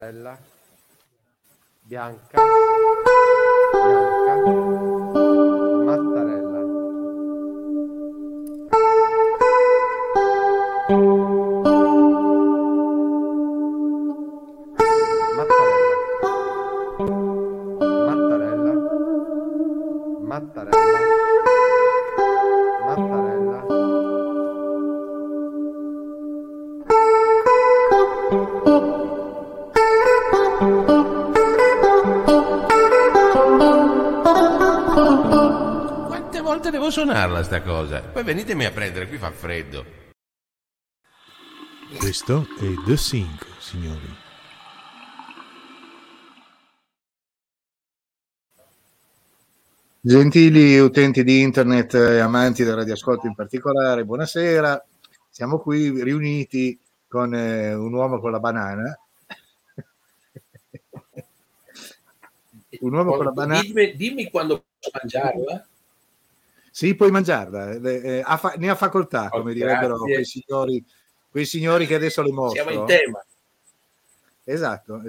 Mattarella, Bianca, Mattarella. Quante volte devo suonarla sta cosa? Poi venitemi a prendere, qui fa freddo. Questo è The Sync, signori. Gentili utenti di internet e amanti del radioascolto in particolare, buonasera. Siamo qui riuniti con un uomo con la banana. Un uomo con la banana. Dimmi quando posso mangiarla. Sì, puoi mangiarla. Ne ha facoltà, come direbbero quei signori che adesso le mostro. Siamo in tema. Esatto.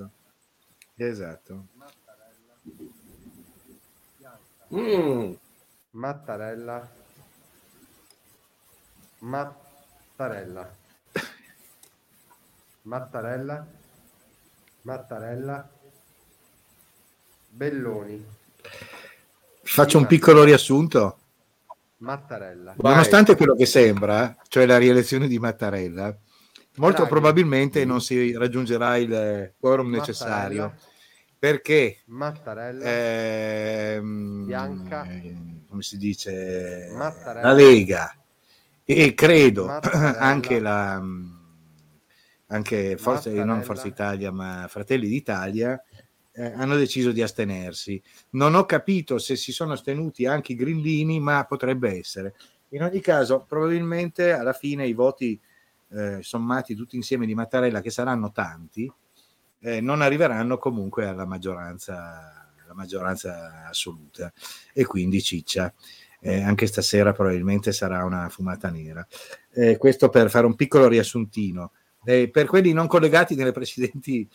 Mattarella, Belloni. Faccio un piccolo riassunto. Mattarella. Nonostante quello che sembra, cioè la rielezione di Mattarella, molto Draghi. probabilmente non si raggiungerà il quorum necessario, perché Mattarella, Bianca, come si dice, Mattarella, la Lega e credo Mattarella, anche Forza, non Forza Italia ma Fratelli d'Italia hanno deciso di astenersi. Non ho capito se si sono astenuti anche i grillini, ma potrebbe essere. In ogni caso, probabilmente alla fine i voti sommati tutti insieme di Mattarella, che saranno tanti, non arriveranno comunque alla maggioranza assoluta, e quindi ciccia. Anche stasera probabilmente sarà una fumata nera. Questo per fare un piccolo riassuntino. Per quelli non collegati nelle precedenti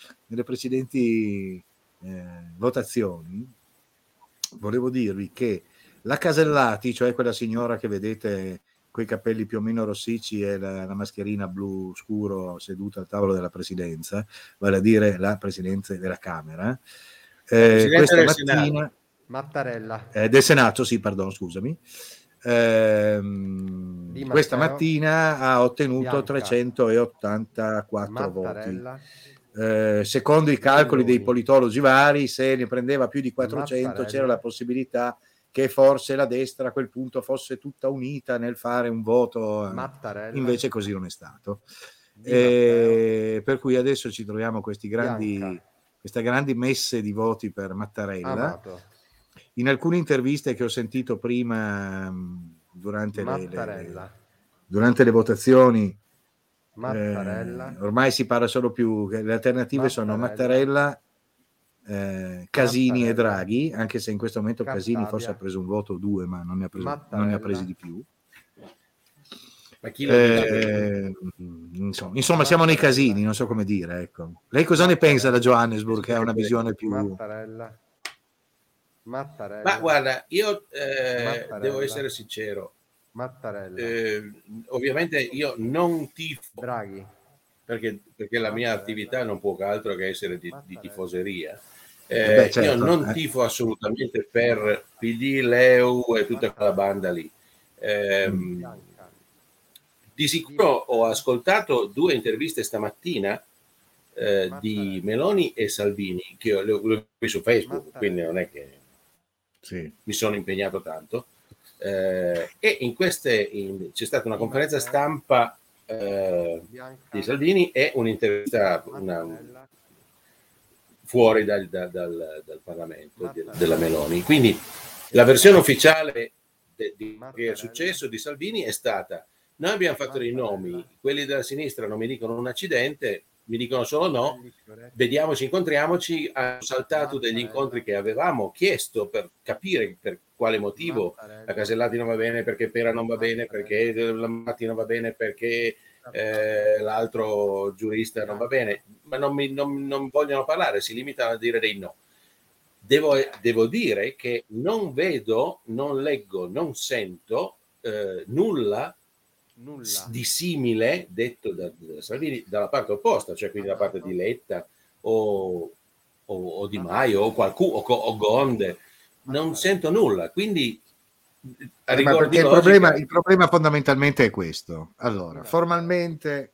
votazioni, volevo dirvi che la Casellati, cioè quella signora che vedete coi capelli più o meno rossicci e la mascherina blu scuro seduta al tavolo della presidenza, vale a dire la presidente della Camera, questa mattina Mattarella, del Senato, sì, perdono, scusami, questa mattina ha ottenuto Bianca, 384 Mattarella, voti. Secondo i calcoli Belloni. dei politologi vari, se ne prendeva più di 400 Mattarella. c'era la possibilità che forse la destra a quel punto fosse tutta unita nel fare un voto, Mattarella, invece così non è stato. Di Matteo, Per cui adesso ci troviamo queste Bianca, grandi messe di voti per Mattarella. Amato, In alcune interviste che ho sentito prima durante le votazioni, Mattarella, ormai si parla solo più, le alternative sono Mattarella, Casini e Draghi, anche se in questo momento Casini forse ha preso un voto o due, ma non ne ha presi di più. Ma chi lo dice? Insomma, siamo nei casini, non so come dire, ecco. Lei cosa ne pensa da Johannesburg, che ha una visione più... Mattarella. Ma guarda, io devo essere sincero. Mattarella. Ovviamente io non tifo Draghi, perché la mia attività non può che altro che essere di tifoseria. certo, io non tifo assolutamente per PD, Leu e tutta quella banda lì. Di sicuro ho ascoltato 2 interviste stamattina di Meloni e Salvini, che le ho visto su Facebook, quindi non è che mi sono impegnato tanto. E in queste c'è stata una conferenza stampa di Salvini e un'intervista fuori dal Parlamento della Meloni. Quindi la versione ufficiale che è successo di Salvini è stata: noi abbiamo fatto dei nomi, quelli della sinistra non mi dicono un accidente, mi dicono solo no, vediamoci, incontriamoci. Hanno saltato degli incontri che avevamo chiesto per capire per quale motivo la Casellati non va bene, perché Pera non va bene, perché la Matti non va bene, perché l'altro giurista non va bene, ma non vogliono parlare, si limitano a dire dei no. Devo dire che non vedo, non leggo, non sento nulla di simile detto da Salvini dalla parte opposta, cioè quindi da parte di Letta o Di Maio o qualcuno o Gonde. Non sento nulla, quindi perché il problema fondamentalmente è questo. Allora, formalmente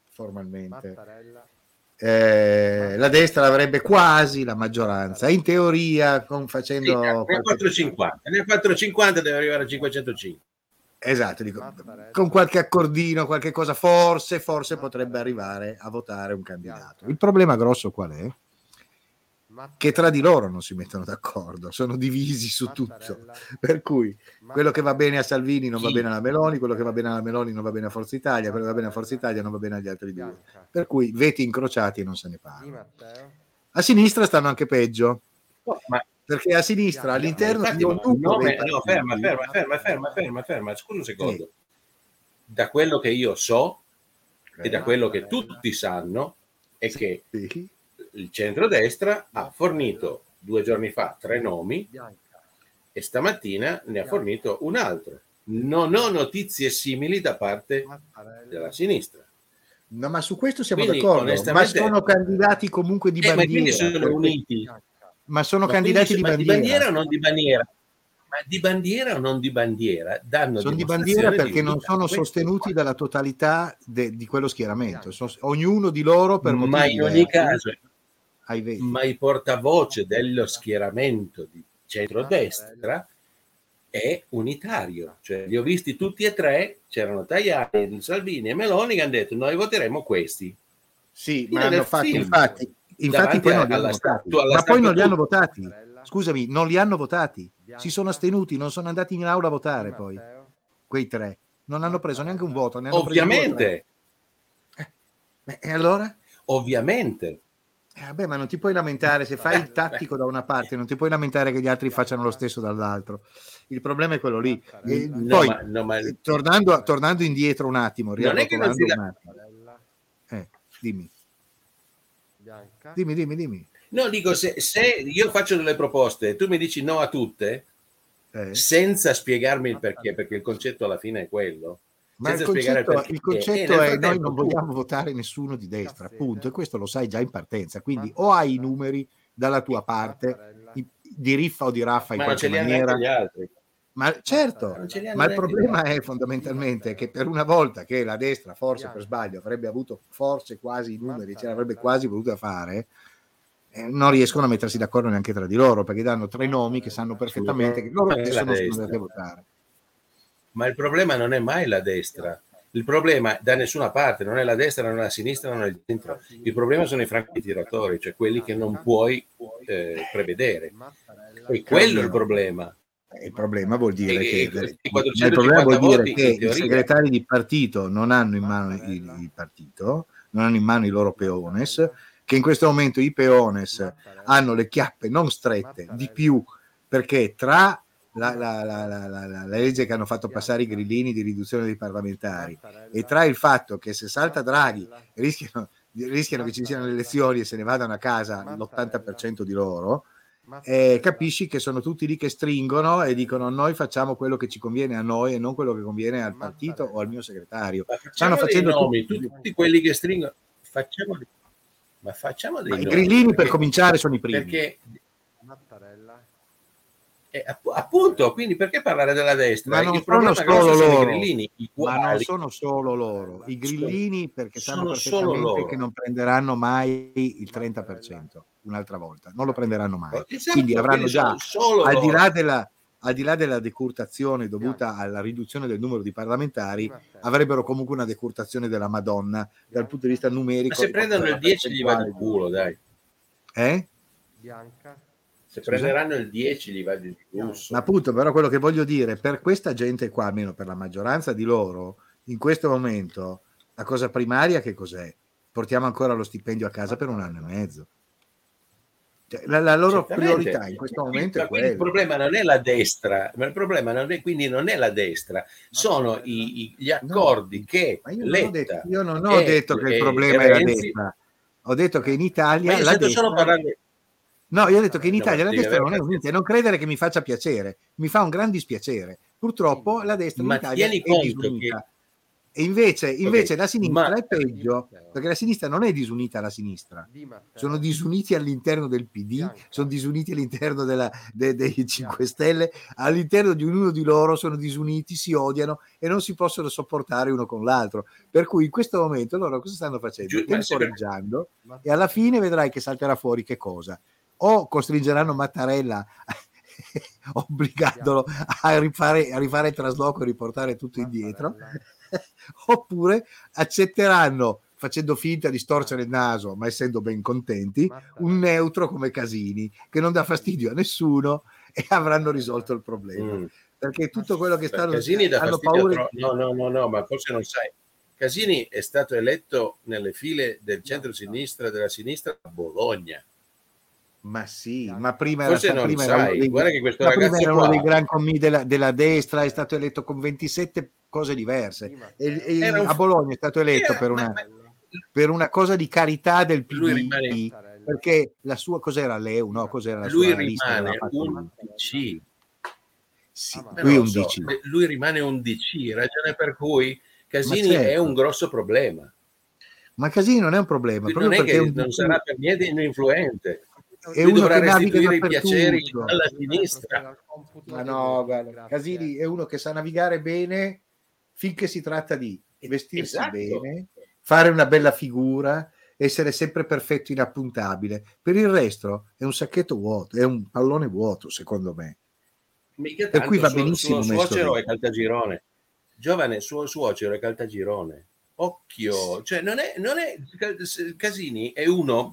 la destra avrebbe quasi la maggioranza, in teoria facendo ne ha 450 deve arrivare a 505. Esatto, dico, con qualche accordino, qualche cosa, forse potrebbe arrivare a votare un candidato. Il problema grosso qual è? Che tra di loro non si mettono d'accordo, sono divisi su tutto, per cui quello che va bene a Salvini non va bene alla Meloni, quello che va bene alla Meloni non va bene a Forza Italia, quello che va bene a Forza Italia non va bene agli altri due, per cui veti incrociati e non se ne parla. A sinistra stanno anche peggio, perché a sinistra all'interno di ognuno ferma, scusa un secondo. Da quello che io so e da quello che tutti sanno è che il centrodestra ha fornito 2 giorni fa 3 nomi e stamattina ne ha fornito un altro. Non ho notizie simili da parte della sinistra. No, ma su questo siamo d'accordo, ma sono candidati comunque di bandiera. Ma quindi sono uniti. Ma sono candidati di bandiera. Di bandiera o non di bandiera? Ma di bandiera o non di bandiera? Sono di bandiera perché non sono sostenuti dalla totalità di quello schieramento. Ognuno di loro per motivi diversi. Ma in ogni caso, ma il portavoce dello schieramento di centrodestra è unitario, cioè li ho visti tutti e 3, c'erano Tajani, Salvini e Meloni che hanno detto noi voteremo questi. Sì, ma hanno fatto infatti poi non li hanno votati. Ma poi non li hanno votati. Scusami, non li hanno votati. Si sono astenuti, non sono andati in aula a votare poi. Quei 3 non hanno preso neanche un voto. Ovviamente. E allora? Ovviamente. Vabbè, ma non ti puoi lamentare se fai il tattico da una parte, non ti puoi lamentare che gli altri facciano lo stesso dall'altro. Il problema è quello lì. Tornando indietro un attimo, riarrotolando un attimo. Dimmi. Dimmi. No, dico, se io faccio delle proposte e tu mi dici no a tutte, senza spiegarmi il perché il concetto alla fine è quello. Ma il concetto è noi non vogliamo votare nessuno di destra, appunto, e questo lo sai già in partenza, quindi o hai i numeri dalla tua parte, di riffa o di raffa in qualche maniera. Gli altri. Ma certo, ma il problema è fondamentalmente che per una volta che la destra, forse per sbaglio, avrebbe avuto forse quasi i numeri, ce l'avrebbe quasi voluta fare, non riescono a mettersi d'accordo neanche tra di loro, perché danno 3 nomi che sanno perfettamente che loro adesso non sono andati a votare. Ma il problema non è mai la destra, il problema da nessuna parte non è la destra, non è la sinistra, non è il centro, il problema sono i francotiratori, cioè quelli che non puoi prevedere, e quello è il problema. Il problema vuol dire che i segretari di partito non hanno in mano il partito, non hanno in mano i loro peones, che in questo momento i peones hanno le chiappe non strette di più, perché tra la legge che hanno fatto passare i grillini di riduzione dei parlamentari e tra il fatto che se salta Draghi rischiano che ci siano le elezioni e se ne vadano a casa l'80% di loro, capisci che sono tutti lì che stringono e dicono noi facciamo quello che ci conviene a noi e non quello che conviene al partito o al mio segretario. Stanno facendo nomi, tutti quelli che stringono, facciamo dei nomi. I grillini per cominciare sono i primi. Perché appunto, quindi perché parlare della destra? Ma non sono solo loro, ma non sono solo loro. I grillini perché sanno perfettamente che non prenderanno mai il 30% un'altra volta, non lo prenderanno mai. Esatto, quindi avranno già, al di là della decurtazione dovuta alla riduzione del numero di parlamentari, avrebbero comunque una decurtazione della Madonna dal punto di vista numerico. Ma se prendono il 10 gli va di culo, dai. Se prenderanno il 10 gli va di lusso. Ma appunto, però quello che voglio dire, per questa gente qua, almeno per la maggioranza di loro, in questo momento, la cosa primaria che cos'è? Portiamo ancora lo stipendio a casa per 1 anno e mezzo. Cioè, la loro Certamente. priorità in questo momento è Quindi il quella. problema non è la destra, ma il problema quindi non è la destra, sono gli accordi che Ma io Letta non ho detto che il e problema è la Renzi. destra. Ho detto che in Ma Italia io la sento solo destra... parlare. No, io ho detto che in No, ma Italia la devi destra avere non è unita, e non credere che mi faccia piacere, mi fa un gran dispiacere. Purtroppo la destra in Ma Italia tieni è conto che disunita. E invece ok, la sinistra ma è peggio, perché la sinistra non è disunita alla sinistra, sono disuniti all'interno del PD, sono disuniti all'interno dei 5 Stelle, all'interno di ognuno di loro sono disuniti, si odiano e non si possono sopportare uno con l'altro. Per cui in questo momento loro cosa stanno facendo? ma sembra- Temporeggiando, e alla fine vedrai che salterà fuori che cosa? O costringeranno Mattarella obbligandolo a rifare il trasloco e riportare tutto indietro, oppure accetteranno, facendo finta di storcere il naso ma essendo ben contenti, un neutro come Casini che non dà fastidio a nessuno e avranno risolto il problema. Perché tutto quello che Casini dà hanno fastidio paura... no, ma forse non sai. Casini è stato eletto nelle file del centro-sinistra e della sinistra a Bologna. Ma sì, ma prima Forse era, non prima sai. era uno dei, Guarda che questo ma prima ragazzo era uno dei qua gran commi della destra, è stato eletto con 27 cose diverse. era un A Bologna è stato eletto per una cosa di carità del lui PD, rimane perché la sua cos'era l'EU, no? Cos'era la lui sua lista? Che aveva rimane fatto un lui? DC. Sì, Ma lui è non lo un so, DC. lui rimane un DC, ragione per cui Ma Casini è un certo, grosso problema. ma Casini non è un problema, Non proprio è perché è un che non DC, sarà per niente influente. è Lui uno dovrà che naviga restituire i piaceri dappertutto. alla sinistra. Ma no, guarda, Casini è uno che sa navigare bene finché si tratta di vestirsi Esatto. bene, fare una bella figura, essere sempre perfetto, inappuntabile. Per il resto è un sacchetto vuoto, è un pallone vuoto, secondo me. Mica Per cui tanto, va benissimo suo messo suocero lì. è Caltagirone. Giovane, suo suocero è Caltagirone. Occhio, cioè non è Casini è uno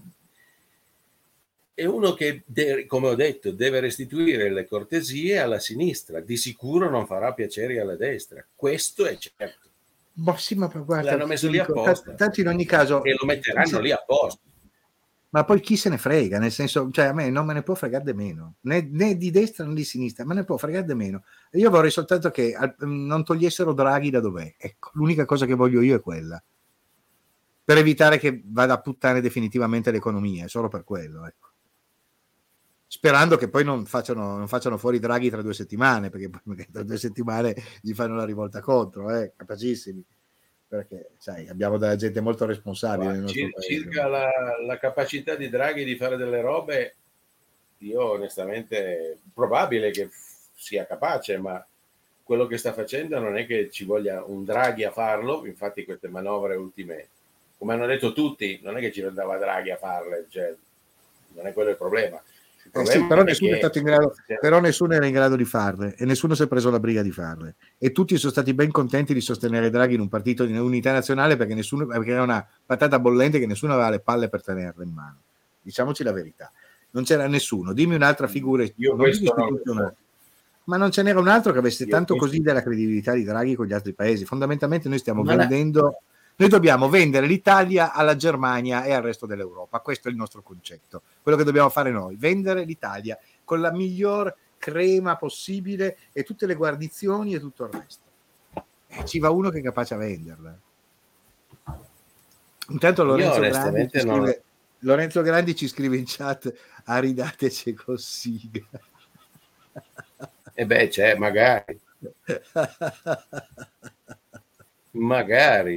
che, come ho detto, deve restituire le cortesie alla sinistra. Di sicuro non farà piacere alla destra. Questo è certo. Ma sì, ma guarda, L'hanno messo lì apposta. tanto in ogni caso... E lo metteranno lì apposta. Ma poi chi se ne frega, nel senso, cioè a me non me ne può fregare di meno, né di destra né di sinistra, me ne può fregare di meno. Io vorrei soltanto che non togliessero Draghi da dov'è, ecco, l'unica cosa che voglio io è quella, per evitare che vada a puttane definitivamente l'economia, è solo per quello, ecco. Sperando che poi non facciano fuori Draghi tra 2 settimane, perché tra 2 settimane gli fanno la rivolta contro, capacissimi. Perché sai, abbiamo della gente molto responsabile nel nostro paese. Circa la capacità di Draghi di fare delle robe, io onestamente probabile che sia capace, ma quello che sta facendo non è che ci voglia un Draghi a farlo. Infatti queste manovre ultime, come hanno detto tutti, non è che ci andava Draghi a farle, cioè, non è quello il problema. Sì, però nessuno è stato in grado, però nessuno era in grado di farle e nessuno si è preso la briga di farle, e tutti sono stati ben contenti di sostenere Draghi in un partito di unità nazionale, perché era una patata bollente che nessuno aveva le palle per tenerla in mano, diciamoci la verità, non c'era nessuno. Dimmi un'altra figura, ma non ce n'era un altro che avesse tanto così della credibilità di Draghi con gli altri paesi. Fondamentalmente noi stiamo vendendo... Noi dobbiamo vendere l'Italia alla Germania e al resto dell'Europa. Questo è il nostro concetto. Quello che dobbiamo fare noi, vendere l'Italia con la miglior crema possibile e tutte le guarnizioni e tutto il resto. Ci va uno che è capace a venderla. Intanto Lorenzo Grandi ci scrive in chat: aridateci con Siga. E beh, c'è, magari. Magari.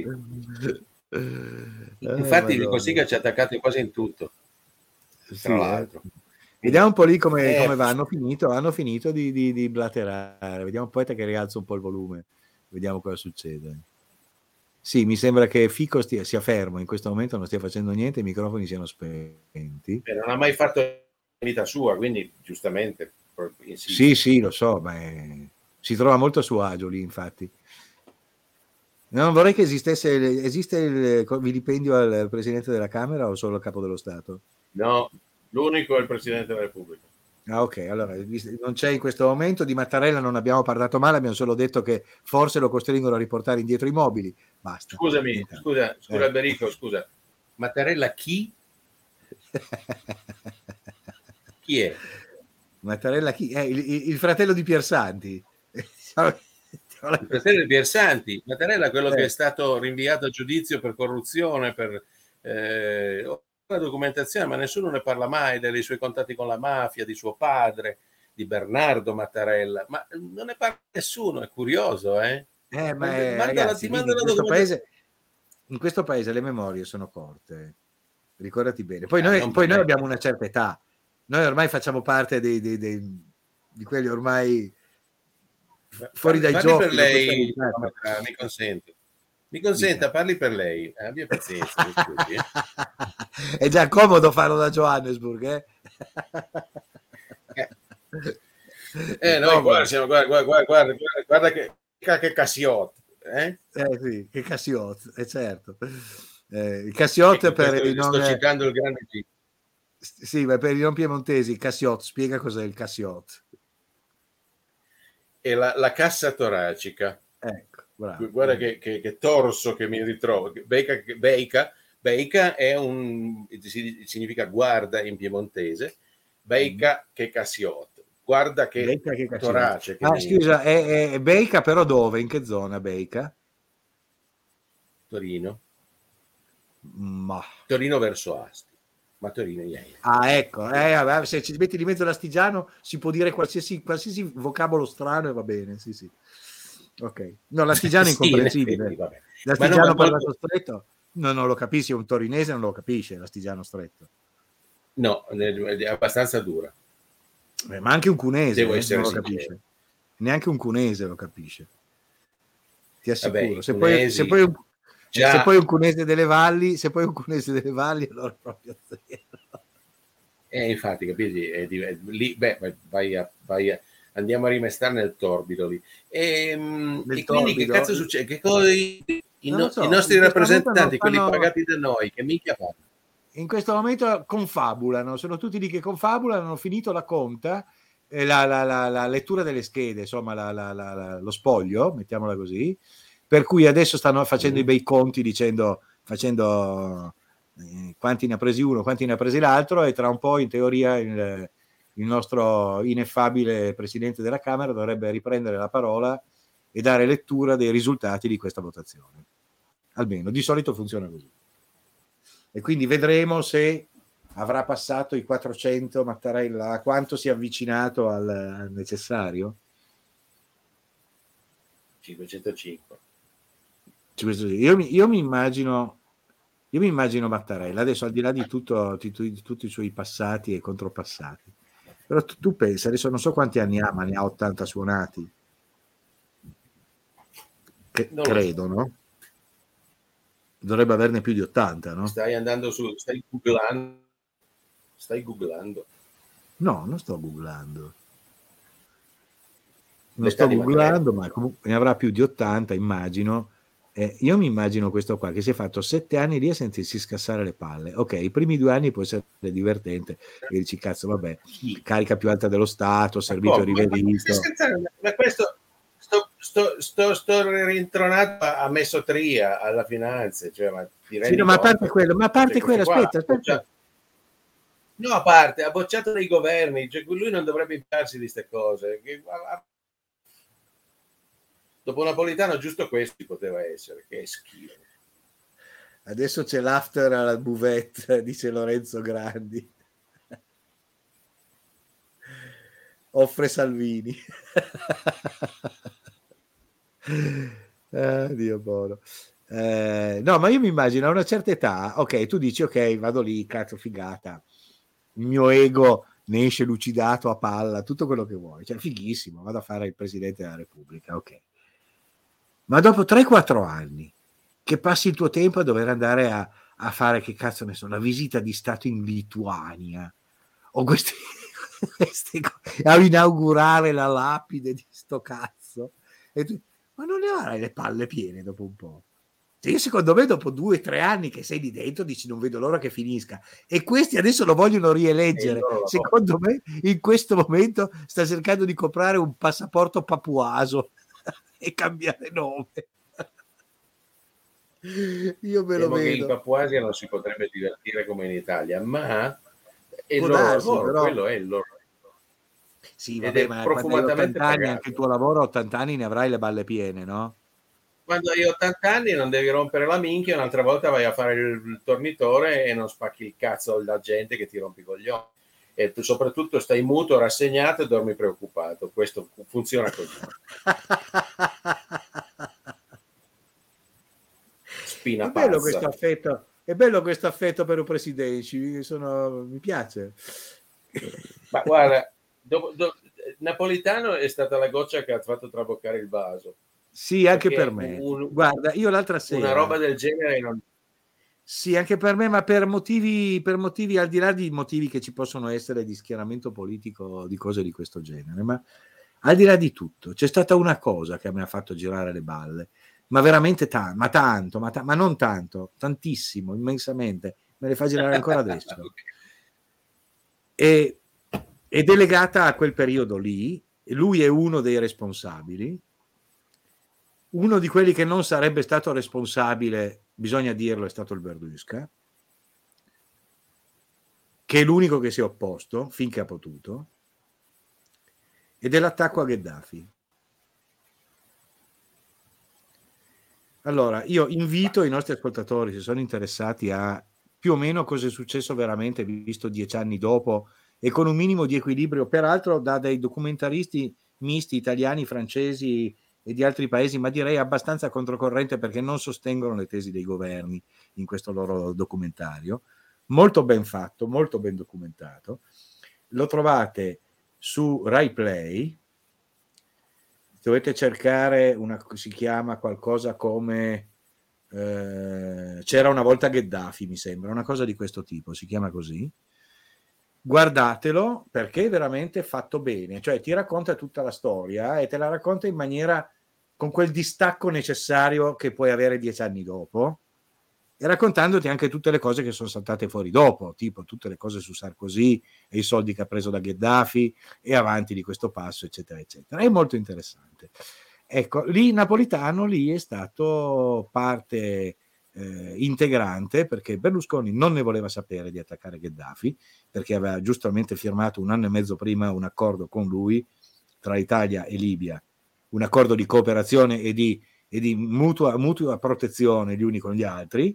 Infatti il Cossiga ci ha attaccato quasi in tutto, tra l'altro. Vediamo un po' lì come va. Hanno finito di blaterare. Vediamo un po' che rialzo un po' il volume, vediamo cosa succede. Sì, mi sembra che Fico sia fermo in questo momento, non stia facendo niente, i microfoni siano spenti. Non ha mai fatto vita sua, quindi giustamente insiste. Sì, lo so, ma si trova molto a suo agio lì, infatti. Non vorrei che esiste il vilipendio al Presidente della Camera o solo al Capo dello Stato? No, l'unico è il Presidente della Repubblica. Ah, ok, allora non c'è in questo momento. Di Mattarella non abbiamo parlato male, abbiamo solo detto che forse lo costringono a riportare indietro i mobili. Basta. Scusa Alberico, scusa. Mattarella chi? Chi è? Mattarella chi? Il fratello di Piersanti. Il fratello di Piersanti. Mattarella è quello che è stato rinviato a giudizio per corruzione, per la documentazione, ma nessuno ne parla mai dei suoi contatti con la mafia, di suo padre, di Bernardo Mattarella, ma non ne parla nessuno, è curioso, ragazzi, in questo paese le memorie sono corte, ricordati bene. Poi noi abbiamo una certa età, noi ormai facciamo parte di quelli ormai fuori dai giochi. Per lei, mi consenta, parli per lei, abbia pazienza, mi scusi. È già comodo farlo da Johannesburg, noi guarda che Cassiot, sì, che Cassiot, certo. Cassiot sto citando il grande G. Sì, ma per i non piemontesi, Cassiot, spiega cos'è il Cassiot. È la cassa toracica. Ecco, bravo. Guarda che torso che mi ritrovo. Beica è significa guarda in piemontese. Beica che Cassiot. Guarda che torace. Scusa, è Beica però dove? In che zona Beica? Torino. Ma... Torino verso Asti. Ma Torino niente. Ecco, se ci metti di mezzo l'Astigiano si può dire qualsiasi vocabolo strano e va bene, sì. Ok. No, l'Astigiano è incomprensibile. L'Astigiano parlato stretto non lo capisci, un torinese non lo capisce l'Astigiano stretto. No, è abbastanza dura. Ma anche un cunese non lo sincero. capisce. Neanche un cunese lo capisce. Ti assicuro. Vabbè, se poi un cunese delle valli, allora proprio zero. Infatti, capisci? Lì, andiamo a rimestare nel torbido lì. Quindi che cazzo succede? Che cosa i nostri rappresentanti, quelli pagati da noi, che minchia fanno? In questo momento confabulano, sono tutti lì che confabulano, hanno finito la conta, la lettura delle schede, insomma lo spoglio, mettiamola così, per cui adesso stanno facendo i bei conti facendo quanti ne ha presi uno, quanti ne ha presi l'altro, e tra un po' in teoria il nostro ineffabile Presidente della Camera dovrebbe riprendere la parola e dare lettura dei risultati di questa votazione. Almeno, di solito funziona così. E quindi vedremo se avrà passato i 400 Mattarella, quanto si è avvicinato al necessario? 505. Io mi immagino Mattarella, adesso al di là di tutti i suoi passati e contropassati, però tu pensa, adesso non so quanti anni ha, ma ne ha 80 suonati. Credo, no? Dovrebbe averne più di 80, no? Stai googlando? No, non sto googlando. Non sto googlando, ma comunque ne avrà più di 80, immagino. Io mi immagino questo qua, che si è fatto 7 anni lì a sentirsi scassare le palle. Ok, i primi 2 anni può essere divertente, e dici, cazzo, vabbè, carica più alta dello Stato, servito riverito. Ma questo... Sto rintronato a Messotria, alla finanza, cioè, ma a parte quello, aspetta. No, a parte, ha bocciato dei governi, cioè, lui non dovrebbe impararsi di queste cose. Dopo Napolitano giusto questo poteva essere, che è schifo. Adesso c'è l'after alla buvette, dice Lorenzo Grandi. Offre Salvini. Dio buono. No, ma io mi immagino a una certa età, ok, tu dici ok, vado lì, cazzo, figata, il mio ego ne esce lucidato a palla, tutto quello che vuoi, cioè fighissimo, vado a fare il Presidente della Repubblica, ok, ma dopo 3-4 anni che passi il tuo tempo a dover andare a fare, che cazzo ne so, la visita di Stato in Lituania o a inaugurare la lapide di sto cazzo, e tu, ma non ne avrai le palle piene dopo un po'? Cioè, io secondo me dopo 2-3 anni che sei lì dentro dici non vedo l'ora che finisca, e questi adesso lo vogliono rieleggere. Secondo me in questo momento sta cercando di comprare un passaporto papuaso e cambiare nome. Io me lo vedo. In Papuasia non si potrebbe divertire come in Italia, ma è il Può loro darsi, lavoro, però... quello è il loro lavoro. Sì, Ed vabbè, è ma quando hai profumatamente 80 anni, pagato. anche il tuo lavoro, 80 anni ne avrai le balle piene, no? Quando hai 80 anni non devi rompere la minchia, un'altra volta vai a fare il tornitore e non spacchi il cazzo alla gente che ti rompi i coglioni. E tu soprattutto stai muto, rassegnato e dormi preoccupato. Questo funziona così. Spina È bello questo pazza. affetto, è bello questo affetto per i presidenti, mi piace. Ma guarda, Napolitano è stata la goccia che ha fatto traboccare il vaso. Sì, anche per Perché me. Guarda, io l'altra una sera... roba del genere non... Sì, anche per me, ma per motivi al di là di motivi che ci possono essere di schieramento politico, di cose di questo genere, ma al di là di tutto, c'è stata una cosa che mi ha fatto girare le balle, ma veramente tanto, ma non tanto, tantissimo, immensamente, me le fa girare ancora adesso. Ed è legata a quel periodo lì, lui è uno dei responsabili, uno di quelli che non sarebbe stato responsabile, bisogna dirlo, è stato il Verdusca, che è l'unico che si è opposto finché ha potuto, ed è l'attacco a Gheddafi. Allora, io invito i nostri ascoltatori, se sono interessati, a più o meno cosa è successo veramente, visto 10 anni dopo, e con un minimo di equilibrio, peraltro da dei documentaristi misti, italiani, francesi e di altri paesi, ma direi abbastanza controcorrente, perché non sostengono le tesi dei governi in questo loro documentario. Molto ben fatto, molto ben documentato. Lo trovate su Rai Play. Dovete cercare si chiama qualcosa come c'era una volta Gheddafi, mi sembra, una cosa di questo tipo, si chiama così. Guardatelo, perché è veramente fatto bene, cioè ti racconta tutta la storia e te la racconta in maniera, con quel distacco necessario che puoi avere 10 anni dopo, e raccontandoti anche tutte le cose che sono saltate fuori dopo, tipo tutte le cose su Sarkozy e i soldi che ha preso da Gheddafi e avanti di questo passo, eccetera, eccetera. È molto interessante. Ecco, lì Napolitano lì è stato parte integrante, perché Berlusconi non ne voleva sapere di attaccare Gheddafi, perché aveva giustamente firmato un anno e mezzo prima un accordo con lui tra Italia e Libia, un accordo di cooperazione e di mutua protezione gli uni con gli altri,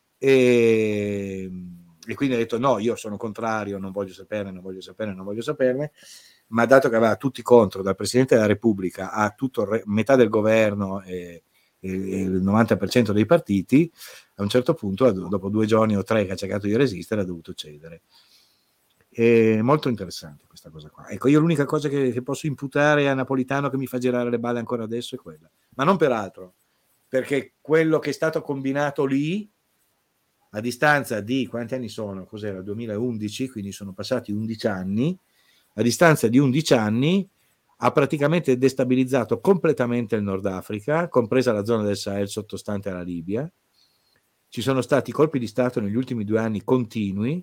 e quindi ha detto no, io sono contrario, non voglio saperne, ma dato che aveva tutti contro, dal Presidente della Repubblica a metà del governo e il 90% dei partiti, a un certo punto, dopo 2 giorni o 3 che ha cercato di resistere, ha dovuto cedere. È molto interessante questa cosa qua. Ecco, io l'unica cosa che posso imputare a Napolitano che mi fa girare le balle ancora adesso è quella, ma non per altro, perché quello che è stato combinato lì, a distanza di quanti anni sono? Cos'era? 2011, quindi sono passati 11 anni. A distanza di 11 anni ha praticamente destabilizzato completamente il Nord Africa, compresa la zona del Sahel sottostante alla Libia. Ci sono stati colpi di Stato negli ultimi 2 anni continui.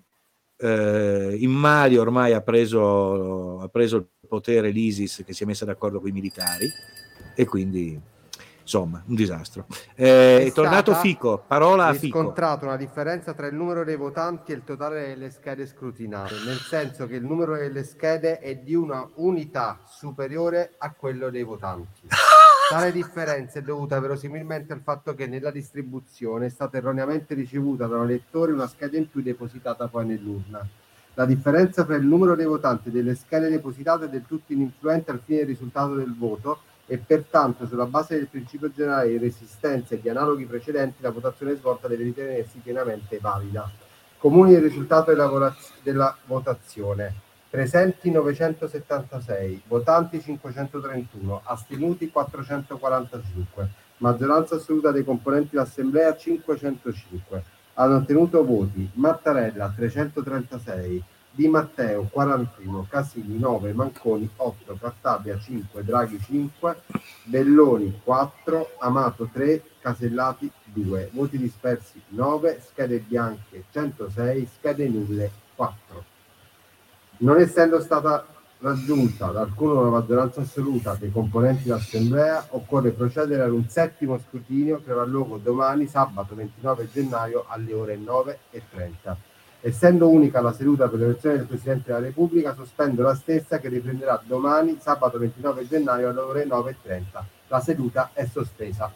In Mali ormai ha preso il potere l'ISIS, che si è messa d'accordo con i militari, e quindi insomma un disastro. È tornato Fico, parola a Fico. Riscontrato una differenza tra il numero dei votanti e il totale delle schede scrutinate, nel senso che il numero delle schede è di una unità superiore a quello dei votanti. Tale differenza è dovuta verosimilmente al fatto che nella distribuzione è stata erroneamente ricevuta da un elettore una scheda in più depositata poi nell'urna. La differenza tra il numero dei votanti e delle schede depositate è del tutto ininfluente al fine del risultato del voto, e pertanto, sulla base del principio generale di resistenza e di analoghi precedenti, la votazione svolta deve ritenersi pienamente valida. Comuni il risultato della votazione: presenti 976, votanti 531, astenuti 445, maggioranza assoluta dei componenti dell'Assemblea 505. Hanno ottenuto voti: Mattarella 336, Di Matteo 41, Casini 9, Manconi 8, Cartabia 5, Draghi 5, Belloni 4, Amato 3, Casellati 2. Voti dispersi 9, schede bianche 106, schede nulle 4. Non essendo stata raggiunta da alcuno una maggioranza assoluta dei componenti dell'Assemblea, occorre procedere ad un settimo scrutinio che avrà luogo domani, sabato 29 gennaio, alle ore 9:30. Essendo unica la seduta per l'elezione del Presidente della Repubblica, sospendo la stessa che riprenderà domani, sabato 29 gennaio alle ore 9:30. La seduta è sospesa.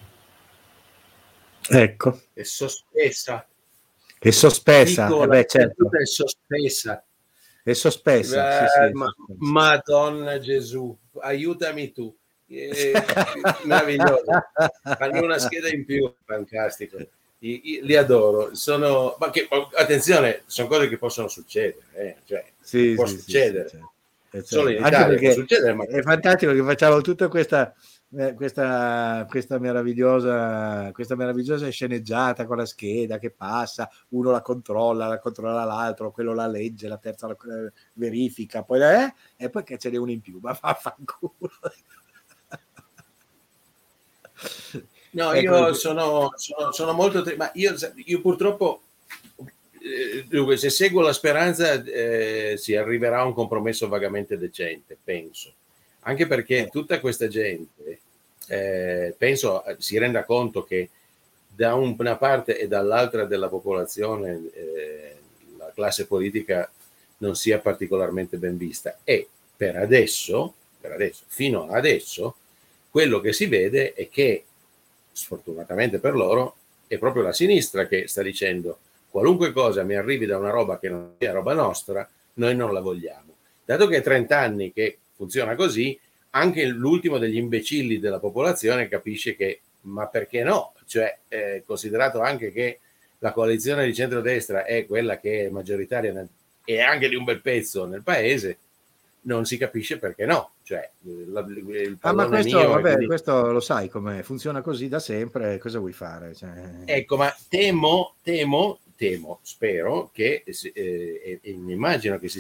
Ecco. È sospesa. È sospesa. Dico, la seduta è sospesa. È sospesa. Sì, Madonna Gesù, aiutami tu. Meraviglioso. Hanno una scheda in più, fantastico. Li adoro. Attenzione, sono cose che possono succedere. Cioè, può succedere. Sì, certo. Solo in Italia può succedere. Ma... È fantastico che facciamo tutta questa meravigliosa sceneggiata con la scheda che passa, uno la controlla l'altro, quello la legge, la terza la verifica, poi e poi che ce n'è uno in più, ma vaffanculo. No, io sono molto ma io purtroppo se seguo la speranza si arriverà a un compromesso vagamente decente, penso, anche perché tutta questa gente penso si renda conto che da una parte e dall'altra della popolazione la classe politica non sia particolarmente ben vista, e per adesso, fino ad adesso, quello che si vede è che sfortunatamente per loro è proprio la sinistra che sta dicendo: qualunque cosa mi arrivi da una roba che non sia roba nostra, noi non la vogliamo. Dato che è 30 anni che funziona così, anche l'ultimo degli imbecilli della popolazione capisce che, ma perché no? Cioè, considerato anche che la coalizione di centrodestra è quella che è maggioritaria e anche di un bel pezzo nel paese, non si capisce perché no. Cioè, ma questo lo sai come funziona così da sempre, cosa vuoi fare? Cioè... Ecco, ma temo, spero che mi immagino che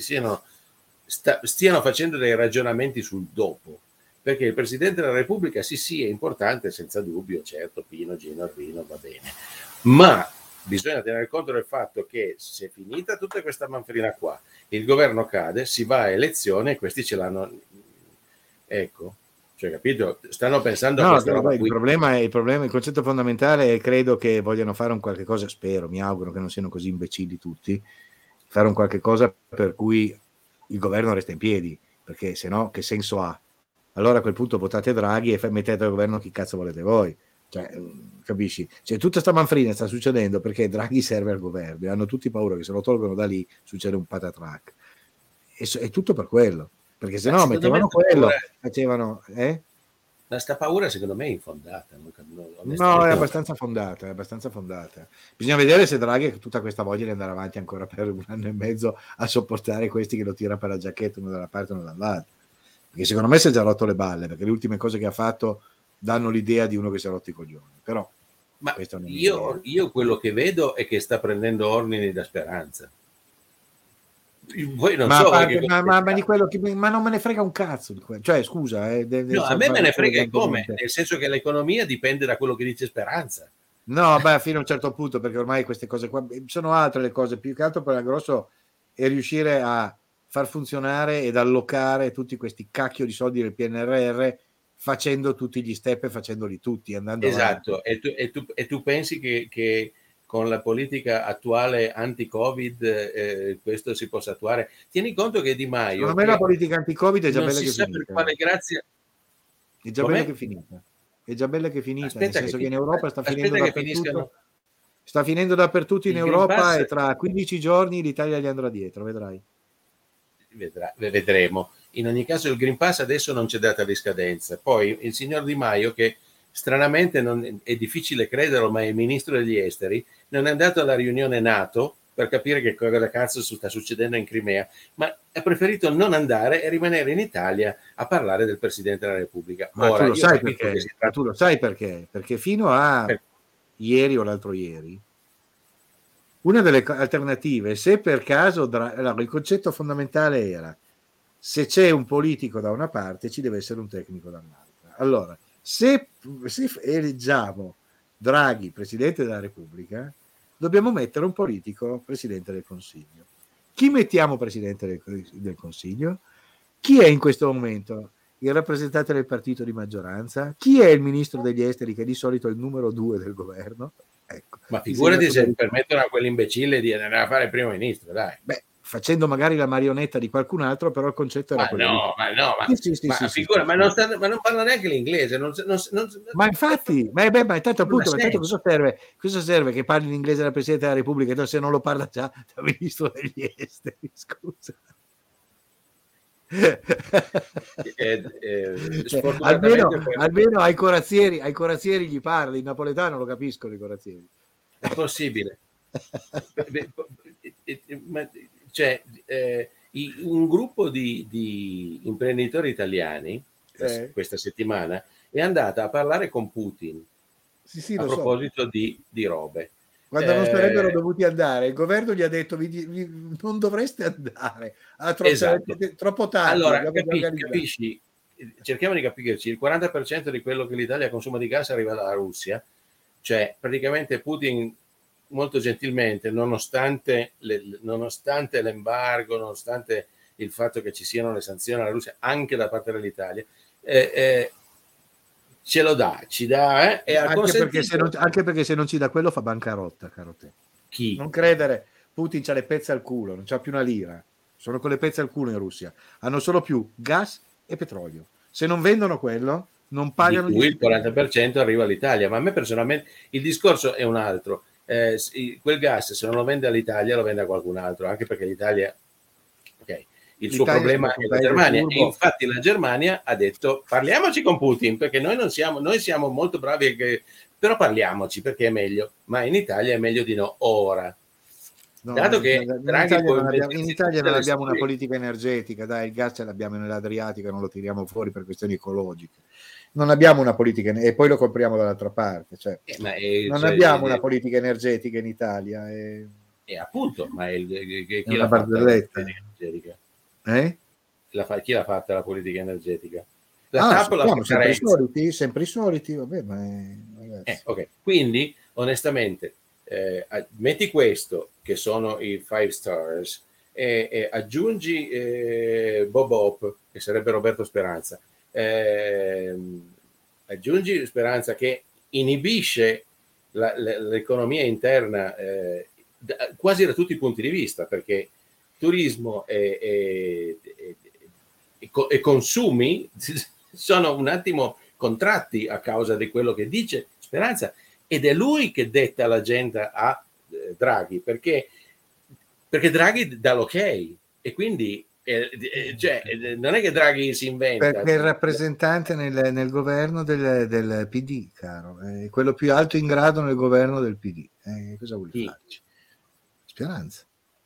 stiano facendo dei ragionamenti sul dopo, perché il Presidente della Repubblica sì è importante, senza dubbio, certo, Pino, Gino, Arvino, va bene, ma bisogna tenere conto del fatto che se è finita tutta questa manfrina qua, il governo cade, si va a elezione e questi ce l'hanno, ecco, cioè, capito? Stanno pensando a questa roba qui. Il concetto fondamentale è, credo che vogliano fare un qualche cosa, spero, mi auguro che non siano così imbecilli tutti, fare un qualche cosa per cui il governo resta in piedi, perché se no che senso ha? Allora a quel punto votate Draghi e mettete al governo chi cazzo volete voi. Cioè, capisci? Cioè, tutta sta manfrina sta succedendo perché Draghi serve al governo e hanno tutti paura che se lo tolgono da lì succede un patatrac. È tutto per quello, perché se no mettevano quello, facevano... Ma sta paura secondo me è infondata. No, è abbastanza fondata, Bisogna vedere se Draghi ha tutta questa voglia di andare avanti ancora per 1 anno e mezzo a sopportare questi che lo tira per la giacchetta uno da una parte e uno dall'altra. Perché secondo me si è già rotto le balle, perché le ultime cose che ha fatto danno l'idea di uno che si è rotto i coglioni. Però ma io quello che vedo è che sta prendendo ordini da Speranza. Poi non so di quello ma non me ne frega un cazzo di quello. Cioè, scusa, no, a me ne frega come, nel senso che l'economia dipende da quello che dice Speranza. No, fino a un certo punto, perché ormai queste cose qua sono altre le cose, più che altro per il grosso è riuscire a far funzionare ed allocare tutti questi cacchio di soldi del PNRR facendo tutti gli step e facendoli tutti, andando esatto, avanti. E tu pensi che con la politica attuale anti-Covid questo si possa attuare? Tieni conto che Di Maio... Secondo me la politica anti-Covid è già bella che finita. Per quale grazia... È già bella che finita. È già bella che finita, nel senso che in Europa sta finendo dappertutto. Sta finendo dappertutto in Europa e tra 15 giorni l'Italia gli andrà dietro, vedrai. Vedremo. In ogni caso il Green Pass adesso non c'è data di scadenza. Poi il signor Di Maio, che stranamente è difficile crederlo, ma è il ministro degli esteri, non è andato alla riunione NATO per capire che cosa cazzo sta succedendo in Crimea, ma ha preferito non andare e rimanere in Italia a parlare del Presidente della Repubblica. Ma ora, tu lo sai perché? Tu lo sai perché? Perché fino a ieri o l'altro ieri, una delle alternative, se per caso il concetto fondamentale era: se c'è un politico da una parte ci deve essere un tecnico dall'altra. Allora, se eleggiamo Draghi Presidente della Repubblica, dobbiamo mettere un politico Presidente del Consiglio. Chi mettiamo Presidente del Consiglio? Chi è in questo momento il rappresentante del partito di maggioranza? Chi è il ministro degli esteri, che di solito è il numero 2 del governo? Ecco. Ma figurati se permettono a quell'imbecille di andare a fare il primo ministro, dai. Beh, facendo magari la marionetta di qualcun altro, però il concetto era quello. Ma non parla neanche l'inglese. Ma infatti, ma intanto appunto, cosa serve che parli l'inglese del Presidente della Repubblica se non lo parla già da Ministro degli Esteri? Scusa. Almeno ai corazzieri gli parli, in napoletano lo capiscono i corazzieri. È possibile. Cioè, un gruppo di imprenditori italiani questa settimana è andata a parlare con Putin a proposito di robe. Quando non sarebbero dovuti andare, il governo gli ha detto non dovreste andare, troppo tardi. Allora, capisci, cerchiamo di capirci, il 40% di quello che l'Italia consuma di gas arriva dalla Russia, cioè praticamente Putin molto gentilmente, nonostante l'embargo, nonostante il fatto che ci siano le sanzioni alla Russia anche da parte dell'Italia, ce lo dà, ci dà, e anche perché se non ci dà quello fa bancarotta, caro te. Chi? Non credere, Putin c'ha le pezze al culo, non c'ha più una lira, sono con le pezze al culo in Russia, hanno solo più gas e petrolio, se non vendono quello non pagano di cui il 40% arriva all'Italia, ma a me personalmente il discorso è un altro. Quel gas se non lo vende all'Italia lo vende a qualcun altro, anche perché l'Italia il suo problema è la Germania, e infatti la Germania ha detto parliamoci con Putin, perché noi siamo molto bravi, però parliamoci perché è meglio, ma in Italia è meglio di no ora. Dato che in Italia non abbiamo una politica energetica, dai, il gas ce l'abbiamo nell'Adriatico, non lo tiriamo fuori per questioni ecologiche. Non abbiamo una politica e poi lo compriamo dall'altra parte, non abbiamo una politica energetica in Italia. Appunto, ma chi l'ha fatta la politica energetica? Chi l'ha fatta la politica energetica? Sempre i soliti, vabbè, ok. Quindi onestamente metti questo, che sono i 5 stars, e aggiungi Bob Hope, che sarebbe Roberto Speranza, aggiungi Speranza che inibisce l'economia interna quasi da tutti i punti di vista, perché turismo e consumi sono un attimo contratti a causa di quello che dice Speranza, ed è lui che detta l'agenda a Draghi, perché Draghi dà l'ok, e quindi non è che Draghi si inventa, perché è il rappresentante nel governo del PD, caro, è quello più alto in grado nel governo del PD. Cosa vuoi farci? Speranza.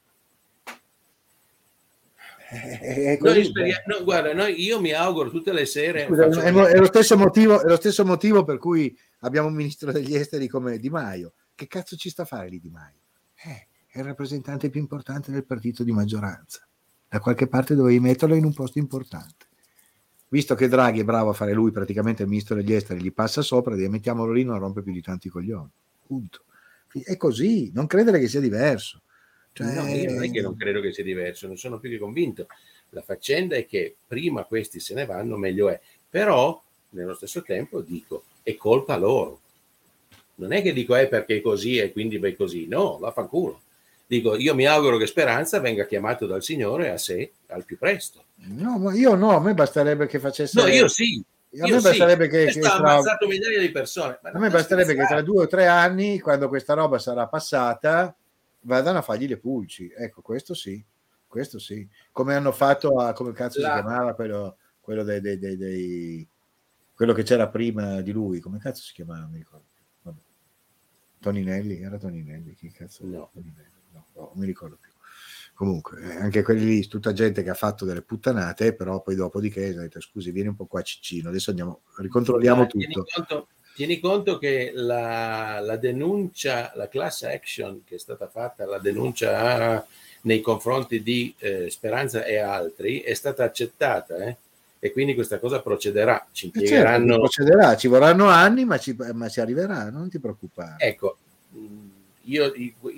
Io mi auguro tutte le sere. Scusa, è lo stesso motivo per cui abbiamo un ministro degli esteri come Di Maio. Che cazzo ci sta a fare lì Di Maio? È il rappresentante più importante del partito di maggioranza. Da qualche parte dovevi metterlo in un posto importante. Visto che Draghi è bravo a fare lui praticamente il ministro degli esteri, gli passa sopra, mettiamolo lì, non rompe più di tanti coglioni. Punto. È così, non credere che sia diverso. No, io non è che non credo che sia diverso, non sono più che convinto. La faccenda è che prima questi se ne vanno, meglio è. Però, nello stesso tempo, dico, è colpa loro. Non è che dico perché è così e quindi vai così. No, vaffanculo. Dico, io mi auguro che Speranza venga chiamato dal Signore a sé al più presto. No, ma io no, a me basterebbe che facesse... No, io sì. A me basterebbe che ha ammazzato migliaia di persone. A me basterebbe che tra 2 o 3 anni, quando questa roba sarà passata, vadano a fargli le pulci. Ecco, questo sì. Come hanno fatto come cazzo si chiamava quello dei quello che c'era prima di lui, come cazzo si chiamava, mi ricordo. Vabbè. Toninelli, era Toninelli, chi cazzo? No. No, non mi ricordo più. Comunque, anche quelli lì, tutta gente che ha fatto delle puttanate, però poi dopodiché ha detto, scusi, vieni un po' qua Ciccino, adesso andiamo, ricontrolliamo tutto. Tieni conto che la denuncia, la class action che è stata fatta, la denuncia nei confronti di Speranza e altri, è stata accettata, e quindi questa cosa procederà. Ci impiegheranno... Certo, procederà, ci vorranno anni, ma ci arriverà, non ti preoccupare. Ecco, io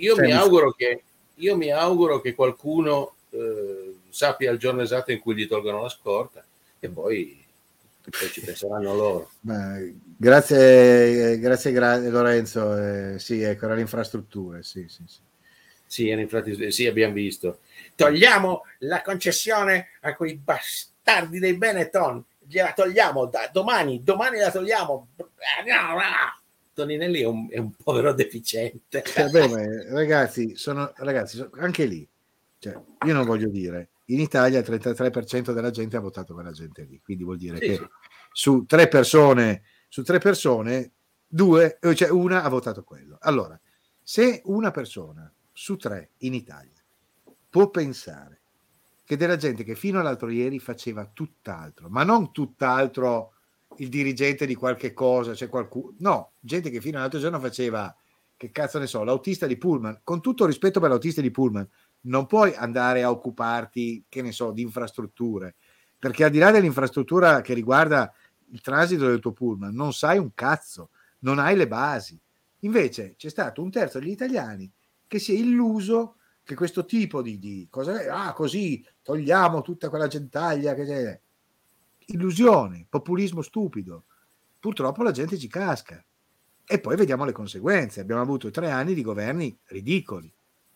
mi auguro che qualcuno sappia il giorno esatto in cui gli tolgono la scorta, e poi poi ci penseranno loro. Grazie Lorenzo. Sì, ecco, era le infrastrutture. Sì. Sì, abbiamo visto. Togliamo la concessione a quei bastardi dei Benetton, gliela togliamo domani la togliamo. Toninelli è un povero deficiente. Ma ragazzi, anche lì, cioè, io non voglio dire, in Italia il 33% della gente ha votato quella gente lì, quindi vuol dire che su tre persone, una ha votato quello. Allora, se una persona su 3 in Italia può pensare che della gente che fino all'altro ieri faceva tutt'altro, ma non tutt'altro il dirigente di qualche cosa, c'è qualcuno, no, gente che fino all'altro giorno faceva, che cazzo ne so, l'autista di Pullman, con tutto il rispetto per l'autista di Pullman, non puoi andare a occuparti, che ne so, di infrastrutture, perché al di là dell'infrastruttura che riguarda il transito del tuo Pullman, non sai un cazzo, non hai le basi. Invece c'è stato un terzo degli italiani che si è illuso che questo tipo di cosa, così togliamo tutta quella gentaglia che c'è. Illusione, populismo stupido. Purtroppo la gente ci casca. E poi vediamo le conseguenze. Abbiamo avuto 3 anni di governi ridicoli.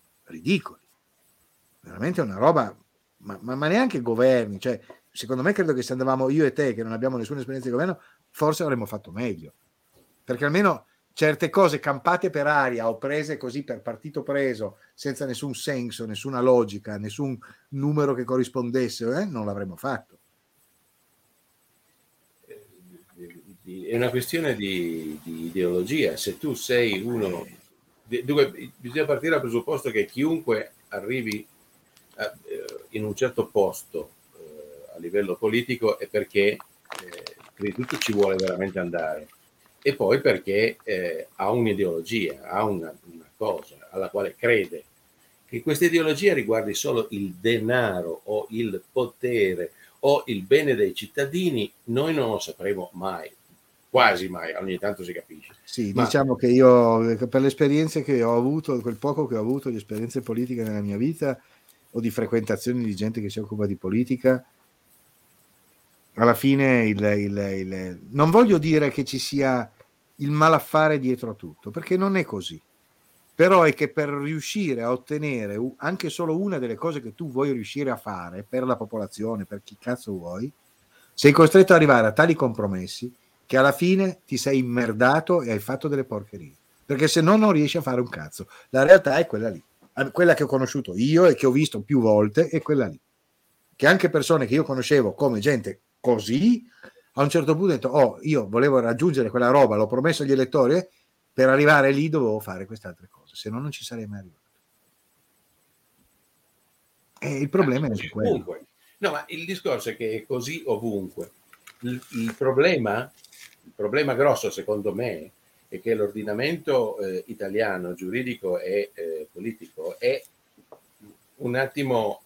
Veramente una roba, ma neanche governi. Cioè, secondo me credo che se andavamo io e te, che non abbiamo nessuna esperienza di governo, forse avremmo fatto meglio. Perché almeno certe cose campate per aria o prese così per partito preso, senza nessun senso, nessuna logica, nessun numero che corrispondesse, non l'avremmo fatto. È una questione di ideologia. Se tu sei uno, bisogna partire dal presupposto che chiunque arrivi in un certo posto a livello politico è perché prima di tutto ci vuole veramente andare, e poi perché ha un'ideologia, ha una cosa alla quale crede. Che questa ideologia riguardi solo il denaro o il potere o il bene dei cittadini, noi non lo sapremo mai, quasi mai, ogni tanto si capisce. Sì, diciamo che io, per le esperienze che ho avuto, quel poco che ho avuto di esperienze politiche nella mia vita o di frequentazioni di gente che si occupa di politica, alla fine non voglio dire che ci sia il malaffare dietro a tutto, perché non è così. Però è che per riuscire a ottenere anche solo una delle cose che tu vuoi riuscire a fare per la popolazione, per chi cazzo vuoi, sei costretto ad arrivare a tali compromessi che alla fine ti sei immerdato e hai fatto delle porcherie, perché se no non riesci a fare un cazzo. La realtà è quella lì, quella che ho conosciuto io e che ho visto più volte è quella lì, che anche persone che io conoscevo come gente così, a un certo punto ho detto, io volevo raggiungere quella roba, l'ho promesso agli elettori, per arrivare lì dovevo fare queste altre cose, se no non ci sarei mai arrivato. E il problema è quello. Comunque, no, ma il discorso è che è così ovunque. Il problema grosso, secondo me, è che l'ordinamento italiano, giuridico e politico, è un attimo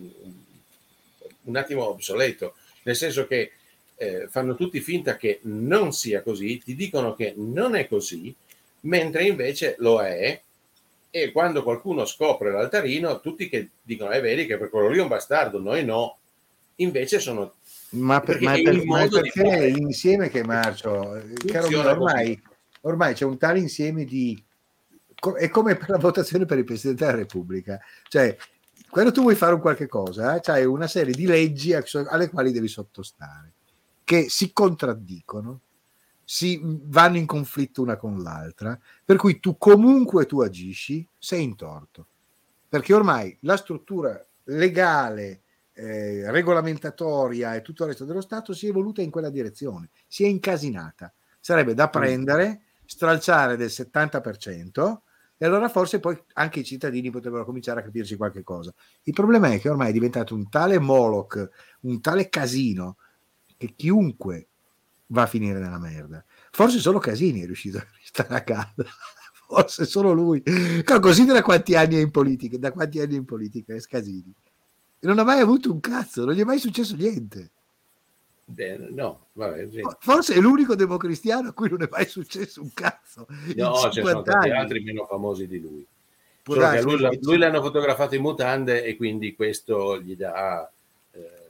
obsoleto, nel senso che fanno tutti finta che non sia così, ti dicono che non è così, mentre invece lo è, e quando qualcuno scopre l'altarino, tutti che dicono, vedi che per quello lì è un bastardo, noi no, invece sono... perché è l'insieme che marcio, caro mio, ormai c'è un tale insieme di... È come per la votazione per il Presidente della Repubblica, cioè quando tu vuoi fare un qualche cosa, c'hai una serie di leggi alle quali devi sottostare, che si contraddicono, si vanno in conflitto una con l'altra, per cui tu comunque tu agisci, sei in torto, perché ormai la struttura legale, regolamentatoria e tutto il resto dello Stato si è evoluta in quella direzione, si è incasinata, sarebbe da prendere, stralciare del 70%, e allora forse poi anche i cittadini potrebbero cominciare a capirci qualche cosa. Il problema è che ormai è diventato un tale Moloch, un tale casino, che chiunque va a finire nella merda. Forse solo Casini è riuscito a stare a casa, forse solo lui. Così da quanti anni è in politica, è Casini. Non ha mai avuto un cazzo, non gli è mai successo niente. No, vabbè, sì. Forse è l'unico democristiano a cui non è mai successo un cazzo. No, ci sono tanti altri meno famosi di lui. Solo che lui l'hanno fotografato in mutande e quindi questo gli dà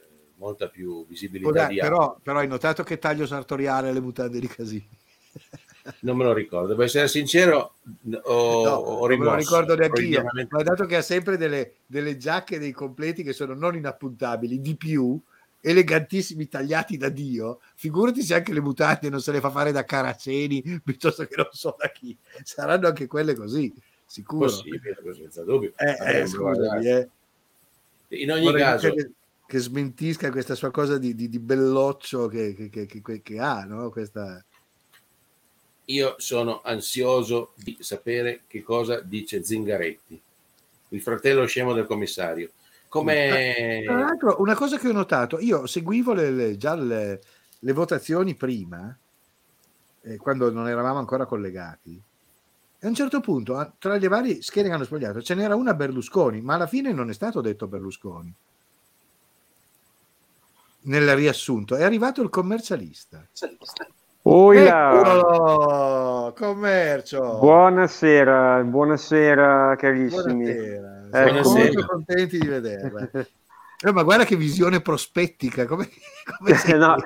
molta più visibilità di però hai notato che taglio sartoriale alle mutande di Casini? Non me lo ricordo, per essere sincero, ho non me lo ricordo neanche io, freudianamente. ma dato che ha sempre delle giacche, dei completi che sono non inappuntabili, di più, elegantissimi, tagliati da Dio, figurati se anche le mutande non se le fa fare da Caraceni piuttosto che non so da chi, saranno anche quelle così, sicuro. Possibile, senza dubbio. Scusami, in ogni caso che smentisca questa sua cosa di belloccio che ha, no? Questa... Io sono ansioso di sapere che cosa dice Zingaretti, il fratello scemo del commissario. Come... Tra l'altro, una cosa che ho notato, io seguivo le votazioni prima, quando non eravamo ancora collegati, e a un certo punto, tra le varie schede che hanno spogliato, ce n'era una Berlusconi, ma alla fine non è stato detto Berlusconi. Nel riassunto è arrivato il commercialista. Eccolo, commercio. Buonasera carissimi. Buonasera. Siamo molto contenti di vederla. Ma guarda che visione prospettica. Come no,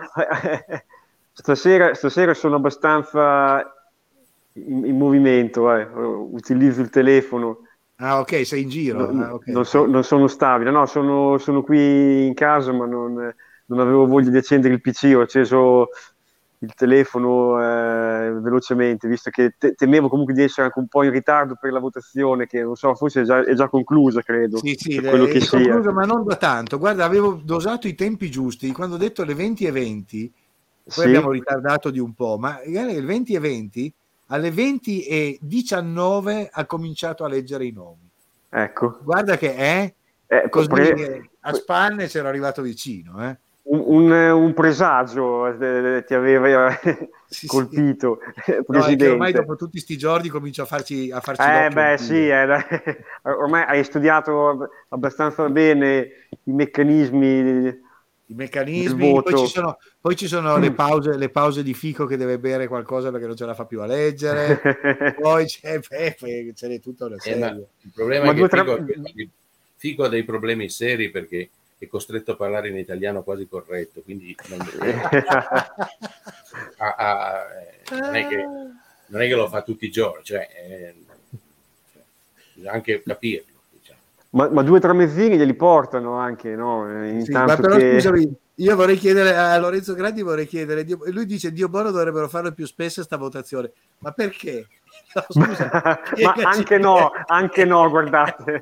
stasera sono abbastanza in movimento, utilizzo il telefono. Ah, ok, sei in giro. Okay. Non sono stabile, no, sono qui in casa, ma non avevo voglia di accendere il PC, ho acceso il telefono velocemente, visto che temevo comunque di essere anche un po' in ritardo per la votazione, che non so, forse è già conclusa, credo. Sì, quello che sia. Conclusa, ma non da tanto. Guarda, avevo dosato i tempi giusti, quando ho detto le 20:20, poi abbiamo ritardato di un po', ma il 20:20, alle 20:19 ha cominciato a leggere i nomi. Ecco. Guarda che così a spanne c'ero arrivato vicino, Un presagio ti aveva colpito, Presidente. No, ormai dopo tutti sti giorni comincio a farci ormai hai studiato abbastanza bene i meccanismi, poi ci sono le pause di Fico che deve bere qualcosa perché non ce la fa più a leggere, poi ce n'è tutta una serie. Il problema è che Fico ha dei problemi seri perché è costretto a parlare in italiano quasi corretto, quindi non è che lo fa tutti i giorni, bisogna anche capirlo. Diciamo. Ma 2 tramezzini glieli portano anche, no? Ma però scusami, io vorrei chiedere a Lorenzo Grandi, lui dice Dio buono, dovrebbero farlo più spesso sta votazione, ma perché? No, scusa, ma anche no, guardate.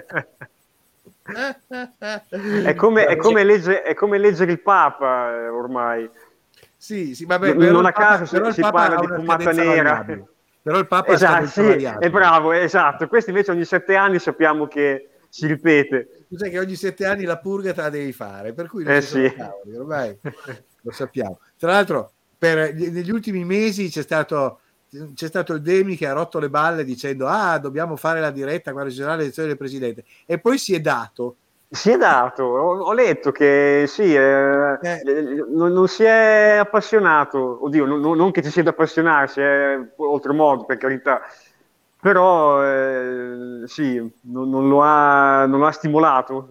È come leggere il Papa ormai. Sì, vabbè, non a caso si parla di fumata nera. Però il Papa è bravo, esatto. Questo invece ogni 7 anni sappiamo che si ripete. Tu sai che ogni 7 anni la purga te la devi fare, per cui non sono cavoli, ormai lo sappiamo. Tra l'altro, negli ultimi mesi c'è stato il Demi che ha rotto le balle dicendo dobbiamo fare la diretta quando ci sarà l'elezione del presidente, e poi si è dato, ho letto che sì, non si è appassionato, oddio, non che ci sia da appassionarsi, oltremodo, per carità, però sì, non lo ha stimolato.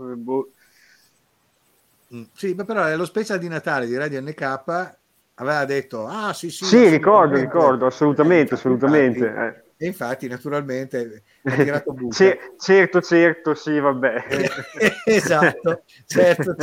Sì, però nello special di Natale di Radio NK aveva detto sì, ricordo, assolutamente. E infatti naturalmente ha tirato buca. certo, sì, vabbè. Esatto, certo.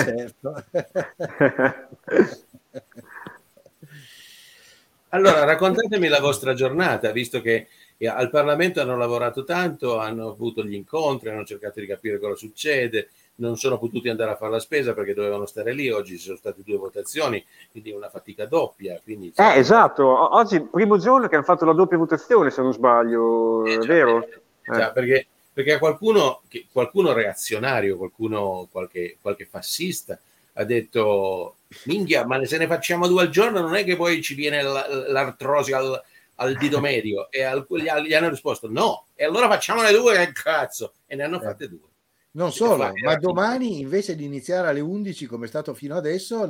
Allora, raccontatemi la vostra giornata, visto che al Parlamento hanno lavorato tanto, hanno avuto gli incontri, hanno cercato di capire cosa succede, non sono potuti andare a fare la spesa perché dovevano stare lì, oggi ci sono state 2 votazioni, quindi una fatica doppia. Quindi esatto, oggi primo giorno che hanno fatto la doppia votazione, se non sbaglio, è vero? Perché a qualcuno reazionario, qualche fascista ha detto minchia, ma se ne facciamo 2 al giorno non è che poi ci viene l'artrosi al dito medio, e gli hanno risposto no, e allora facciamone 2, che cazzo, e ne hanno fatte 2. Non solo, ma domani invece di iniziare alle 11 come è stato fino adesso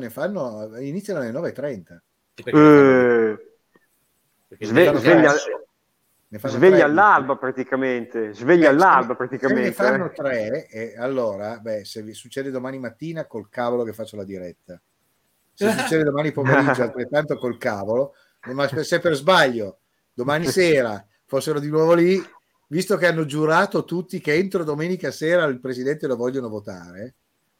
iniziano alle 9:30. Sveglia Sveglia all'alba praticamente, ne fanno 3, e allora, se vi succede domani mattina, col cavolo che faccio la diretta. Se succede domani pomeriggio, altrettanto col cavolo. Ma se per sbaglio domani sera fossero di nuovo lì, visto che hanno giurato tutti che entro domenica sera il presidente lo vogliono votare,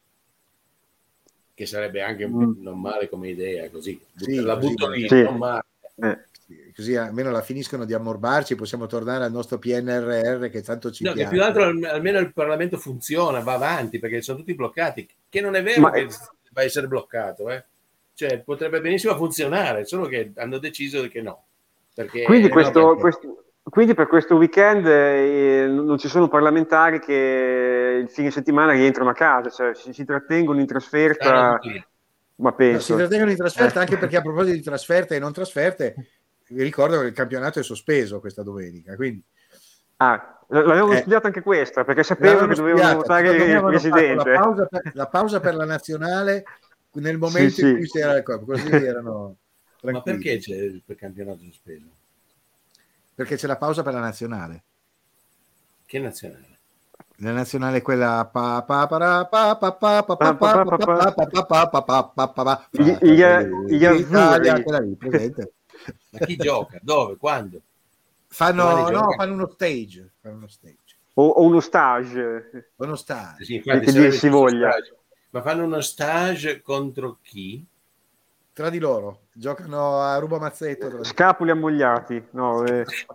che sarebbe anche non male come idea, così la butto lì, sì. non male. Così almeno la finiscono di ammorbarci, possiamo tornare al nostro PNRR che tanto ci piace. Che più altro almeno il Parlamento funziona, va avanti, perché sono tutti bloccati, che non è vero che va a essere bloccato, cioè potrebbe benissimo funzionare, solo che hanno deciso che no. Perché quindi per questo weekend non ci sono parlamentari che il fine settimana rientrano a casa, cioè si trattengono in trasferta. Ma penso. Si trattengono in trasferta, anche perché a proposito di trasferte e non trasferte, vi ricordo che il campionato è sospeso questa domenica, quindi l'avevano studiata anche questa, perché sapevano che dovevano votare il presidente. La pausa per la nazionale nel momento in cui si era il corpo, così erano tranquilli. Ma perché c'è il campionato sospeso? Perché c'è la pausa per la nazionale. Che nazionale? La nazionale è quella presente? Ma chi gioca? Dove? Quando? Fanno uno stage. O uno stage. Sì, infatti, che si voglia. Stage. Ma fanno uno stage contro chi? Tra di loro. Giocano a ruba mazzetto. Scapoli ammogliati. No,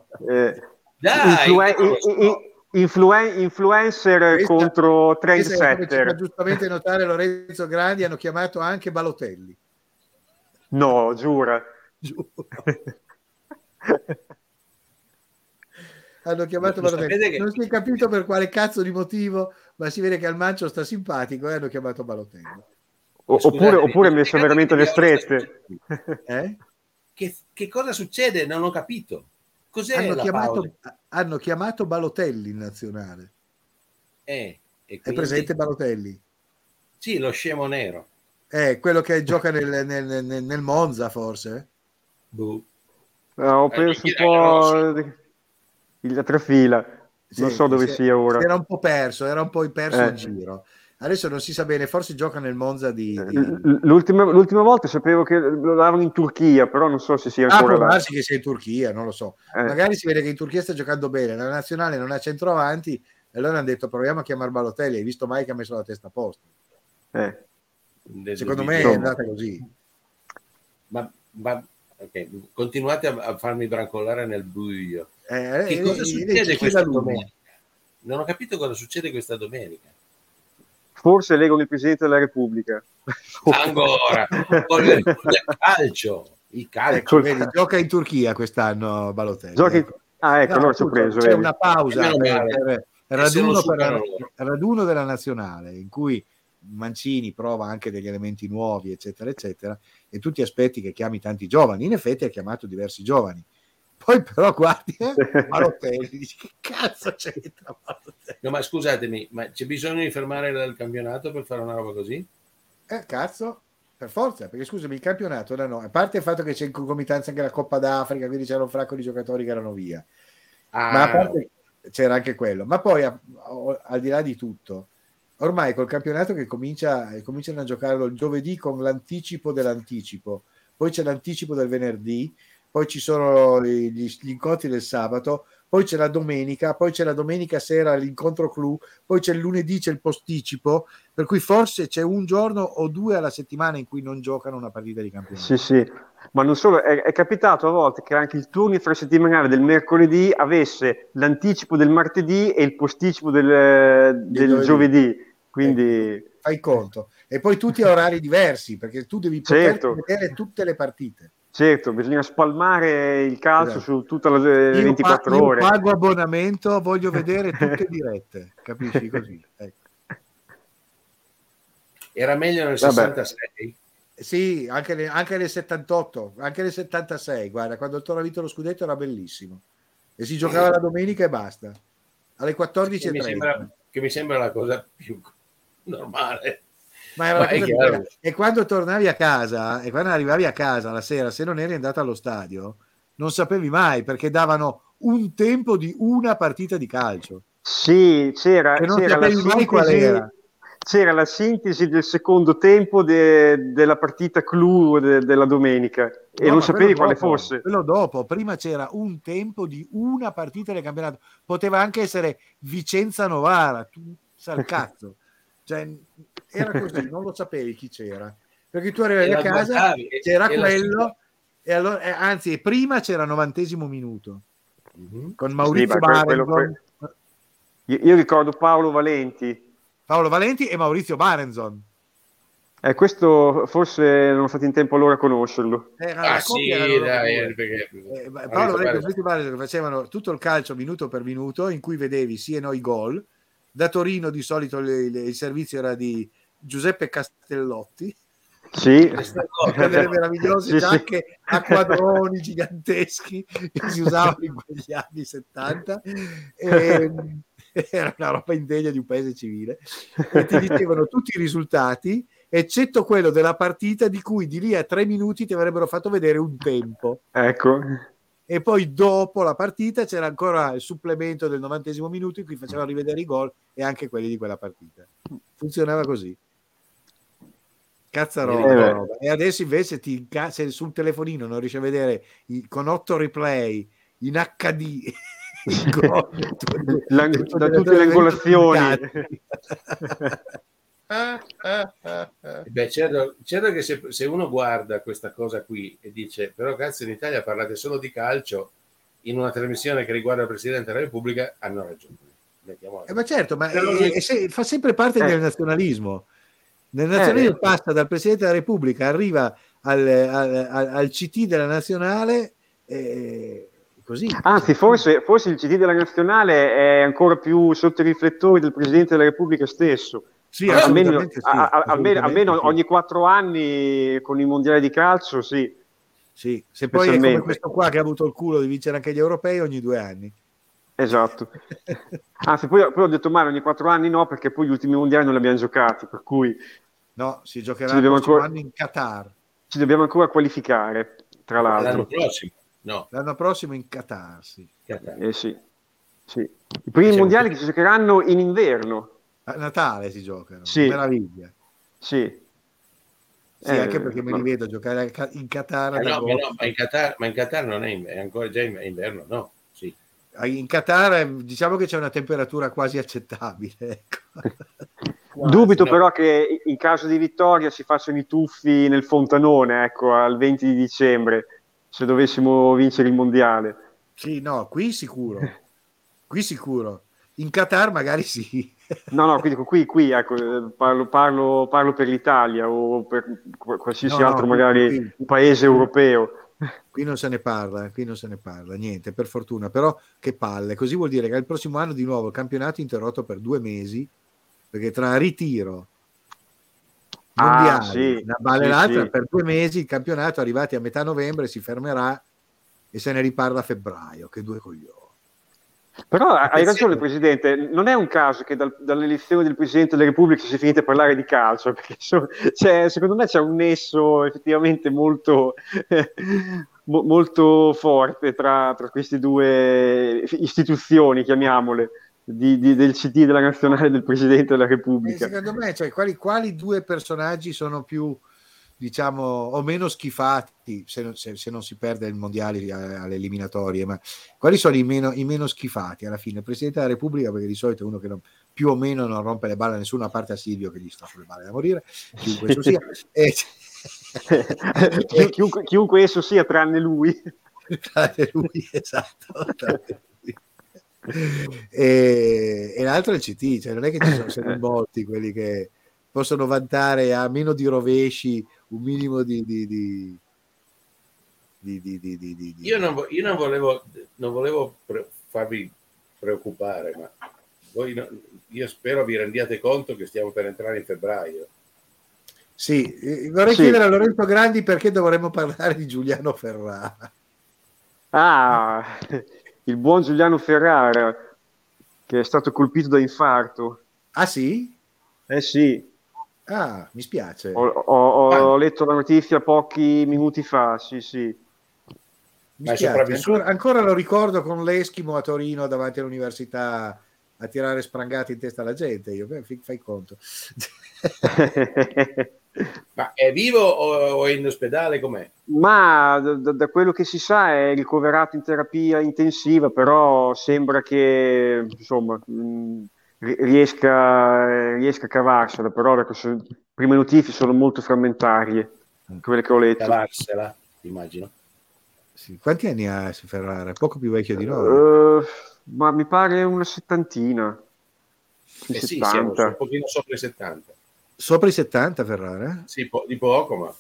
dai! Influencer contro trendsetter. Ci fa giustamente notare Lorenzo Grandi, hanno chiamato anche Balotelli. No, giura. Hanno chiamato Balotelli. Non si è capito per quale cazzo di motivo, ma si vede che al Mancio sta simpatico e hanno chiamato Balotelli. Oppure messo veramente le strette. Che cosa succede? Non ho capito. Cos'è hanno chiamato Balotelli in nazionale. Quindi... È presente Balotelli? Sì, lo scemo nero. Quello che gioca nel Monza, forse? Ho perso un po' la trafila. Non so dove sia ora. Era un po' perso in giro. Adesso non si sa bene, forse gioca nel Monza L'ultima volta sapevo che lo davano in Turchia, però non so se sia ancora può darsi che sia in Turchia, non lo so. Magari si vede che in Turchia sta giocando bene, la nazionale non ha centroavanti, e allora hanno detto proviamo a chiamare Balotelli. Hai visto mai che ha messo la testa a posto? Secondo me è andata così. Ma ok, continuate a farmi brancolare nel buio. Che cosa succede questa domenica? Non ho capito cosa succede questa domenica. Forse leggono il Presidente della Repubblica. Ancora con il calcio. Il calcio. Vedi, gioca in Turchia quest'anno Balotelli. Allora ci ho preso. C'è una pausa per raduno della nazionale in cui Mancini prova anche degli elementi nuovi, eccetera, eccetera, e tu ti aspetti che chiami tanti giovani. In effetti ha chiamato diversi giovani. Poi però guardi Balotelli, dici che cazzo c'entra Balotelli? No, ma scusatemi, ma c'è bisogno di fermare il campionato per fare una roba così? Cazzo, per forza, perché scusami, il campionato a parte il fatto che c'è in concomitanza anche la Coppa d'Africa, quindi c'era un fracco di giocatori che erano via, ma a parte c'era anche quello, ma poi al di là di tutto, ormai col campionato che cominciano a giocarlo il giovedì con l'anticipo dell'anticipo, poi c'è l'anticipo del venerdì, poi ci sono gli incontri del sabato, poi c'è la domenica, poi c'è la domenica sera l'incontro clou, poi c'è il lunedì, c'è il posticipo, per cui forse c'è un giorno o due alla settimana in cui non giocano una partita di campionato. Sì, ma non solo, è capitato a volte che anche il turno infrasettimanale del mercoledì avesse l'anticipo del martedì e il posticipo del giovedì, quindi... Fai conto. E poi tutti a orari diversi, perché tu devi poter vedere tutte le partite. Certo, bisogna spalmare il calcio su tutte le 24 ore. Io pago abbonamento, voglio vedere tutte dirette, capisci così? Ecco. Era meglio nel 66? Sì, anche nel 78, anche nel 76, guarda, quando il Toro ha vinto lo scudetto era bellissimo. E si giocava la domenica e basta, alle 14:30. Che mi sembra la cosa più normale. Ma era la cosa e quando tornavi a casa e quando arrivavi a casa la sera, se non eri andato allo stadio non sapevi mai, perché davano un tempo di una partita di calcio. Sì, c'era la sintesi del secondo tempo della partita clou della domenica e non sapevi quale fosse. Quello dopo, prima c'era un tempo di una partita del campionato, poteva anche essere Vicenza-Novara, tu sai il cazzo, cioè, era così, non lo sapevi chi c'era, perché tu arrivavi a casa, c'era quello, e allora, anzi prima c'era 90° minuto, con Maurizio Barenzon. Io ricordo Paolo Valenti e Maurizio Barenzon. Questo forse non ho fatto in tempo allora a conoscerlo. Paolo Valenti e Maurizio Barenzon facevano tutto il calcio minuto per minuto, in cui vedevi sì e no i gol. Da Torino di solito il servizio era di Giuseppe Castellotti. Sì, delle meravigliose giacche a quadroni giganteschi che si usavano in quegli anni 70. Era una roba indegna di un paese civile, e ti dicevano tutti i risultati eccetto quello della partita, di cui di lì a 3 minuti ti avrebbero fatto vedere un tempo, ecco, e poi dopo la partita c'era ancora il supplemento del 90° minuto in cui facevano rivedere i gol e anche quelli di quella partita. Funzionava così, cazzarola. E adesso invece se sul telefonino non riesci a vedere con 8 replay in HD da tutte le angolazioni. Beh, certo che se uno guarda questa cosa qui e dice però cazzo, in Italia parlate solo di calcio in una trasmissione che riguarda il Presidente della Repubblica, hanno ragione. Ma certo, ma fa sempre parte del nazionalismo. Nel nazionalismo passa dal Presidente della Repubblica, arriva al CT della nazionale, così. Anzi, forse il CD della nazionale è ancora più sotto i riflettori del Presidente della Repubblica stesso. Sì, almeno ogni 4 anni con i mondiali di calcio, sì. Sì, se poi è come questo qua che ha avuto il culo di vincere anche gli europei ogni 2 anni. Esatto. Anzi, poi ho detto male, ogni 4 anni no, perché poi gli ultimi mondiali non li abbiamo giocati, per cui no, si giocherà il prossimo anno in Qatar. Ci dobbiamo ancora qualificare, tra l'altro. L'anno prossimo? No. L'anno prossimo in Qatar, sì. Sì. I primi mondiali che si giocheranno in inverno. A Natale si giocano, sì. Meraviglia. Sì. Anche perché me li vedo giocare in Qatar. Ma in Qatar non è ancora già inverno, no? Sì. In Qatar diciamo che c'è una temperatura quasi accettabile. Ecco. Dubito però che in caso di vittoria si facciano i tuffi nel fontanone, ecco, al 20 di dicembre, se dovessimo vincere il mondiale. Sì, no, qui sicuro. In Qatar magari sì. No, qui ecco, parlo per l'Italia o per qualsiasi altro magari paese europeo. Qui non se ne parla, niente, per fortuna. Però che palle, così vuol dire che il prossimo anno di nuovo il campionato è interrotto per 2 mesi, perché tra ritiro, mondiali, una balla e l'altra, per 2 mesi il campionato, arrivati a metà novembre, si fermerà e se ne riparla a febbraio. Che 2 coglioni. Però hai ragione, Presidente, non è un caso che dall'elezione del Presidente della Repubblica si è finito a parlare di calcio, perché secondo me c'è un nesso effettivamente molto, molto forte tra queste 2 istituzioni, chiamiamole, del CD della Nazionale e del Presidente della Repubblica. Secondo me, cioè, quali 2 personaggi sono più, diciamo, o meno schifati se non si perde il mondiale alle eliminatorie, ma quali sono i meno schifati alla fine? Il Presidente della Repubblica, perché di solito è uno che più o meno non rompe le balle a nessuno, a parte a Silvio che gli sta sulle balle da morire, chiunque esso sia. Chiunque esso sia, tranne lui. Esatto. E l'altro è il CT, cioè non è che ci sono molti quelli che possono vantare a meno di rovesci un minimo di Io non volevo farvi preoccupare, ma io spero vi rendiate conto che stiamo per entrare in febbraio. Sì, vorrei chiedere a Lorenzo Grandi perché dovremmo parlare di Giuliano Ferrara. Il buon Giuliano Ferrara, che è stato colpito da infarto. Ah sì? Sì. Mi spiace. Ho letto la notizia pochi minuti fa, sì. Ma è sopravvissuto. Ancora lo ricordo con l'Eschimo a Torino davanti all'università a tirare sprangati in testa alla gente. Io, fai conto. Ma è vivo o è in ospedale? Com'è? Ma da quello che si sa è ricoverato in terapia intensiva, però sembra che insomma riesca a cavarsela, però le prime notizie sono molto frammentarie, quelle che ho letto. Cavarsela, immagino. Sì. Quanti anni ha Ferrara? È poco più vecchio di noi. Ma mi pare una settantina. Sì, siamo un pochino sopra i 70. Sopra i 70 Ferrara? Sì, di poco, ma...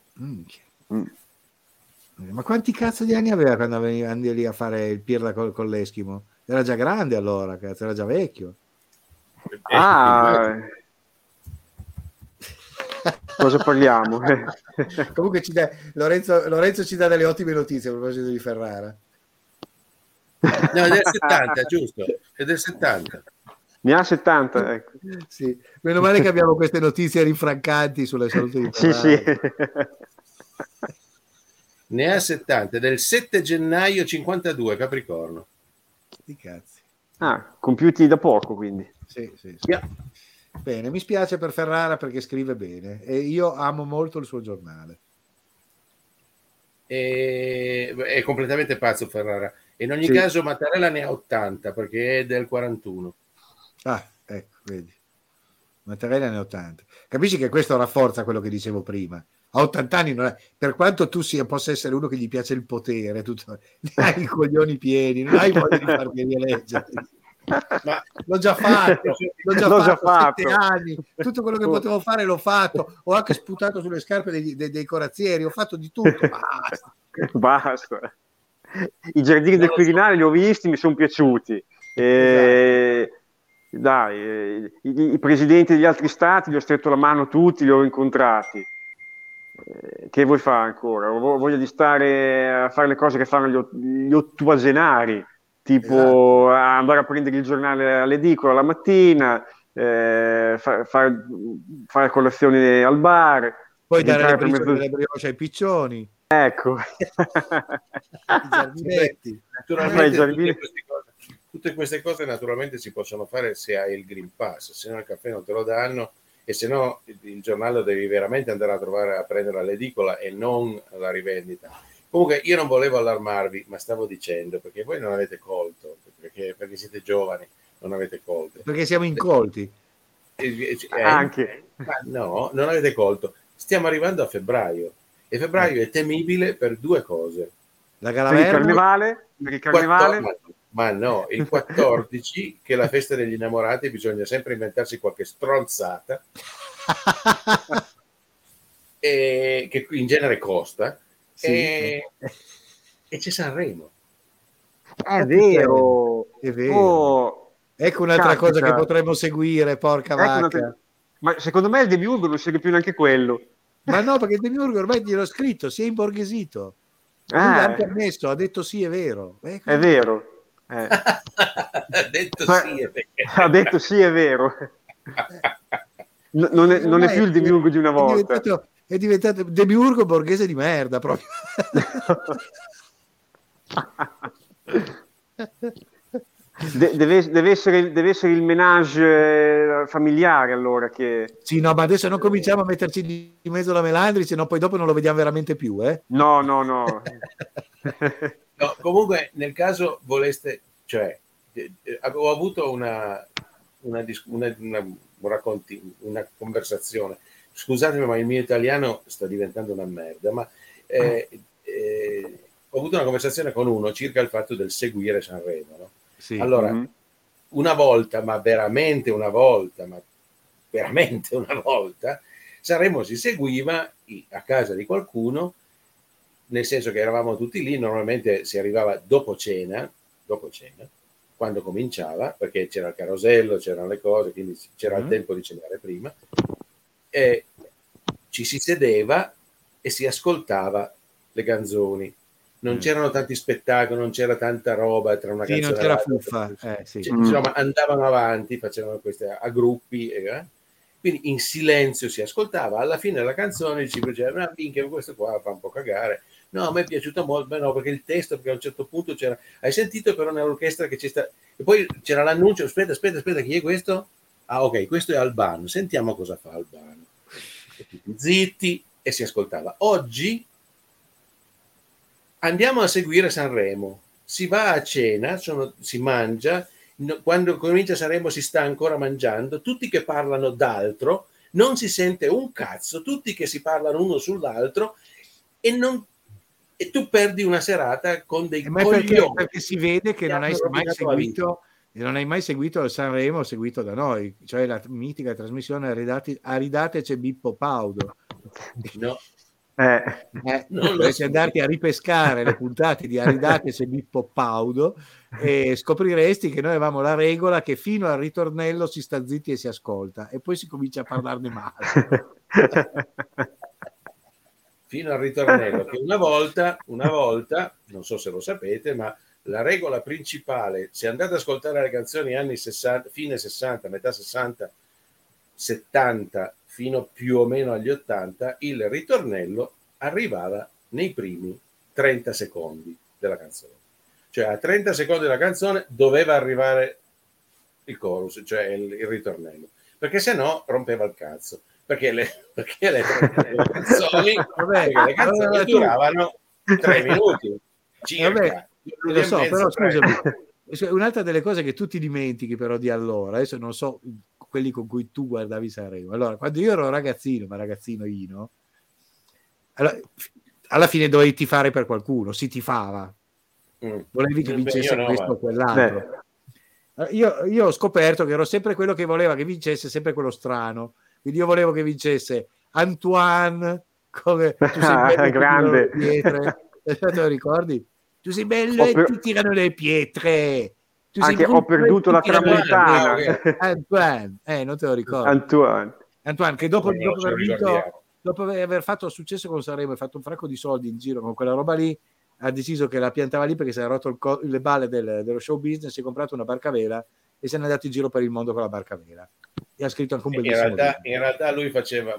Ma quanti cazzo di anni aveva quando andi lì a fare il pirla con l'Eschimo? Era già grande allora, cazzo, era già vecchio. Cosa parliamo? Comunque Lorenzo ci dà delle ottime notizie a proposito di Ferrara. No, è del 70, giusto? È del 70. Ne ha 70, ecco. Sì, meno male che abbiamo queste notizie rinfrancanti sulla salute di Ferrara. Sì. Ne ha 70, del 7 gennaio 52, Capricorno. Di cazzi. Compiuti da poco, quindi. Sì. Yeah. Bene, mi spiace per Ferrara perché scrive bene e io amo molto il suo giornale. È completamente pazzo Ferrara. In ogni caso Mattarella ne ha 80 perché è del 41. Ecco, vedi. Mattarella ne ha 80. Capisci che questo rafforza quello che dicevo prima. A 80 anni non è, per quanto tu possa essere uno che gli piace il potere, hai i coglioni pieni, non hai voglia di farmi rieleggere. Ma l'ho già fatto 7 anni, tutto quello che potevo fare l'ho fatto, ho anche sputato sulle scarpe dei corazzieri, ho fatto di tutto. Basta. I giardini del Quirinale li ho visti, mi sono piaciuti. Esatto. Dai, i presidenti degli altri stati li ho stretto la mano tutti, li ho incontrati. Che vuoi fare ancora? Voglio di stare a fare le cose che fanno gli ottuagenari, tipo andare a prendere il giornale all'edicola la mattina, fare colazione al bar, poi dare le brioche ai piccioni. Ecco. I giardinetti. Naturalmente, tutte queste cose naturalmente si possono fare se hai il Green Pass, se no il caffè non te lo danno e se no il giornale lo devi veramente andare a prendere all'edicola e non alla rivendita. Comunque io non volevo allarmarvi, ma stavo dicendo, perché voi non avete colto, perché siete giovani, non avete colto. Perché siamo incolti. Anche. Ma no, non avete colto. Stiamo arrivando a febbraio e febbraio è temibile per due cose. La Galaverna, per il carnevale. Ma no, il 14 che è la festa degli innamorati, bisogna sempre inventarsi qualche stronzata che in genere costa e c'è Sanremo. È vero. Ecco un'altra cosa che potremmo seguire, porca vacca. Ma secondo me il Demiurgo non segue più neanche quello. Ma no, perché il Demiurgo ormai gliel'ho scritto, si è imborghesito. Lui l'ha permesso, ha detto sì, è vero. È vero. Ha detto sì, è vero. Non è più il Demiurgo di una volta. È diventato Demiurgo borghese di merda proprio. Deve essere il menage familiare allora che... Sì, no, ma adesso non cominciamo a metterci di mezzo la Melandri, se no poi dopo non lo vediamo veramente più, No. No, comunque nel caso voleste, cioè ho avuto una conversazione, scusatemi ma il mio italiano sta diventando una merda, ma ho avuto una conversazione con uno circa il fatto del seguire Sanremo, no? Sì. Allora, una volta, Sanremo si seguiva a casa di qualcuno, nel senso che eravamo tutti lì, normalmente si arrivava dopo cena, quando cominciava, perché c'era il carosello, c'erano le cose, quindi c'era il tempo di cenare prima, e ci si sedeva e si ascoltava le canzoni. Non c'erano tanti spettacoli, non c'era tanta roba tra una canzone non c'era fuffa. Insomma, andavano avanti, facevano queste a gruppi quindi in silenzio si ascoltava. Alla fine della canzone ci diceva: minchia, questo qua fa un po' cagare. No, a me è piaciuto molto. Beh, no, perché il testo, perché a un certo punto c'era, hai sentito però nell'orchestra che c'è sta, e poi c'era l'annuncio. Aspetta, chi è questo? Ah, ok, questo è Albano, sentiamo cosa fa Albano. E tutti zitti e si ascoltava. Oggi andiamo a seguire Sanremo, si va a cena, si mangia, quando comincia Sanremo si sta ancora mangiando, tutti che parlano d'altro, non si sente un cazzo, tutti che si parlano uno sull'altro e tu perdi una serata con dei coglioni. Perché si vede che non hai mai seguito il Sanremo seguito da noi, cioè la mitica trasmissione Aridateci Bippo Paudo. No. Dovresti andarti a ripescare le puntate di Aridateci Bippo Paudo e scopriresti che noi avevamo la regola che fino al ritornello si sta zitti e si ascolta e poi si comincia a parlarne male. Fino al ritornello, che una volta, non so se lo sapete, ma la regola principale, se andate ad ascoltare le canzoni anni 60, fine 60, metà 60, 70, fino più o meno agli 80, il ritornello arrivava nei primi 30 secondi della canzone. Cioè a 30 secondi della canzone doveva arrivare il chorus, cioè il ritornello, perché se no rompeva il cazzo. Perché le canzoni duravano 3 minuti circa. Lo so, però scusami, un'altra delle cose che tu ti dimentichi però di allora, adesso non so quelli con cui tu guardavi Sanremo, allora quando io ero ragazzino, allora, alla fine dovevi tifare per qualcuno, si tifava, volevi che vincesse questo o quell'altro. Io ho scoperto che ero sempre quello che voleva che vincesse sempre quello strano. Quindi io volevo che vincesse Antoine, come tu sei bello grande. Te lo ricordi? Tu sei bello e ti tirano le pietre. Tu anche ho perduto la tramontana. Antoine, non te lo ricordi? Antoine che dopo aver fatto successo con Sanremo e fatto un fracco di soldi in giro con quella roba lì, ha deciso che la piantava lì perché si era rotto le balle dello show business, si è comprato una barca a vela e se n'è andato in giro per il mondo con la barca a vela. E ha scritto anche un bellissimo in realtà lui faceva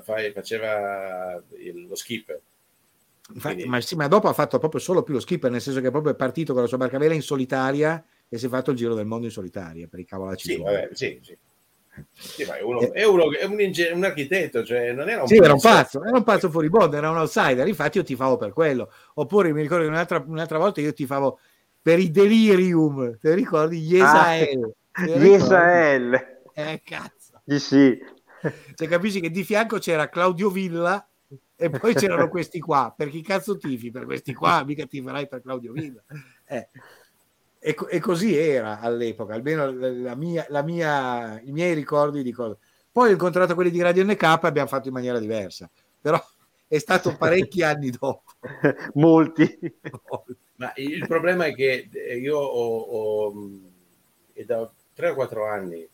lo skipper. Ma dopo ha fatto proprio solo più lo skipper, nel senso che proprio è partito con la sua barca a vela in solitaria e si è fatto il giro del mondo in solitaria per i cavolacci. Sì, ma è un architetto, cioè non era era un pazzo furibondo, era un outsider, infatti io tifavo per quello. Oppure mi ricordo che un'altra volta io tifavo per i Delirium, te ricordi? Yesael. Cazzo. Sì. Cioè, capisci che di fianco c'era Claudio Villa e poi c'erano questi qua. Per chi cazzo tifi? Per questi qua, mica tiferai per Claudio Villa. E così era all'epoca, almeno i miei ricordi di cosa. Poi ho incontrato quelli di Radio NK e abbiamo fatto in maniera diversa, però è stato parecchi anni dopo. Molti. Ma il problema è che io è da 3 o 4 anni,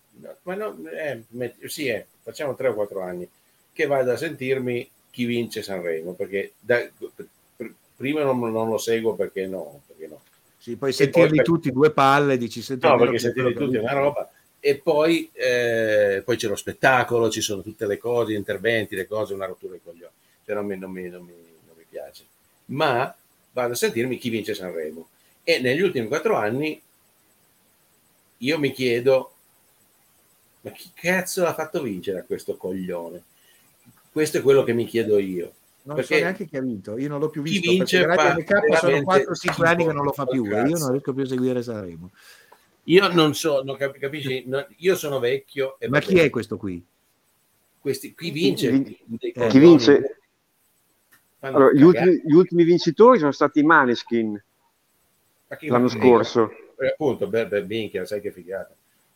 facciamo 3 o 4 anni che vado a sentirmi chi vince Sanremo, perché prima non lo seguo perché no. Sì, poi sentirli tutti due palle, dici perché sentirli tutti è una roba, e poi c'è lo spettacolo, ci sono tutte le cose, gli interventi, le cose, una rottura di coglioni, cioè non mi piace, ma vado a sentirmi chi vince Sanremo, e negli ultimi 4 anni io mi chiedo: ma chi cazzo l'ha fatto vincere a questo coglione? Questo è quello che mi chiedo io. Non so neanche chi ha vinto, io non l'ho più visto. Chi vince sono 4-5 anni che non lo fa più, e io non riesco più a seguire Sanremo. Io non so, capisci? Io sono vecchio. Ma chi è questo qui? Chi vince? Chi vince? Allora, gli ultimi vincitori sono stati i Maneskin l'anno scorso. Appunto, minchia, sai che figata.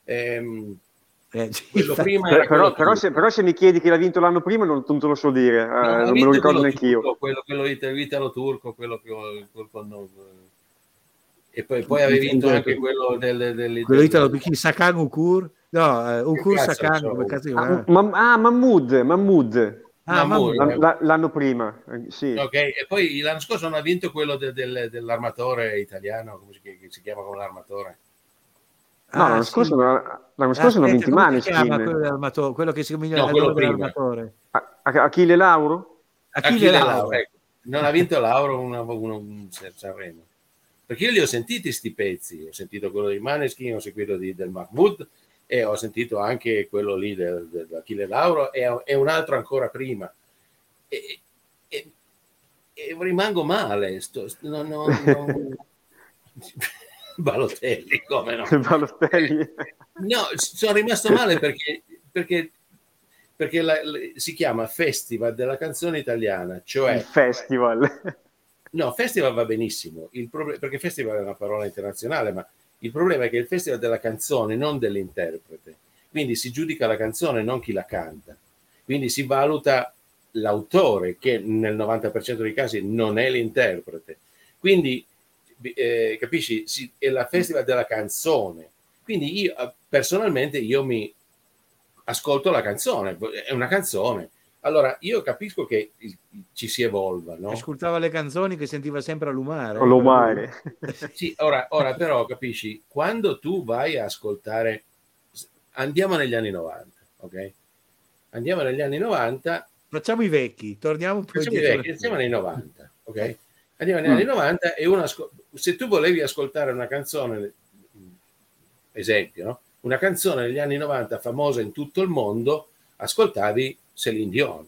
Però se mi chiedi chi l'ha vinto l'anno prima non te lo so dire, non me lo ricordo neanche io. Quello italo-turco, quello e poi avevi vinto anche quello quello italo-turco, Sakan Ukur, Ukur Sakan, come cazzo Mahmood. L'anno prima, sì. Ok, e poi l'anno scorso non ha vinto quello dell'armatore italiano, come si chiama con l'armatore? No, l'anno scorso hanno vinto i Maneskin. Quello che si comincia No, al quello nome prima. dell'armatore. Achille Lauro? Achille Lauro. Ecco. Non ha vinto Lauro un Sanremo. Perché io li ho sentiti sti pezzi, ho sentito quello di Maneskin, ho seguito del Mahmood e ho sentito anche quello lì dell'Achille Lauro e un altro ancora prima. E rimango male. Balotelli, come no? Balotelli. No, sono rimasto male perché si chiama Festival della canzone italiana, cioè il festival. No, festival va benissimo, perché festival è una parola internazionale, ma il problema è che il festival della canzone, non dell'interprete, quindi si giudica la canzone, non chi la canta, quindi si valuta l'autore, che nel 90% dei casi non è l'interprete, quindi capisci, è la festival della canzone, quindi io personalmente mi ascolto la canzone, è una canzone. Allora, io capisco che ci si evolva, no? Ascoltava le canzoni che sentiva sempre a Lumare. O Lumare. Sì, ora però capisci, quando tu vai a ascoltare, andiamo negli anni 90, ok? Andiamo negli anni 90. Facciamo i vecchi, torniamo un po' Iniziamo nei 90, ok? Andiamo negli anni 90 e se tu volevi ascoltare una canzone, esempio, no? Una canzone degli anni 90 famosa in tutto il mondo, ascoltavi Céline Dion,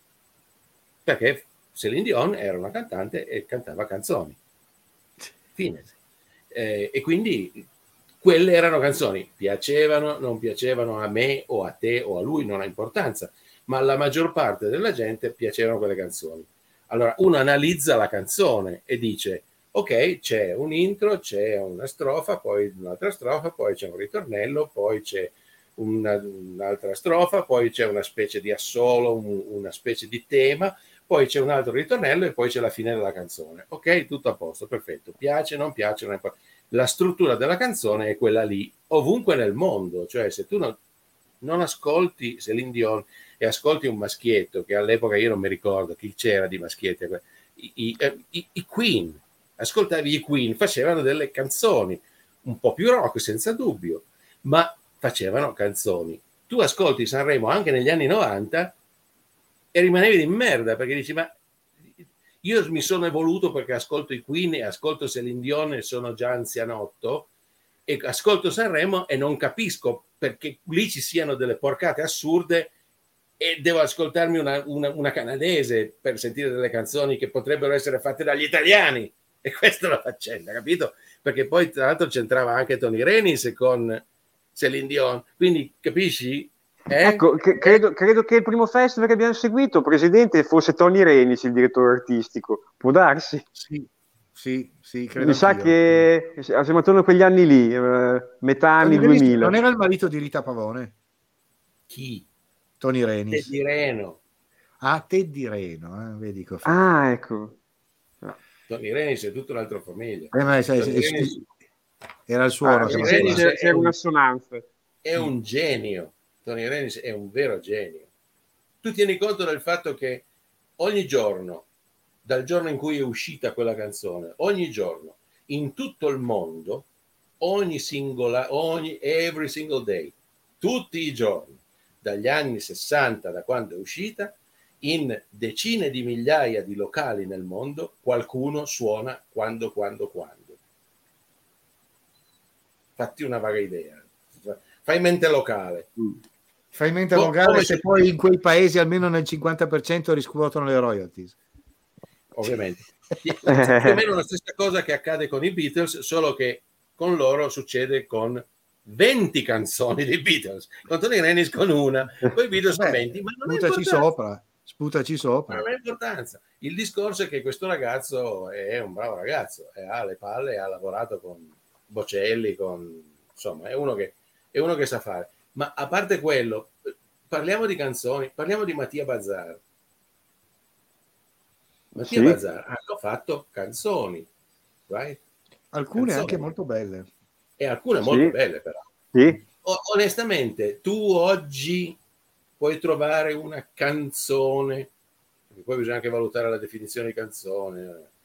perché Céline Dion era una cantante e cantava canzoni. Fine. E quindi quelle erano canzoni, piacevano, non piacevano a me o a te o a lui, non ha importanza, ma alla maggior parte della gente piacevano quelle canzoni. Allora uno analizza la canzone e dice: ok, c'è un intro, c'è una strofa, poi un'altra strofa, poi c'è un ritornello, poi c'è un'altra strofa, poi c'è una specie di assolo, una specie di tema, poi c'è un altro ritornello e poi c'è la fine della canzone. Ok, tutto a posto, perfetto. Piace, non piace, non è... La struttura della canzone è quella lì, ovunque nel mondo. Cioè, se tu non ascolti Céline Dion e ascolti un maschietto, che all'epoca io non mi ricordo chi c'era di maschietti, i Queen, ascoltavi i Queen, facevano delle canzoni un po' più rock senza dubbio, ma facevano canzoni. Tu ascolti Sanremo anche negli anni 90 e rimanevi di merda, perché dici: ma io mi sono evoluto perché ascolto i Queen e ascolto Céline Dion e sono già anzianotto, e ascolto Sanremo e non capisco perché lì ci siano delle porcate assurde e devo ascoltarmi una canadese per sentire delle canzoni che potrebbero essere fatte dagli italiani. E questa è la faccenda, capito? Perché poi tra l'altro c'entrava anche Tony Renis con Céline Dion, quindi capisci? Ecco, credo che il primo festival che abbiamo seguito, presidente, fosse Tony Renis, il direttore artistico. Può darsi? Sì, credo. Mi sa che siamo attorno a quegli anni lì, metà anni 2000. Non era il marito di Rita Pavone? Chi? Tony Renis. Teddy Reno. Ah, Teddy Reno, vedi. Ah, ecco. Tony Renis è tutta un'altra famiglia. Era il suono. C'era un'assonanza. È un genio. Tony Renis è un vero genio. Tu tieni conto del fatto che ogni giorno, dal giorno in cui è uscita quella canzone, ogni giorno, in tutto il mondo, every single day, tutti i giorni, dagli anni 60, da quando è uscita, in decine di migliaia di locali nel mondo, qualcuno suona quando. Fatti una vaga idea. Fai mente locale. Fai mente locale se poi in quei paesi almeno nel 50% riscuotono le royalties. Ovviamente. Più o meno la stessa cosa che accade con i Beatles, solo che con loro succede con 20 canzoni dei Beatles, con Tony Renis con una, poi i Beatles con 20, ma non sputaci sopra. Non ha importanza. Il discorso è che questo ragazzo è un bravo ragazzo, ha le palle, ha lavorato con Bocelli, insomma, è uno che sa fare. Ma a parte quello, parliamo di canzoni, parliamo di Mattia Bazzar. Bazzar hanno fatto canzoni, right? Alcune canzoni anche molto belle. E alcune molto belle, però. Sì. Onestamente, tu oggi puoi trovare una canzone, perché poi bisogna anche valutare la definizione di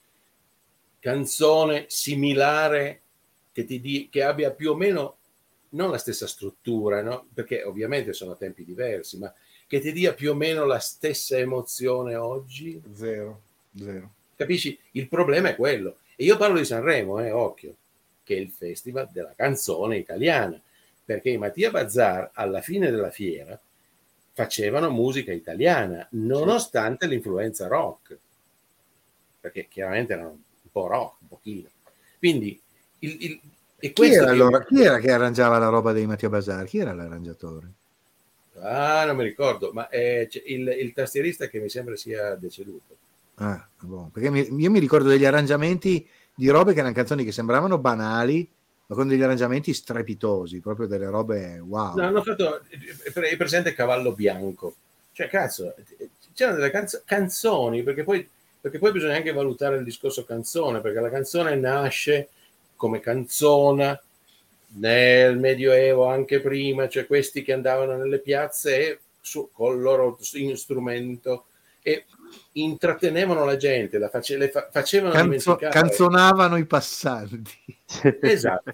canzone similare che abbia più o meno non la stessa struttura, no? Perché ovviamente sono tempi diversi, ma che ti dia più o meno la stessa emozione oggi? Zero. Capisci? Il problema è quello. E io parlo di Sanremo, occhio, che è il festival della canzone italiana, perché i Mattia Bazar alla fine della fiera facevano musica italiana, nonostante l'influenza rock, perché chiaramente erano un po' rock, un pochino. Quindi e chi era che arrangiava la roba dei Mattia Bazar? Chi era l'arrangiatore? Non mi ricordo, ma è il tastierista che mi sembra sia deceduto. Bon. Perché io mi ricordo degli arrangiamenti di robe che erano canzoni che sembravano banali, ma con degli arrangiamenti strepitosi, proprio delle robe wow. No, hanno fatto, è presente Cavallo Bianco, cioè cazzo, c'erano delle canzoni, perché poi bisogna anche valutare il discorso canzone, perché la canzone nasce come canzona nel Medioevo, anche prima, cioè questi che andavano nelle piazze e col loro strumento e intrattenevano la gente, facevano dimenticare. Canzonavano i passanti. Esatto.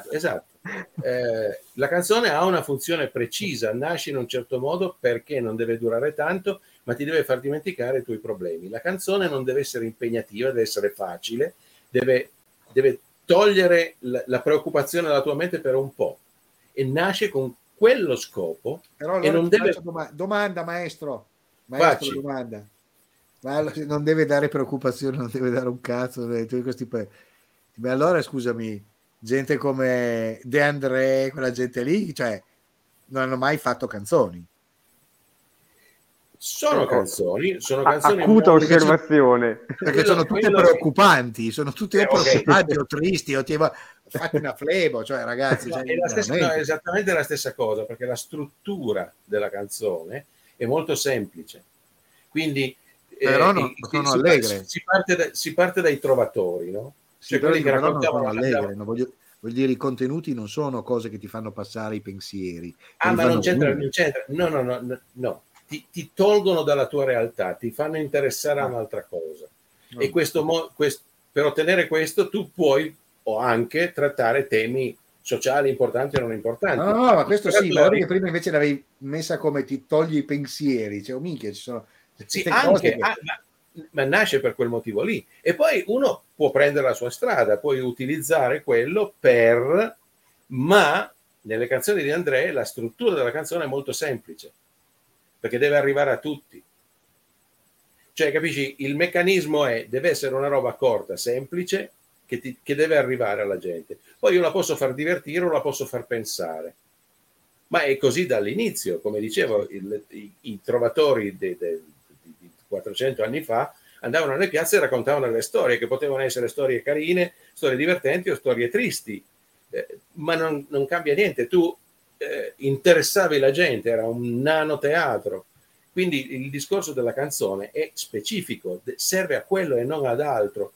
La canzone ha una funzione precisa, nasce in un certo modo perché non deve durare tanto, ma ti deve far dimenticare i tuoi problemi. La canzone non deve essere impegnativa, deve essere facile, deve togliere la preoccupazione dalla tua mente per un po', e nasce con quello scopo. Però allora e non deve... domanda, maestro, domanda. Ma non deve dare preoccupazione, non deve dare un cazzo. Ma allora scusami, gente come De André, quella gente lì, cioè non hanno mai fatto canzoni. Sono canzoni acuta osservazione, perché sono tutte preoccupanti, sono tutte preoccupanti o tristi, o fatti una flebo, cioè ragazzi, è esattamente la stessa cosa, perché la struttura della canzone è molto semplice, quindi però sono allegre. Si parte dai trovatori, no? Cioè quelli che raccontavano allegre, no? Voglio dire, i contenuti non sono cose che ti fanno passare i pensieri. Ma non c'entra. No. Ti tolgono dalla tua realtà, ti fanno interessare a un'altra cosa. E per ottenere questo tu puoi o anche trattare temi sociali importanti o non importanti. No, ma questo sì, ma che prima invece l'avevi messa come ti togli i pensieri, cioè minchia, ci sono anche, ma nasce per quel motivo lì. E poi uno può prendere la sua strada, puoi utilizzare quello ma nelle canzoni di André la struttura della canzone è molto semplice, perché deve arrivare a tutti. Cioè, capisci? Il meccanismo deve essere una roba corta, semplice, che deve arrivare alla gente. Poi io la posso far divertire o la posso far pensare. Ma è così dall'inizio, come dicevo, i trovatori di 400 anni fa andavano alle piazze e raccontavano le storie, che potevano essere storie carine, storie divertenti o storie tristi, ma non cambia niente. Tu interessavi la gente, era un nanoteatro. Quindi il discorso della canzone è specifico, serve a quello e non ad altro.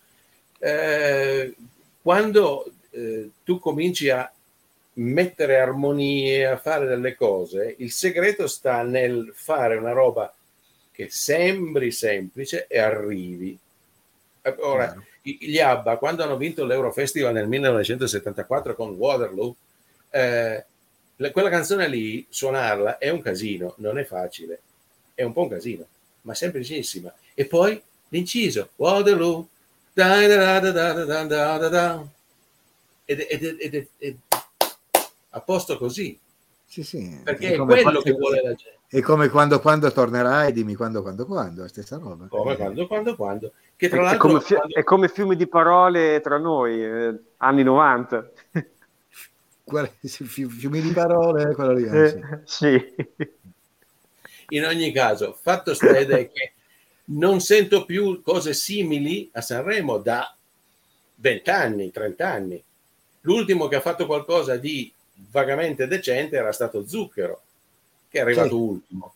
Quando tu cominci a mettere armonie, a fare delle cose, il segreto sta nel fare una roba che sembri semplice e arrivi. Ora, gli ABBA, quando hanno vinto l'Eurofestival nel 1974 con Waterloo, quella canzone lì, suonarla è un casino, non è facile, è un po' un casino, ma semplicissima. E poi l'inciso, Waterloo, ed è a posto così. Sì. Perché è quello che vuole la gente. E come quando è dimmi quando, la stessa roba. Come quando. Che tra l'altro è come fiumi di parole tra noi, anni 90. Fiumi di parole, quello lì. Sì. In ogni caso, fatto sta è che non sento più cose simili a Sanremo da 20 anni, 30 anni. L'ultimo che ha fatto qualcosa di vagamente decente era stato Zucchero, che è arrivato ultimo.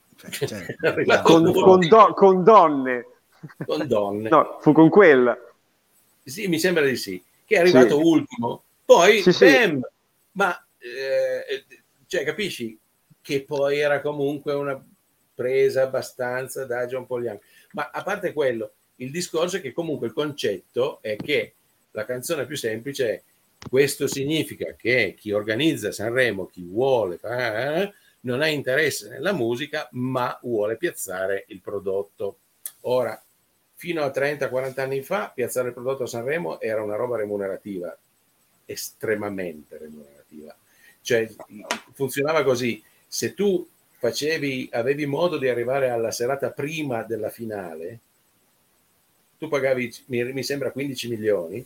Con donne. Con donne. No, fu con quella. Sì, mi sembra di sì. Che è arrivato ultimo. Poi, bam! Ma, cioè, capisci? Che poi era comunque una presa abbastanza da John Paul Young. Ma a parte quello, il discorso è che comunque il concetto è che la canzone più semplice è Questo significa che chi organizza Sanremo, chi vuole, non ha interesse nella musica, ma vuole piazzare il prodotto. Ora, fino a 30-40 anni fa, piazzare il prodotto a Sanremo era una roba remunerativa, estremamente remunerativa. Cioè, funzionava così: se tu avevi modo di arrivare alla serata prima della finale, tu pagavi, mi sembra, 15 milioni,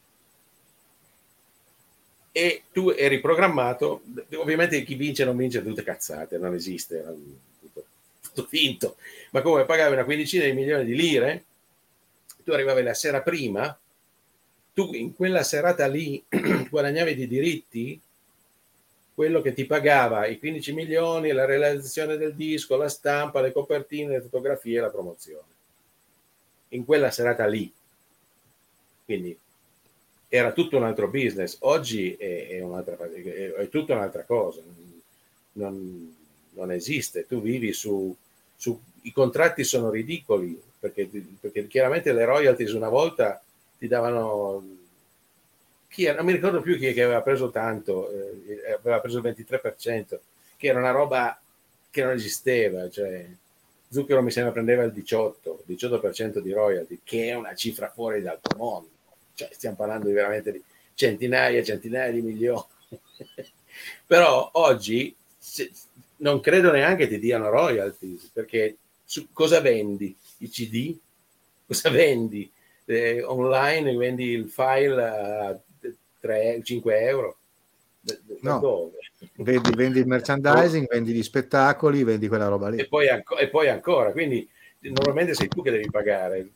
e tu eri programmato. Ovviamente chi vince non vince, tutte cazzate, non esiste, era tutto finto, ma come pagavi una quindicina di milioni di lire, tu arrivavi la sera prima, tu in quella serata lì guadagnavi di diritti quello che ti pagava i 15 milioni, la realizzazione del disco, la stampa, le copertine, le fotografie e la promozione. In quella serata lì. Quindi era tutto un altro business. Oggi è tutta un'altra cosa. Non esiste. Tu vivi i contratti sono ridicoli, perché chiaramente le royalties una volta ti davano... non mi ricordo più chi aveva preso tanto, aveva preso il 23%, che era una roba che non esisteva. Cioè, Zucchero mi sembra prendeva il 18% di royalty, che è una cifra fuori dal mondo. Cioè, stiamo parlando veramente di centinaia e centinaia di milioni. Però oggi non credo neanche ti diano royalties, perché cosa vendi? I CD? Cosa vendi? Online vendi il file a 5 euro? No. Dove? Vendi il merchandising, vendi gli spettacoli, vendi quella roba lì. E poi ancora, quindi normalmente sei tu che devi pagare.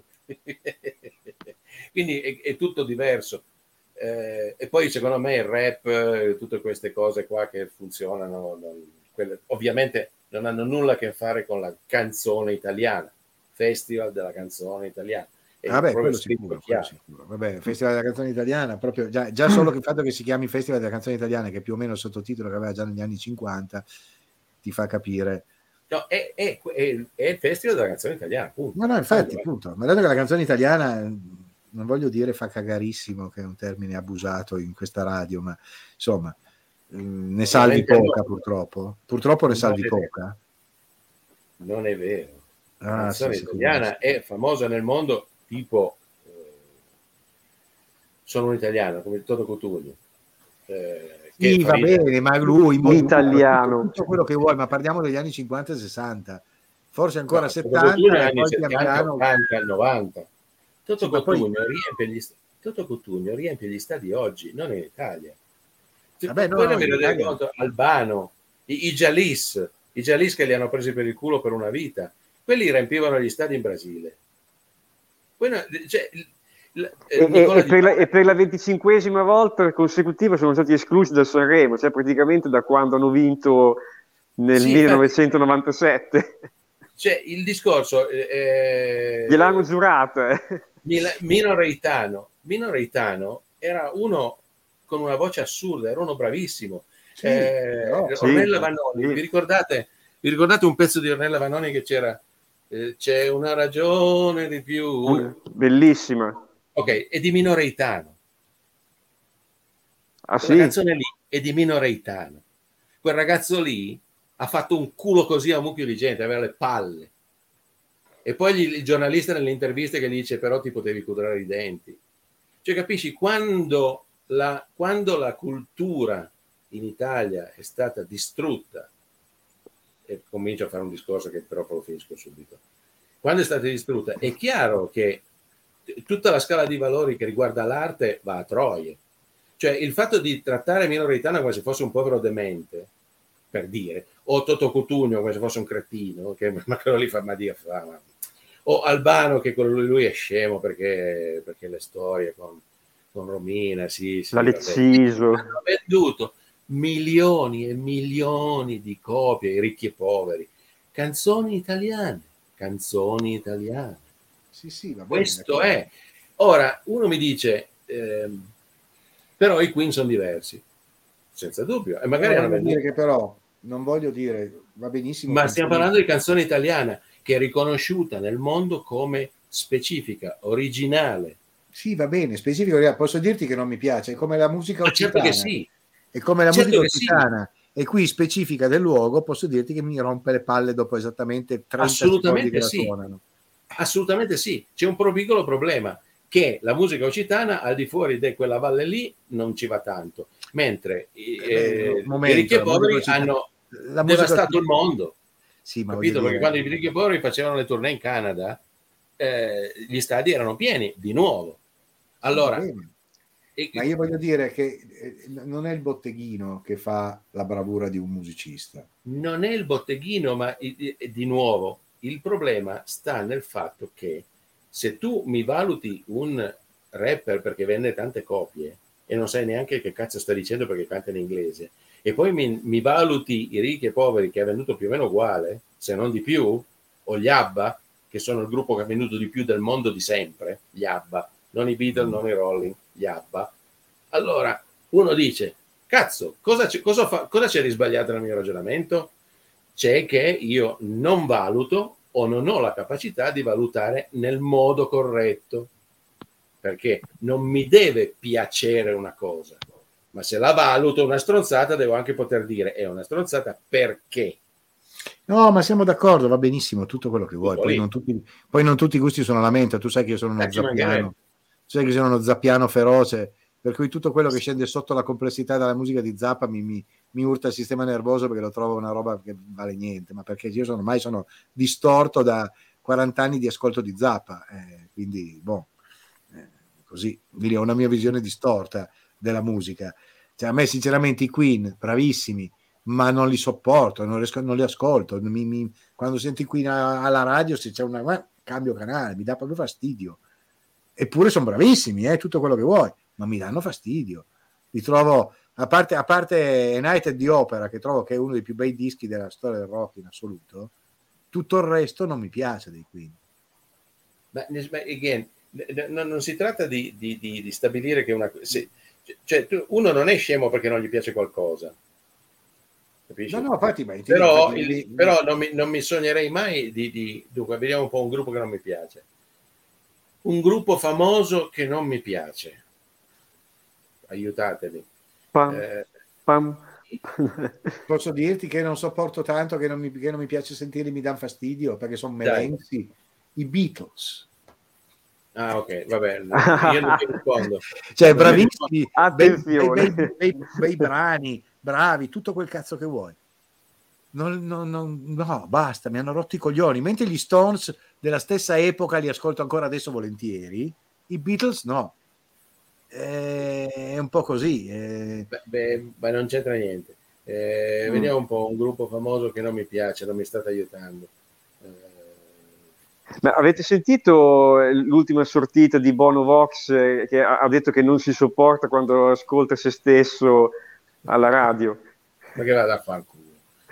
Quindi è tutto diverso. E poi secondo me il rap, tutte queste cose qua che funzionano, ovviamente non hanno nulla a che fare con la canzone italiana, Festival della canzone italiana. Vabbè, quello sicuro. Vabbè, Festival della canzone italiana, proprio già solo il fatto che si chiami Festival della canzone italiana, che è più o meno il sottotitolo che aveva già negli anni 50, ti fa capire. No, è il Festival della canzone italiana, appunto. No, infatti, appunto. Ma dato che la canzone italiana, non voglio dire fa cagarissimo, che è un termine abusato in questa radio, ma insomma, ne salvi poca, purtroppo. Purtroppo ne salvi poca. Non è vero. La canzone italiana è famosa nel mondo, tipo sono un italiano, come Toto Cutugno. Sì, va bene, ma lui italiano, tutto quello che vuoi, ma parliamo degli anni 50 e 60, forse ancora 70, e poi 70, 80, 90. Toto Cutugno riempie gli stadi oggi, non in Italia. Vabbè, mi rendo conto, Albano, i Jalis che li hanno presi per il culo per una vita, quelli riempivano gli stadi in Brasile. E per la 25esima volta consecutiva sono stati esclusi da Sanremo, cioè praticamente da quando hanno vinto nel 1997. Cioè, il discorso gliel'hanno giurata. Mino Reitano era uno con una voce assurda, era uno bravissimo. Ornella Vanoni, vi ricordate un pezzo di Ornella Vanoni che c'era? C'è una ragione di più, bellissima. Ok, è di Mino Reitano. Quella canzone lì è di Mino Reitano. Quel ragazzo lì ha fatto un culo così a mucchio di gente, aveva le palle. E poi il giornalista nelle interviste che gli dice: però ti potevi cudrare i denti. Cioè, capisci, quando la cultura in Italia è stata distrutta, e comincio a fare un discorso che però lo finisco subito, quando è stata distrutta è chiaro che tutta la scala di valori che riguarda l'arte va a troie. Cioè, il fatto di trattare Mino Reitano come se fosse un povero demente, per dire, o Toto Cutugno come se fosse un cretino, ma quello lì fa o Albano che lui è scemo perché le storie con Romina, l'ha deciso, hanno venduto milioni e milioni di copie, i ricchi e poveri, canzoni italiane. Sì, va bene, questo è. Ora uno mi dice però i Queen sono diversi, senza dubbio, e magari non voglio dire, va benissimo, ma stiamo parlando di canzone italiana che è riconosciuta nel mondo come specifica, originale, Sì, va bene, specifico, posso dirti che non mi piace, è come la musica Ma certo occitana. che sì. È come la Certo musica che sì. occitana. E qui specifica del luogo, posso dirti che mi rompe le palle dopo esattamente 30 secondi Assolutamente che la sì. suonano. Assolutamente sì. C'è un piccolo problema, che la musica occitana al di fuori di quella valle lì non ci va tanto, mentre i ricchi e poveri hanno devastato il mondo. Sì, ma Capito? voglio Perché dire, quando i ricchi e poveri facevano le tournée in Canada, gli stadi erano pieni di nuovo. Allora, ma io voglio dire che non è il botteghino che fa la bravura di un musicista. non è il botteghino, ma di nuovo il problema sta nel fatto che se tu mi valuti un rapper perché vende tante copie e non sai neanche che cazzo sta dicendo perché canta in inglese, e poi mi valuti i ricchi e poveri che ha venduto più o meno uguale, se non di più, o gli ABBA, che sono il gruppo che ha venduto di più del mondo di sempre, gli ABBA, non i Beatles, non i Rolling, gli ABBA, allora uno dice, cazzo, cosa c'è di sbagliato nel mio ragionamento? C'è che io non valuto o non ho la capacità di valutare nel modo corretto, perché non mi deve piacere una cosa, ma se la valuto una stronzata devo anche poter dire è una stronzata perché. No, ma siamo d'accordo, va benissimo, tutto quello che vuoi. Poi non tutti i gusti sono la menta. Tu sai che io sono uno zappiano, tu sai che sono uno zappiano feroce, per cui tutto quello che scende sotto la complessità della musica di Zappa mi urta il sistema nervoso, perché lo trovo una roba che vale niente, ma perché io ormai sono distorto da 40 anni di ascolto di Zappa, quindi così, quindi ho una mia visione distorta della musica. Cioè, a me sinceramente i Queen, bravissimi, ma non li sopporto, non li ascolto. Quando senti qui alla radio, se c'è cambio canale, mi dà proprio fastidio. Eppure sono bravissimi, tutto quello che vuoi, ma mi danno fastidio. Li trovo, a parte United di Opera, che trovo che è uno dei più bei dischi della storia del rock in assoluto, tutto il resto non mi piace dei Queen. Again, non si tratta di stabilire che cioè, uno non è scemo perché non gli piace qualcosa. Capisci? No, infatti, però non mi sognerei mai dunque, vediamo un po' un gruppo che non mi piace. Un gruppo famoso che non mi piace. Aiutatemi. Pam. Posso dirti che non sopporto tanto, che non mi piace sentirli, mi danno fastidio perché sono melenzi. I Beatles. Ah, ok, va bene. Io non ti rispondo. Cioè, bravissimi, attenzione, bei brani, bravi, tutto quel cazzo che vuoi. No, basta, mi hanno rotto i coglioni. Mentre gli Stones della stessa epoca li ascolto ancora adesso volentieri, i Beatles no. È un po' così. Ma non c'entra niente. Vediamo un po' un gruppo famoso che non mi piace, non mi state aiutando. Ma avete sentito l'ultima sortita di Bono Vox, che ha detto che non si sopporta quando ascolta se stesso alla radio? Ma che vada a far culo.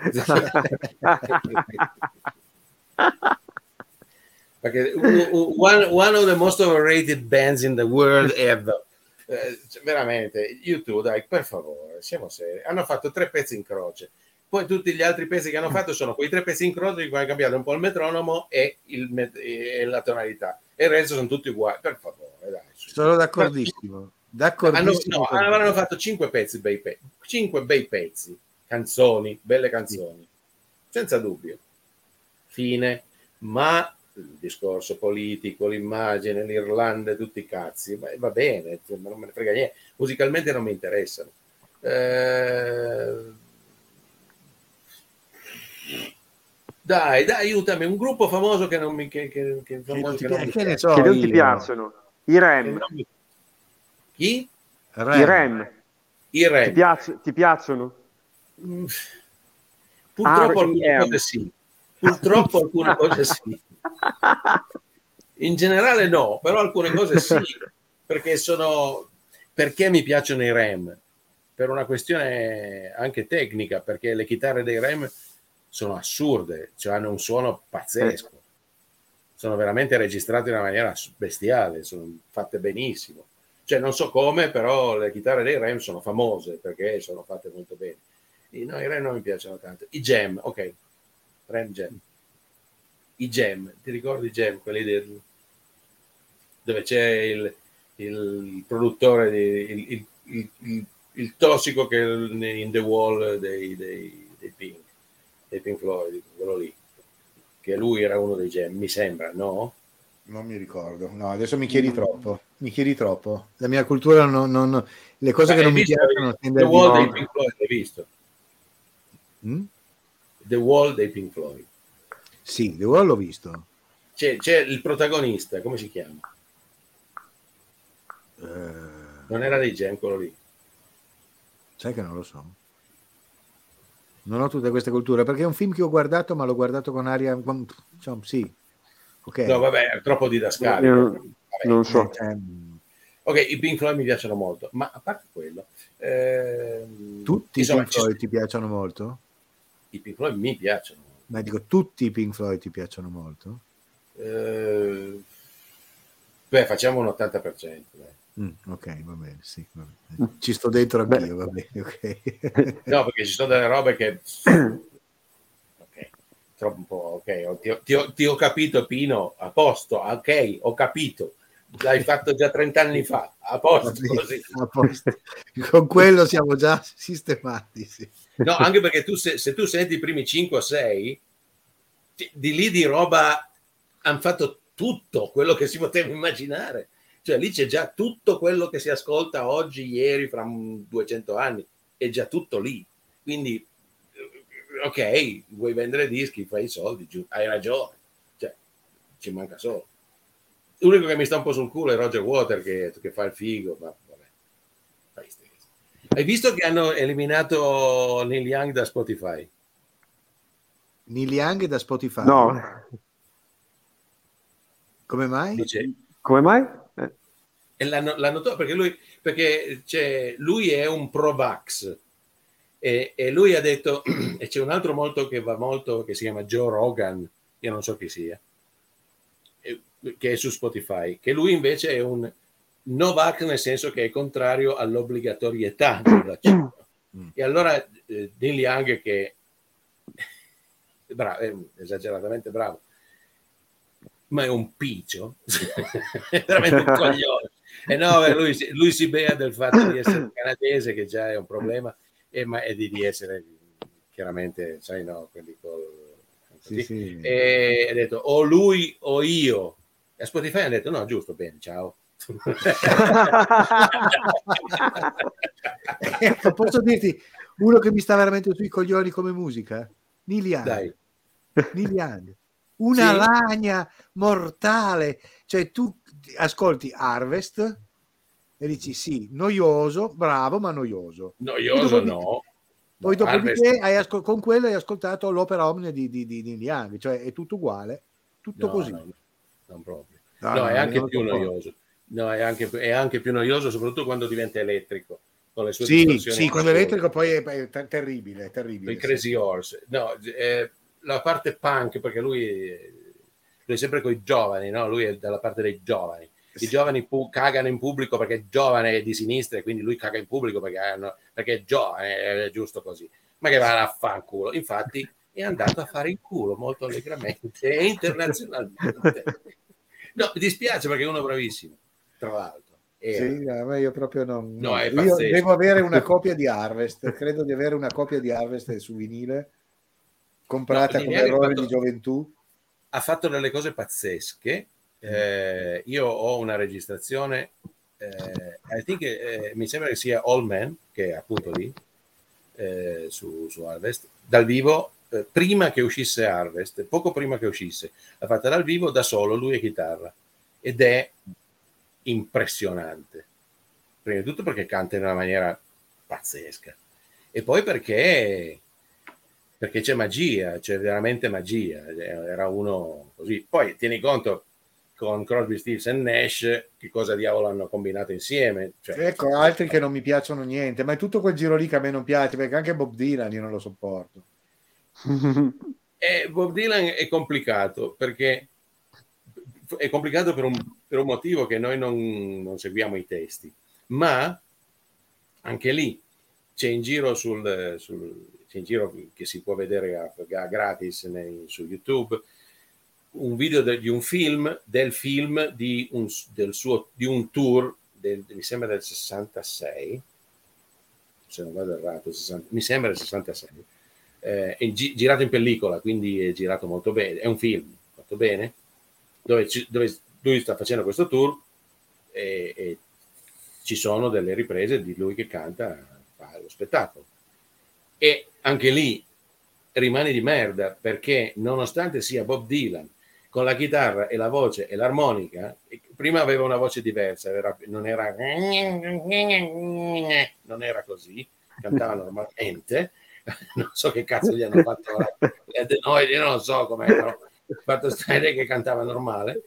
Perché one of the most overrated bands in the world ever. Veramente, YouTube, dai, per favore, siamo seri. Hanno fatto 3 pezzi in croce. Poi tutti gli altri pezzi che hanno fatto sono quei 3 pezzi in croce di cui hanno cambiato un po' il metronomo e la tonalità. E il resto sono tutti uguali. Per favore, dai. Sono d'accordissimo. Avranno fatto 5 pezzi, 5 bei pezzi, canzoni, belle canzoni, senza dubbio. Fine. Ma il discorso politico, l'immagine, l'Irlanda, tutti i cazzi, va bene, non me ne frega niente. Musicalmente non mi interessano. Dai, aiutami, un gruppo famoso che non mi non ti piacciono. I Rem. Chi? I Rem. Ti piacciono? Purtroppo alcune cose sì. Purtroppo alcune cose sì. In generale no, però alcune cose sì, perché mi piacciono i Rem? Per una questione anche tecnica, perché le chitarre dei Rem sono assurde, cioè hanno un suono pazzesco, sono veramente registrate in una maniera bestiale, sono fatte benissimo, cioè non so come, però le chitarre dei Rem sono famose perché sono fatte molto bene. No, i Rem non mi piacciono tanto. I Jam, ok, Rem Jam. I Jam, ti ricordi i Jam, quelli dove c'è il produttore, il tossico che in The Wall dei Pink Floyd, quello lì, che lui era uno dei Jam, mi sembra, no? Non mi ricordo, no, adesso mi chiedi troppo. La mia cultura le cose che non mi piacciono. The Wall dei Pink Floyd, l'hai visto? The Wall dei Pink Floyd. Sì, The Wall l'ho visto. C'è il protagonista, come si chiama? Non era dei Jam quello lì? Sai che non lo so. Non ho tutte queste culture, perché è un film che ho guardato, ma l'ho guardato con aria... sì. Okay. No, vabbè, è troppo didascalico. Non so. Ok, i Pink Floyd mi piacciono molto, ma a parte quello... tutti i Pink Floyd ti piacciono molto? I Pink Floyd mi piacciono molto. Ma dico, tutti i Pink Floyd ti piacciono molto? Beh, facciamo un 80%. Ok, va bene, sì, va bene. Ci sto dentro anch'io, va bene, ok. No, perché ci sono delle robe che... Ok, troppo, ok, ti ho capito, Pino, a posto, ok, ho capito. L'hai fatto già 30 anni fa, a posto, così. A posto. Con quello siamo già sistemati, sì. No, anche perché se tu senti i primi 5 o 6, di lì di roba hanno fatto tutto quello che si poteva immaginare. Cioè lì c'è già tutto quello che si ascolta oggi, ieri, fra 200 anni, è già tutto lì. Quindi, ok, vuoi vendere dischi, fai i soldi, hai ragione. Cioè, ci manca solo. L'unico che mi sta un po' sul culo è Roger Water che fa il figo, ma vabbè. Hai visto che hanno eliminato Neil Young da Spotify? Neil Young da Spotify? No. Come mai? Come mai? E l'hanno tolto perché lui è un pro-vax e lui ha detto, e c'è un altro che va molto, che si chiama Joe Rogan, io non so chi sia, che è su Spotify, che lui invece è un no-vax, nel senso che è contrario all'obbligatorietà del vaccino. E allora Neil Young, che è esageratamente bravo, ma è un piccio, è veramente un coglione. E no, lui si bea del fatto di essere canadese, che già è un problema, ma è di essere chiaramente, sai, no, quelli sì. E ha detto o lui o io. E a Spotify ha detto no, giusto, bene, ciao. Posso dirti uno che mi sta veramente sui coglioni come musica? Neil Young. Dai. Neil Young. Una lagna mortale, cioè tu ascolti Harvest e dici sì, noioso, bravo, ma noioso. No. Poi dopodiché con quello hai ascoltato l'opera omnia di Neil Young, cioè è tutto uguale, tutto così. No, non proprio. No, è anche più noioso. No, è anche più noioso, soprattutto quando diventa elettrico. Con le sue distorsioni. Sì, quando è elettrico poi è terribile. Il Crazy Horse. No, la parte punk, perché lui è sempre con i giovani, no? Lui è dalla parte dei giovani. I giovani cagano in pubblico perché è giovane e di sinistra, e quindi lui caga in pubblico perché è giovane, è giusto così. Ma che va a fanculo. Infatti è andato a fare il culo molto allegramente e internazionalmente. No, mi dispiace perché è uno bravissimo, tra l'altro. Sì, ma io proprio non... No, è io devo avere una copia di Harvest, credo di avere una copia di Harvest su vinile, comprata come errore di gioventù. Ha fatto delle cose pazzesche. Io ho una registrazione, mi sembra che sia All Man, che è appunto lì, su Harvest, dal vivo, prima che uscisse Harvest, poco prima che uscisse, l'ha fatta dal vivo da solo, lui e chitarra, ed è impressionante. Prima di tutto perché canta in una maniera pazzesca, e poi perché c'è magia, c'è veramente magia. Era uno così. Poi tieni conto, con Crosby, Stills e Nash, che cosa diavolo hanno combinato insieme. Cioè, ecco, altri che non mi piacciono niente, ma è tutto quel giro lì che a me non piace, perché anche Bob Dylan io non lo sopporto. Bob Dylan è complicato, perché è complicato per un motivo, che noi non seguiamo i testi, ma anche lì c'è in giro c'è in giro, che si può vedere gratis su YouTube, un video di un film, di un tour mi sembra del 66, se non vado errato, mi sembra del 66, è girato in pellicola, quindi è girato molto bene, è un film fatto bene, dove lui sta facendo questo tour e ci sono delle riprese di lui che canta, fa lo spettacolo. E anche lì rimane di merda, perché nonostante sia Bob Dylan, con la chitarra e la voce e l'armonica, prima aveva una voce diversa, non era così, cantava normalmente, non so che cazzo gli hanno fatto gli adenoidi, non lo so com'è, però fatto stare che cantava normale,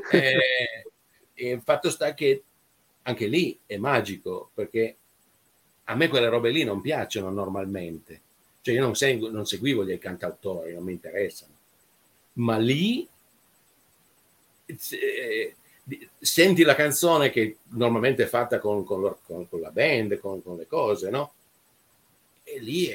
e fatto sta che anche lì è magico, perché a me quelle robe lì non piacciono normalmente, cioè io non seguivo gli cantautori, non mi interessano, ma lì senti la canzone che normalmente è fatta con la band, con le cose, no? E lì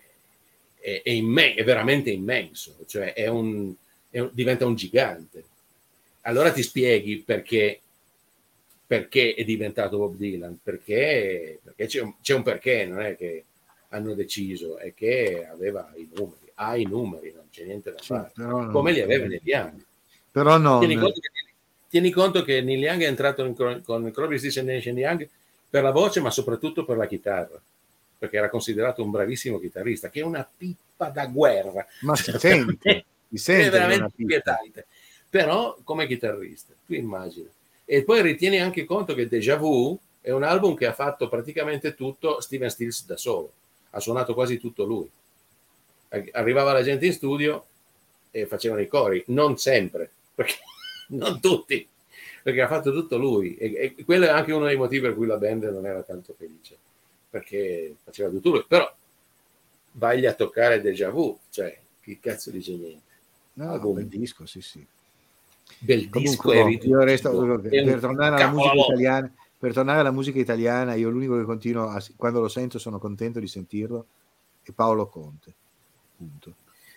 è veramente immenso, cioè diventa un gigante. Allora ti spieghi perché è diventato Bob Dylan, perché c'è un perché, non è che hanno deciso, è che ha i numeri, non c'è niente da fare, come li aveva negli anni. Però no. Tieni conto che Neil Young è entrato con Crosby, Stills & Nash Young per la voce, ma soprattutto per la chitarra, perché era considerato un bravissimo chitarrista, che è una pippa da guerra. Ma si sente è veramente inquietante. Però come chitarrista, tu immagini. E poi ritieni anche conto che Déjà Vu è un album che ha fatto praticamente tutto Stephen Stills da solo, ha suonato quasi tutto lui. Arrivava la gente in studio e facevano i cori, non sempre, perché non tutti, perché ha fatto tutto lui, e quello è anche uno dei motivi per cui la band non era tanto felice, perché faceva tutto lui. Però vai a toccare Déjà Vu, cioè chi cazzo dice niente. No, bel disco, sì. Bel disco. Io resto per tornare alla musica italiana. Per tornare alla musica italiana, io l'unico che continuo quando lo sento sono contento di sentirlo è Paolo Conte. Punto.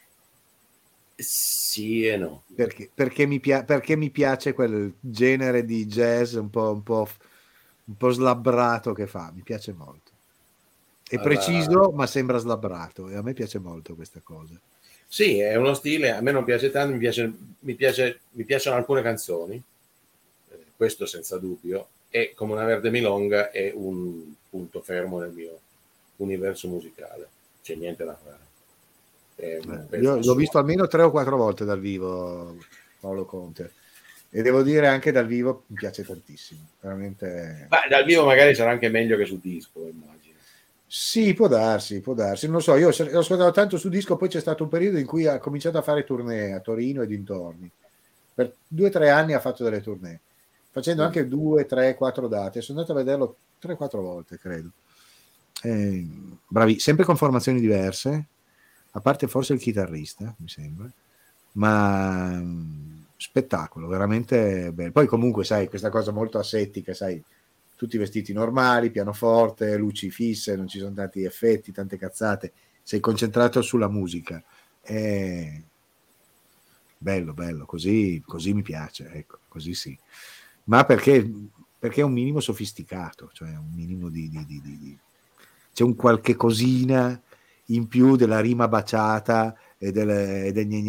Sì e no. Perché mi piace quel genere di jazz un po' slabbrato che fa, mi piace molto. È preciso, ma sembra slabbrato, e a me piace molto questa cosa. Sì, è uno stile, a me non piace tanto, mi piacciono alcune canzoni, questo senza dubbio, e Come una verde milonga è un punto fermo nel mio universo musicale, c'è niente da fare. Io l'ho visto almeno 3 o 4 volte dal vivo, Paolo Conte, e devo dire anche dal vivo mi piace tantissimo, veramente. Ma dal vivo magari sarà anche meglio che sul disco, immagino. Sì, può darsi, non lo so, io l'ho ascoltato tanto su disco, poi c'è stato un periodo in cui ha cominciato a fare tournée a Torino e dintorni, per 2 o 3 anni ha fatto delle tournée, facendo anche 2, 3, 4 date, sono andato a vederlo 3-4 volte, credo. Bravi, sempre con formazioni diverse, a parte forse il chitarrista, mi sembra, ma spettacolo, veramente bello. Poi comunque, sai, questa cosa molto asettica, sai, tutti vestiti normali, pianoforte, luci fisse, non ci sono tanti effetti, tante cazzate, sei concentrato sulla musica. Bello, così mi piace, ecco, così sì. Ma perché è un minimo sofisticato, cioè un minimo di c'è un qualche cosina in più della rima baciata e del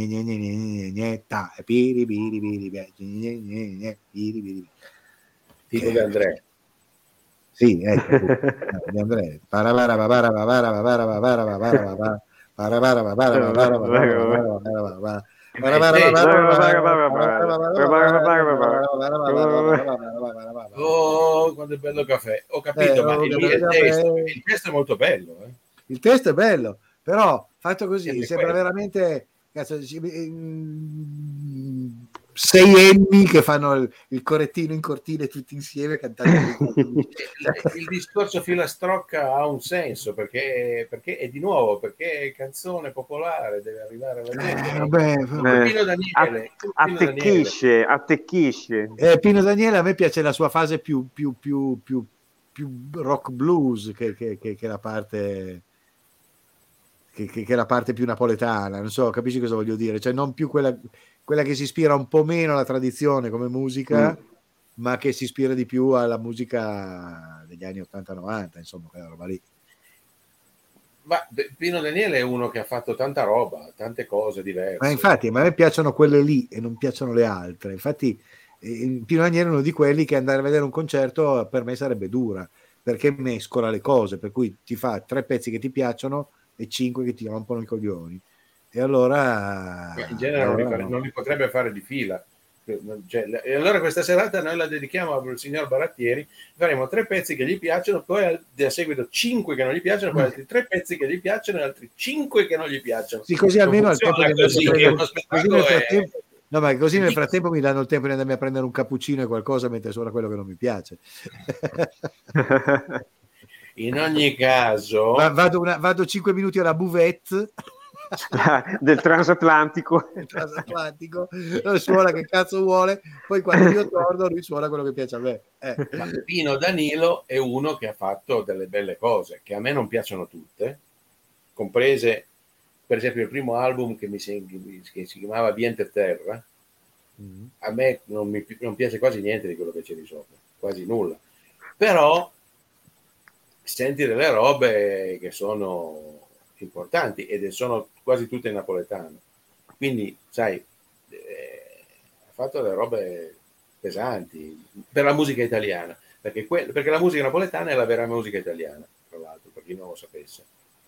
tipo di Andrea. Sì, ecco, di Andrea. Oh, quando è bello caffè, ho capito, ma il testo è molto bello. Il testo è bello, però fatto così sembra veramente 6 enni che fanno il correttino in cortile tutti insieme cantando. Il discorso filastrocca ha un senso, perché è di nuovo, perché è canzone popolare, deve arrivare alla gente. Pino Daniele attecchisce. Pino Daniele, a me piace la sua fase più rock blues che la parte che è la parte più napoletana, non so, capisci cosa voglio dire? Cioè non più quella che si ispira un po' meno alla tradizione come musica, ma che si ispira di più alla musica degli anni 80-90, insomma, quella roba lì. Ma Pino Daniele è uno che ha fatto tanta roba, tante cose diverse. Ma infatti, a me piacciono quelle lì e non piacciono le altre. Infatti, Pino Daniele è uno di quelli che andare a vedere un concerto per me sarebbe dura, perché mescola le cose, per cui ti fa 3 pezzi che ti piacciono e 5 che ti rompono i coglioni. E allora... In genere non li potrebbe fare di fila. Cioè, e allora questa serata noi la dedichiamo al signor Barattieri, faremo 3 pezzi che gli piacciono, poi a seguito 5 che non gli piacciono, poi altri 3 pezzi che gli piacciono e altri 5 che non gli piacciono. Sì, così almeno al tempo così nel Sì. frattempo mi danno il tempo di andarmi a prendere un cappuccino e qualcosa mentre suona quello che non mi piace. In ogni caso vado 5 minuti alla buvette del transatlantico, suona che cazzo vuole, poi quando io torno lui suona quello che piace a me. Ma Pino Danilo è uno che ha fatto delle belle cose che a me non piacciono tutte, comprese per esempio il primo album che si chiamava Viente Terra. A me non piace quasi niente di quello che c'è di sopra, quasi nulla, però senti delle robe che sono importanti ed sono quasi tutte in napoletano, quindi sai, ha fatto delle robe pesanti per la musica italiana, perché la musica napoletana è la vera musica italiana, tra l'altro, per chi non lo sapesse.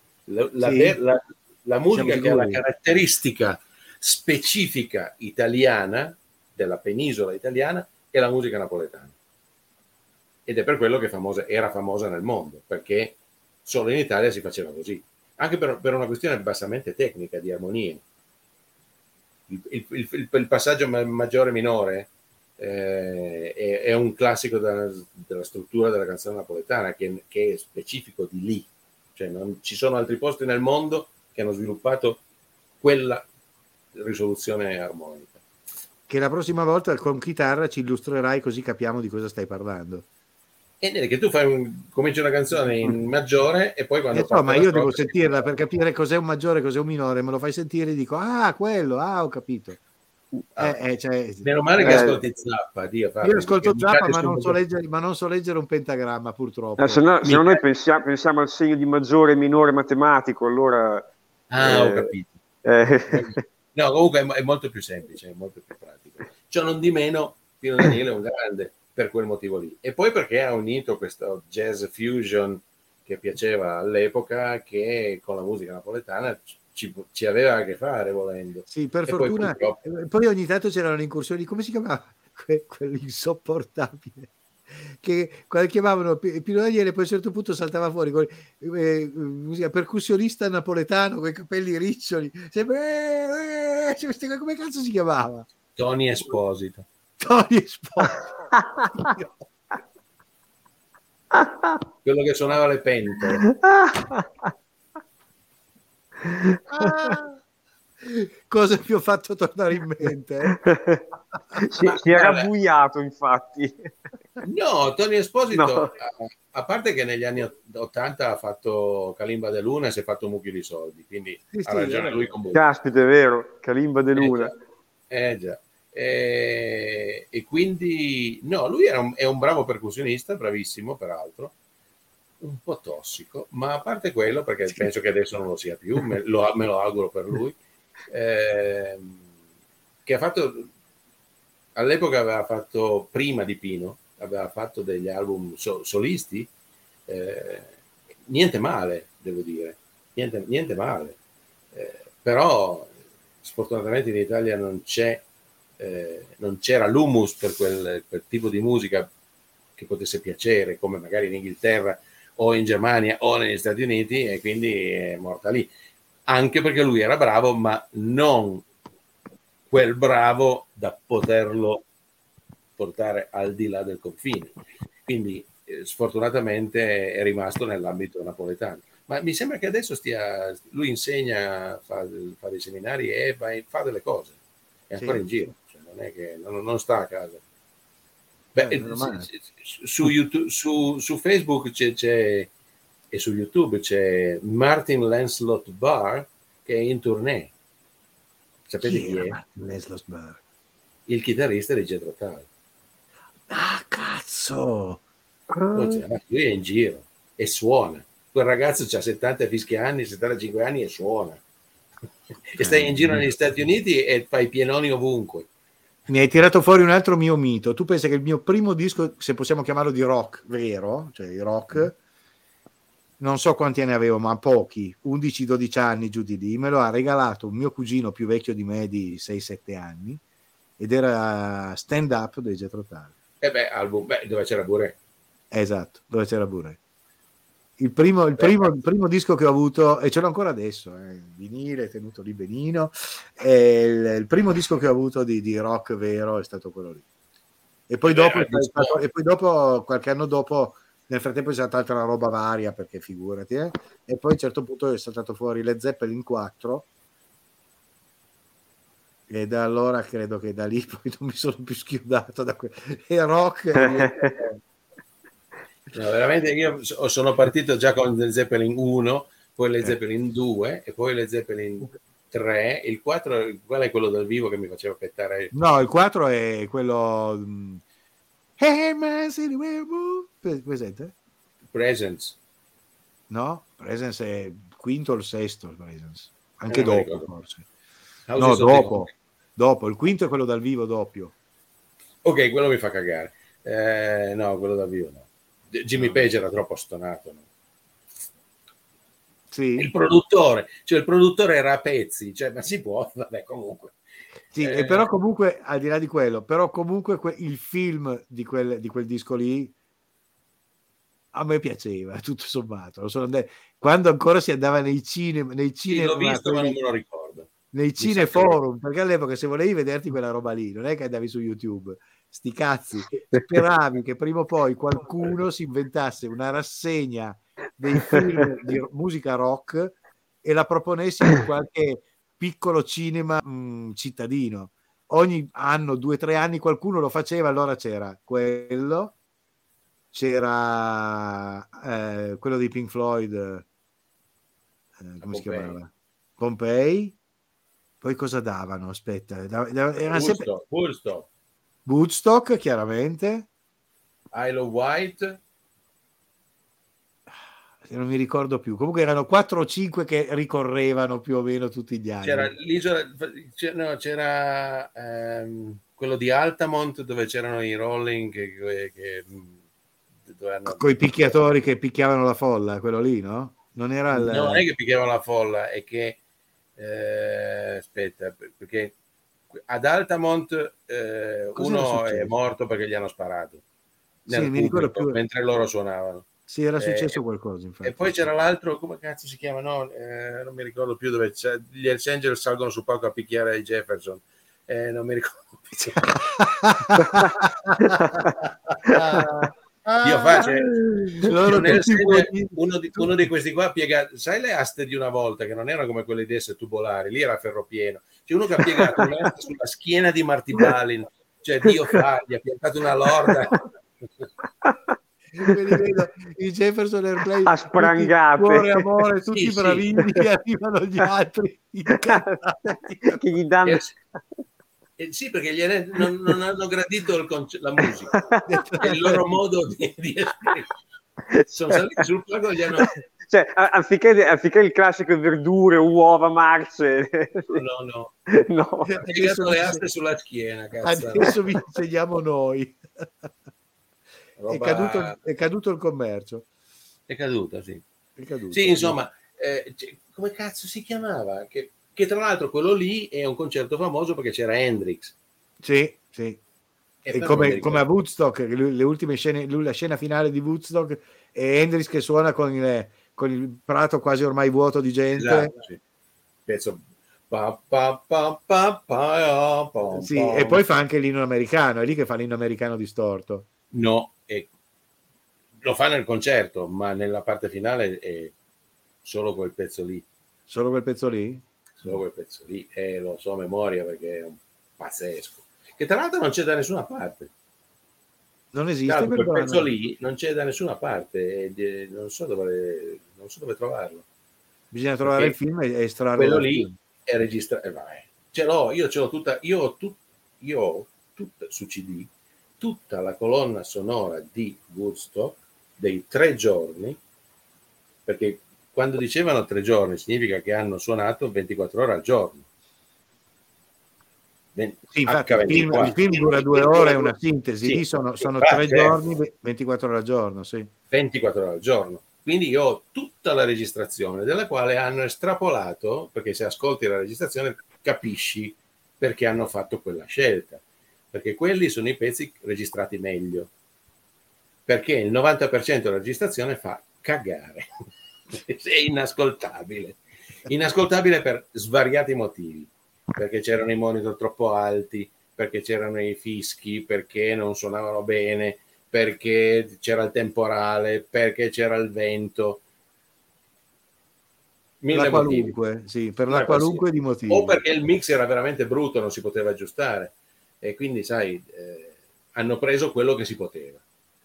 La musica che ha la caratteristica specifica italiana della penisola italiana è la musica napoletana, ed è per quello che era famosa nel mondo, perché solo in Italia si faceva così, anche per una questione bassamente tecnica di armonie. Il passaggio maggiore minore è un classico della struttura della canzone napoletana che è specifico di lì, cioè non ci sono altri posti nel mondo che hanno sviluppato quella risoluzione armonica. Che la prossima volta con chitarra ci illustrerai, così capiamo di cosa stai parlando. E che tu cominci una canzone in maggiore e poi quando ma io devo sentirla per capire cos'è un maggiore, cos'è un minore, me lo fai sentire e dico quello, ho capito. Meno male che ascolti Zappa, io ascolto Zappa ma non so leggere un pentagramma, purtroppo. Se no noi pensiamo al segno di maggiore e minore matematico, allora ho capito. No, comunque è molto più semplice, è molto più pratico. Ciò non di meno Pino Daniele è un grande per quel motivo lì, e poi perché ha unito questo jazz fusion che piaceva all'epoca, che con la musica napoletana ci aveva a che fare, volendo. Sì, per fortuna. Poi ogni tanto c'erano le incursioni, come si chiamava quell'insopportabile che quando chiamavano Pino Daniele, poi a un certo punto saltava fuori con percussionista napoletano con i capelli riccioli, come cazzo si chiamava? Tony Esposito. Quello che suonava le pentole. Cosa mi ho fatto tornare in mente? Si era buiato, infatti. No, Tony Esposito, a parte che negli anni 80 ha fatto Calimba de Luna e si è fatto un mucchio di soldi, quindi ha ragione lui con voi. Caspita, è vero, Calimba de Luna. Già. E quindi lui è un bravo percussionista, bravissimo peraltro, un po' tossico, ma a parte quello, perché penso che adesso non lo sia più, me lo auguro per lui, che ha fatto, all'epoca aveva fatto, prima di Pino, aveva fatto degli album solisti, niente male, devo dire, niente male, però sfortunatamente in Italia non c'era l'humus per quel tipo di musica che potesse piacere, come magari in Inghilterra o in Germania o negli Stati Uniti, e quindi è morta lì, anche perché lui era bravo, ma non quel bravo da poterlo portare al di là del confine, quindi sfortunatamente è rimasto nell'ambito napoletano. Ma mi sembra che adesso lui insegna, fa dei seminari e fa delle cose, è ancora in giro, cioè non è che non sta a casa. Su YouTube, su Facebook c'è e su YouTube c'è Martin Lancelot Barr, che è in tournée. Sapete chi è? Martin Lancelot Barr? Il chitarrista di Jethro Tull. Ah, cazzo! Ma lui è in giro e suona. Quel ragazzo ha 70 fischi anni, 75 anni e suona. E stai in giro negli Stati Uniti e fai pienoni ovunque. Mi hai tirato fuori un altro mio mito. Tu pensi che il mio primo disco, se possiamo chiamarlo di rock vero, cioè di rock, non so quanti anni avevo, ma pochi, 11-12 anni giù di lì, me lo ha regalato un mio cugino più vecchio di me di 6-7 anni, ed era Stand Up dei Jethro Tull. Album, dove c'era pure. Esatto, dove c'era pure. Il primo disco che ho avuto, e ce l'ho ancora adesso, vinile tenuto lì benino, il primo disco che ho avuto di rock vero è stato quello lì. E poi dopo, qualche anno dopo, nel frattempo è stata altra roba varia, perché figurati, e poi a un certo punto è saltato fuori Led Zeppelin 4, e da allora credo che da lì poi non mi sono più schiodato da e rock. No, veramente io sono partito già con Led Zeppelin 1, poi Led Zeppelin 2 e poi Led Zeppelin 3. Il 4 qual è quello dal vivo che mi faceva pettare? No, il 4 è quello Hey man, see the way presente? Presence. No, Presence è il quinto o il sesto, Presence. Anche dopo forse. No, dopo, il quinto è quello dal vivo doppio. Ok, quello mi fa cagare. No, quello dal vivo no. Jimmy Page era troppo stonato, no? Sì. Il produttore era a pezzi, cioè, ma si può, vabbè, comunque. Sì, e però comunque, al di là di quello, però comunque il film di quel disco lì a me piaceva, tutto sommato. Quando ancora si andava nei cinema, sì, l'ho visto, ma non me lo ricordo. Nei cineforum, perché all'epoca se volevi vederti quella roba lì, non è che andavi su YouTube, sti cazzi, speravi che prima o poi qualcuno si inventasse una rassegna dei film di musica rock e la proponessi in qualche piccolo cinema cittadino. Ogni anno, 2 o 3 anni qualcuno lo faceva, allora c'era quello, c'era quello dei Pink Floyd, come si chiamava? Pompei. Poi cosa davano? Aspetta, era sempre Woodstock, chiaramente. Isle of Wight. Non mi ricordo più. Comunque erano 4 o 5 che ricorrevano più o meno tutti gli anni. C'era l'isola, c'era quello di Altamont dove c'erano i Rolling con i picchiatori che picchiavano la folla, quello lì, no? Non era non è che picchiavano la folla, è che aspetta, perché ad Altamont uno è morto perché gli hanno sparato nel pubblico, mentre loro suonavano. Sì, era successo qualcosa, infatti. E poi c'era l'altro, come cazzo si chiama? No, non mi ricordo più, dove gli Hells Angels salgono sul palco a picchiare i Jefferson. Non mi ricordo più. Io faccio uno di questi qua piega, sai le aste di una volta che non erano come quelle di adesso tubolari, lì era ferro pieno. C'è uno che ha piegato un'asta sulla schiena di Marty Balin, cioè Dio fa, gli ha piantato una lorda. I Jefferson Airplane a sprangate, cuore amore, tutti sì, bravini, sì. Arrivano gli altri che gli danno sì, perché non hanno gradito la musica, è il loro modo di sono saliti sul palco, gli hanno... cioè, anziché il classico verdure, uova, marce, no. Ha piegato le aste sulla schiena, cazzo. Adesso vi insegniamo noi. È caduto il commercio. È caduto, sì. Sì, sì, insomma, come cazzo si chiamava? Che tra l'altro quello lì è un concerto famoso perché c'era Hendrix. Sì. E come a Woodstock, le ultime scene, la scena finale di Woodstock è Hendrix che suona con il prato quasi ormai vuoto di gente. Esatto, sì. Pezzo... Sì, e poi fa anche l'inno americano, è lì che fa l'inno americano distorto. No, lo fa nel concerto, ma nella parte finale è solo quel pezzo lì. Solo quel pezzo lì? Solo quel pezzo lì, lo so a memoria perché è un pazzesco. Che tra l'altro non c'è da nessuna parte. Non esiste quel pezzo lì, non c'è da nessuna parte, non so dove trovarlo. Bisogna trovare il film e estrarre quello lì è registrato. Ce l'ho tutta su CD tutta la colonna sonora di Woodstock dei 3 giorni, perché quando dicevano 3 giorni significa che hanno suonato 24 ore al giorno. Sì, infatti il film dura 2 ore, è una sintesi, sì, lì sono 3 giorni, 24 ore al giorno, sì. 24 ore al giorno. Quindi io ho tutta la registrazione, della quale hanno estrapolato, perché se ascolti la registrazione capisci perché hanno fatto quella scelta, perché quelli sono i pezzi registrati meglio, perché il 90% della registrazione fa cagare, è inascoltabile per svariati motivi, perché c'erano i monitor troppo alti, perché c'erano i fischi, perché non suonavano bene, perché c'era il temporale, perché c'era il vento, la qualunque, motivi. Sì, per la qualunque di motivi. O perché il mix era veramente brutto, non si poteva aggiustare, e quindi sai, hanno preso quello che si poteva.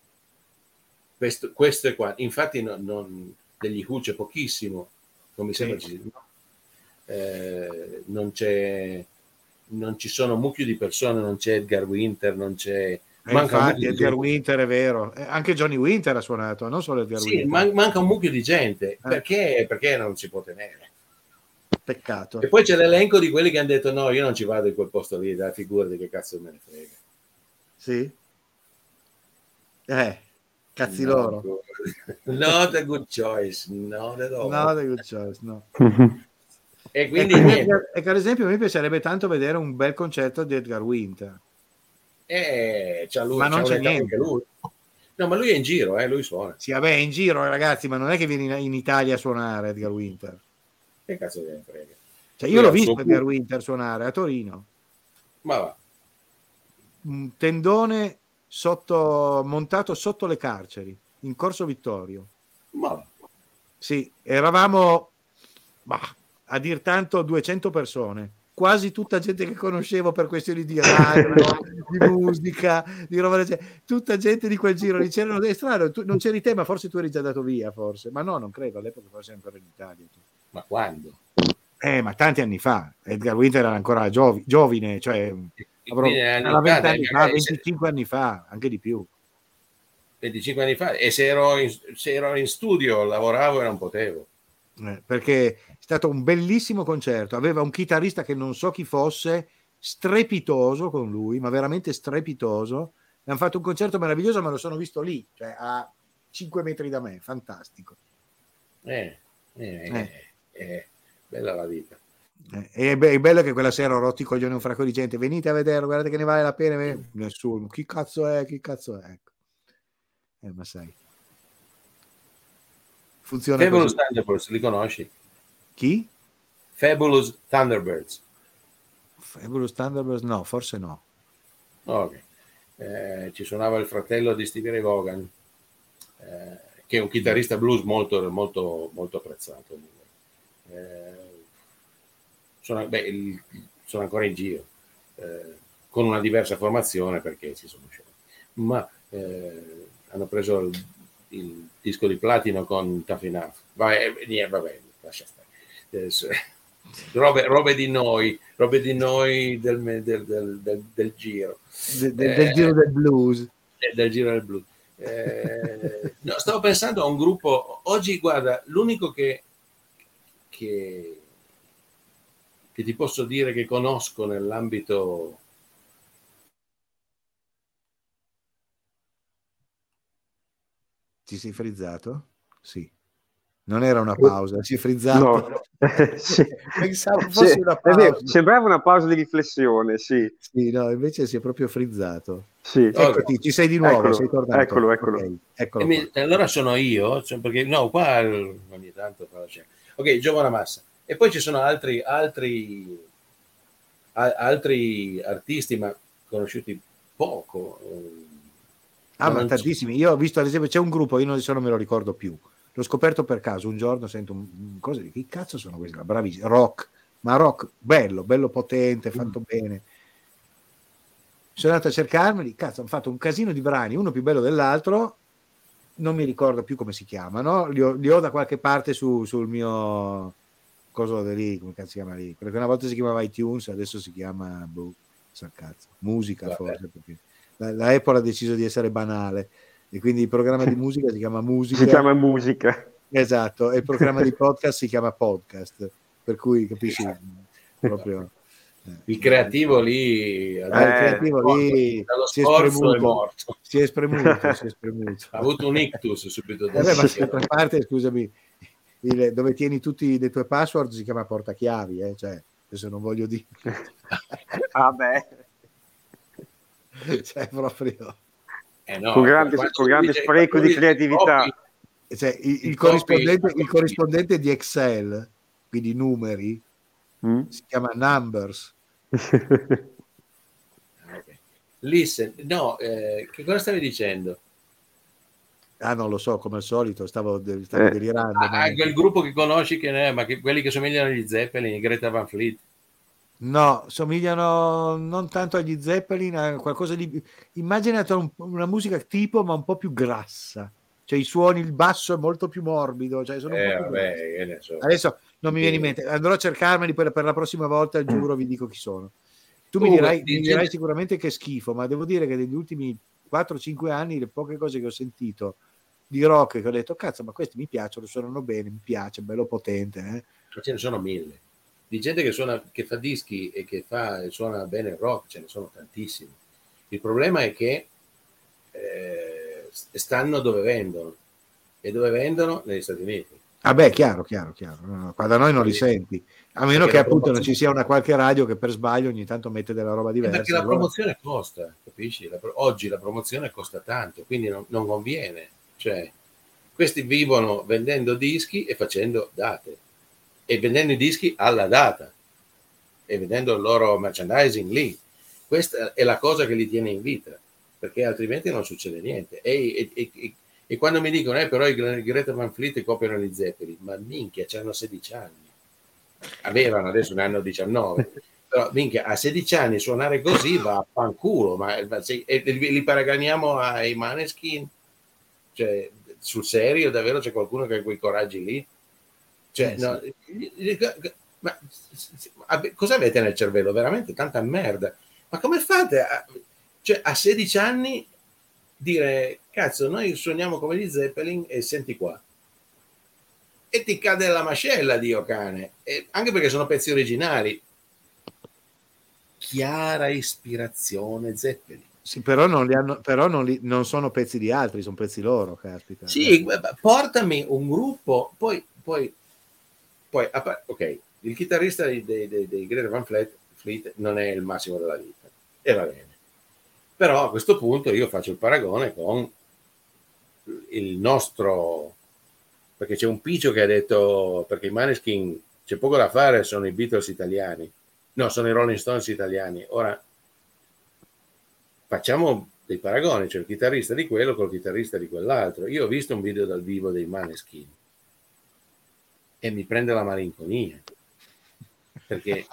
Questo è qua. Infatti degli Who c'è pochissimo, come mi sembra, sì. Non ci sono mucchio di persone, non c'è Edgar Winter, non c'è... infatti Edgar Winter è vero, anche Johnny Winter ha suonato, non solo Edgar Winter. Manca un mucchio di gente, perché non si può tenere. Peccato. E poi c'è l'elenco di quelli che hanno detto no, io non ci vado in quel posto lì, dai, figurati che cazzo me ne frega. Sì? Cazzi loro. Not a good choice, not at all. Not a good choice, no. E quindi e per esempio mi piacerebbe tanto vedere un bel concerto di Edgar Winter. Ma non c'è niente. Lui. No, ma lui è in giro, lui suona. Sì, vabbè, è in giro, ragazzi, ma non è che viene in Italia a suonare Edgar Winter. Che cazzo ne frega? Cioè, io l'ho visto Edgar Winter suonare a Torino. Ma va. Un tendone montato sotto le carceri, in Corso Vittorio. Ma va. Sì, eravamo, a dir tanto, 200 persone. Quasi tutta gente che conoscevo per questioni di radio, di musica, di roba, tutta gente di quel giro. C'erano dei strano, non c'eri te, ma forse tu eri già dato via, forse. Ma no, non credo, all'epoca forse ancora in Italia. Ma quando? Ma tanti anni fa. Edgar Winter era ancora giovine, cioè era 20 anni fa, 25 anni fa, anche di più. 25 anni fa, e se ero in studio, lavoravo e non potevo. Perché è stato un bellissimo concerto, aveva un chitarrista che non so chi fosse, strepitoso con lui, ma veramente strepitoso. Hanno fatto un concerto meraviglioso, ma lo sono visto lì, cioè a 5 metri da me, fantastico. Bella la vita. È bello che quella sera ho rotto i coglioni un fracco di gente, venite a vedere, guardate che ne vale la pena. Nessuno, chi cazzo è, ecco. Ma sai, funziona Fabulous così. Thunderbirds, li conosci? Chi? Fabulous Thunderbirds. Fabulous Thunderbirds no, forse no. Ok. Ci suonava il fratello di Stevie Ray Vaughan, che è un chitarrista blues molto, molto, molto apprezzato. Sono ancora in giro, con una diversa formazione perché si sono sciolti. Ma hanno preso il disco di platino con Tough Enough. Vabbè, lascia stare. Robe di noi del giro. Del giro del blues. Del giro del blues. No, stavo pensando a un gruppo. Oggi, guarda, l'unico che ti posso dire che conosco nell'ambito. Ti sei frizzato? Sì. Non era una pausa, si è frizzato. No. Sì. Pensavo fosse una pausa. Vero, sembrava una pausa di riflessione, sì. Sì, no, invece si è proprio frizzato. Sì. Eccoti, ci sei di nuovo, sei tornato. Eccolo. Okay, eccolo. Allora sono io, perché no, qua ogni tanto c'è. Ok, Giovanna Massa. E poi ci sono altri artisti, ma conosciuti poco. Ma tantissimi. Io ho visto, ad esempio, c'è un gruppo, io non me lo ricordo più. L'ho scoperto per caso, un giorno sento cosa di che cazzo sono questi? Bravissimi, rock bello potente, fatto bene. Sono andato a cercarmeli, cazzo, hanno fatto un casino di brani, uno più bello dell'altro, non mi ricordo più come si chiamano, li ho da qualche parte sul mio coso lì, come cazzo si chiama lì? Perché una volta si chiamava iTunes, adesso si chiama cazzo, musica. Vabbè. Forse, perché la Apple ha deciso di essere banale e quindi il programma di musica si chiama musica. Si chiama musica. Esatto, e il programma di podcast si chiama podcast, per cui capisci proprio il creativo lì, il creativo lì dallo si è sforzo è morto. Si è spremuto. Ha avuto un ictus subito dopo. Ma d'altra parte, scusami, dove tieni tutte le tue password si chiama portachiavi, cioè, adesso non voglio dire. Vabbè. Cioè, proprio no, con grande spreco di creatività. Cioè, il corrispondente di Excel, quindi numeri, si chiama numbers. Okay. Listen, no, che cosa stavi dicendo? Non lo so, come al solito, stavo delirando. Quel gruppo che conosci, quelli che somigliano agli Zeppelin, Greta Van Fleet. No, somigliano non tanto agli Zeppelin, a qualcosa di... Immaginate una musica tipo, ma un po' più grassa. Cioè i suoni, il basso è molto più morbido. Cioè sono un po' più so. Adesso non mi viene in mente. Andrò a cercarmeli per la prossima volta, giuro, vi dico chi sono. Tu mi dirai sicuramente che è schifo, ma devo dire che negli ultimi 4-5 anni le poche cose che ho sentito di rock che ho detto, cazzo, ma questi mi piacciono, suonano bene, mi piace, bello potente. Ce ne sono 1000. Di gente che fa dischi e che suona bene il rock, ce ne sono tantissimi. Il problema è che stanno dove vendono, e dove vendono? Negli Stati Uniti. Chiaro. No, qua da noi non li senti, a meno che appunto non ci sia una qualche radio che per sbaglio ogni tanto mette della roba diversa. Perché la promozione costa, capisci? Oggi la promozione costa tanto, quindi non conviene. Cioè, questi vivono vendendo dischi e facendo date, e vendendo i dischi alla data, e vendendo il loro merchandising lì. Questa è la cosa che li tiene in vita, perché altrimenti non succede niente. E quando mi dicono però i Greta Van Fleet copiano gli Zeppelin, ma minchia, c'hanno 16 anni, avevano, adesso ne hanno 19, però minchia, a 16 anni suonare così va a fanculo, li paragoniamo ai Maneskin, cioè sul serio davvero c'è qualcuno che ha quei coraggi lì? Cioè, no, ma cosa avete nel cervello? Veramente tanta merda. Ma come fate a 16 anni dire, cazzo, noi suoniamo come gli Zeppelin e senti qua? E ti cade la mascella, Dio cane. Anche perché sono pezzi originali. Chiara ispirazione Zeppelin. Sì, però non sono pezzi di altri, sono pezzi loro, caspita. Sì, portami un gruppo, poi ok, il chitarrista dei Greta Van Fleet non è il massimo della vita, e va bene. Però a questo punto io faccio il paragone con il nostro, perché c'è un Piccio che ha detto, perché i Maneskin c'è poco da fare, sono i Beatles italiani, no, sono i Rolling Stones italiani. Ora facciamo dei paragoni, cioè il chitarrista di quello col chitarrista di quell'altro. Io ho visto un video dal vivo dei Maneskin e mi prende la malinconia, perché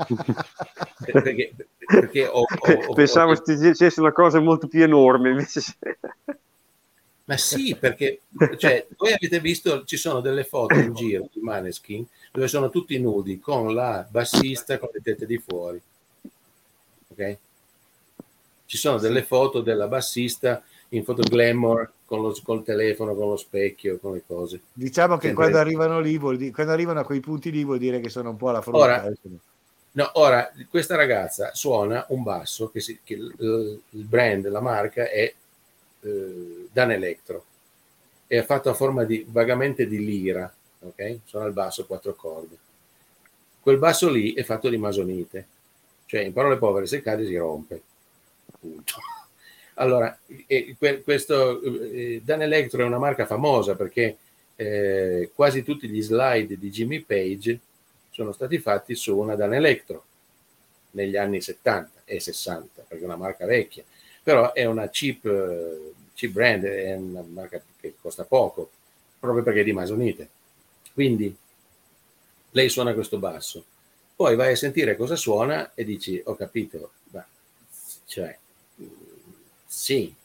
pensavo ti dicessi una cosa molto più enorme invece. Ma sì, perché cioè, voi avete visto, ci sono delle foto in giro di Maneskin dove sono tutti nudi con la bassista con le tette di fuori, ok? Ci sono delle foto della bassista in foto glamour col telefono, con lo specchio, con le cose. Diciamo che quando arrivano lì, quando arrivano a quei punti lì, vuol dire che sono un po' alla frutta. Ora questa ragazza suona un basso che il brand, la marca è Dan Electro, è fatto a forma vagamente di lira, ok? Suona il basso 4 corde. Quel basso lì è fatto di masonite, cioè in parole povere, se cade si rompe. Punto. Allora, questo Dan Electro è una marca famosa perché quasi tutti gli slide di Jimmy Page sono stati fatti su una Dan Electro negli anni 70 e 60, perché è una marca vecchia, però è una cheap brand, è una marca che costa poco, proprio perché è di masonite. Quindi lei suona questo basso, poi vai a sentire cosa suona e dici, ho capito, ma cioè sì,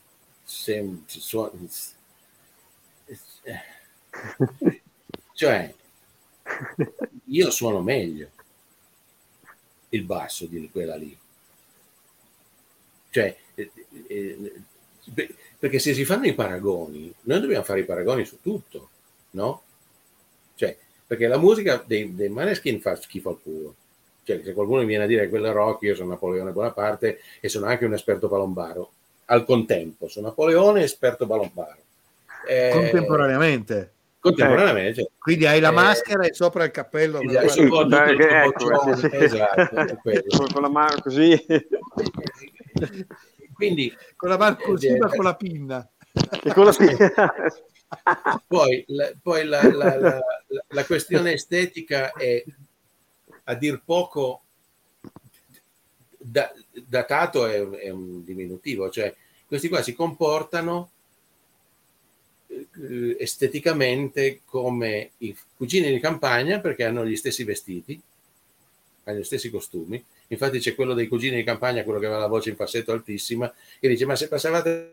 cioè io suono meglio il basso di quella lì, cioè perché se si fanno i paragoni, noi dobbiamo fare i paragoni su tutto, no? Cioè, perché la musica dei Maneskin fa schifo al culo. Cioè, se qualcuno mi viene a dire che quello è rock, io sono Napoleone Bonaparte e sono anche un esperto palombaro. Al contempo, sono Napoleone e esperto palombaro. Contemporaneamente. Contemporaneamente. Cioè, quindi hai la maschera e sopra il cappello. Esatto, con la mano così. Quindi, con la mano così, ma con la pinna. E con la pinna. Poi la questione estetica è a dir poco datato, è un diminutivo, cioè questi qua si comportano esteticamente come i cugini di campagna, perché hanno gli stessi vestiti, hanno gli stessi costumi. Infatti c'è quello dei cugini di campagna, quello che aveva la voce in falsetto altissima, che dice: ma se passavate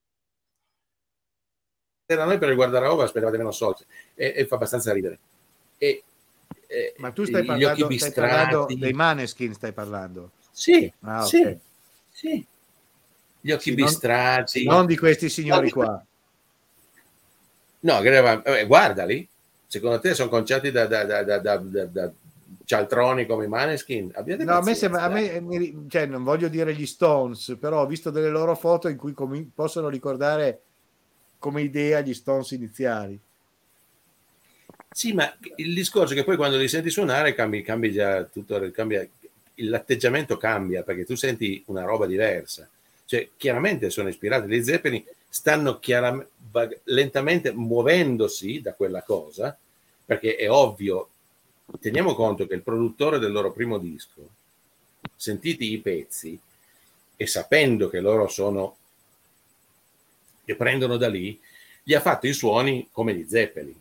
da noi per il guardaroba spendevate meno soldi, e fa abbastanza ridere. Ma tu stai parlando dei Maneskin, stai parlando? Sì, okay. sì. Gli occhi bistrati. Non di questi signori qua. No, guardali. Secondo te sono conciati da cialtroni come i Maneskin? No, a me cioè, non voglio dire gli Stones, però ho visto delle loro foto in cui possono ricordare come idea gli Stones iniziali. Sì, ma il discorso è che poi quando li senti suonare cambi già tutto, l'atteggiamento cambia, perché tu senti una roba diversa. Cioè, chiaramente sono ispirati dai Zeppelin, stanno lentamente muovendosi da quella cosa, perché è ovvio, teniamo conto che il produttore del loro primo disco, sentiti i pezzi e sapendo che loro che prendono da lì, gli ha fatto i suoni come gli Zeppelin,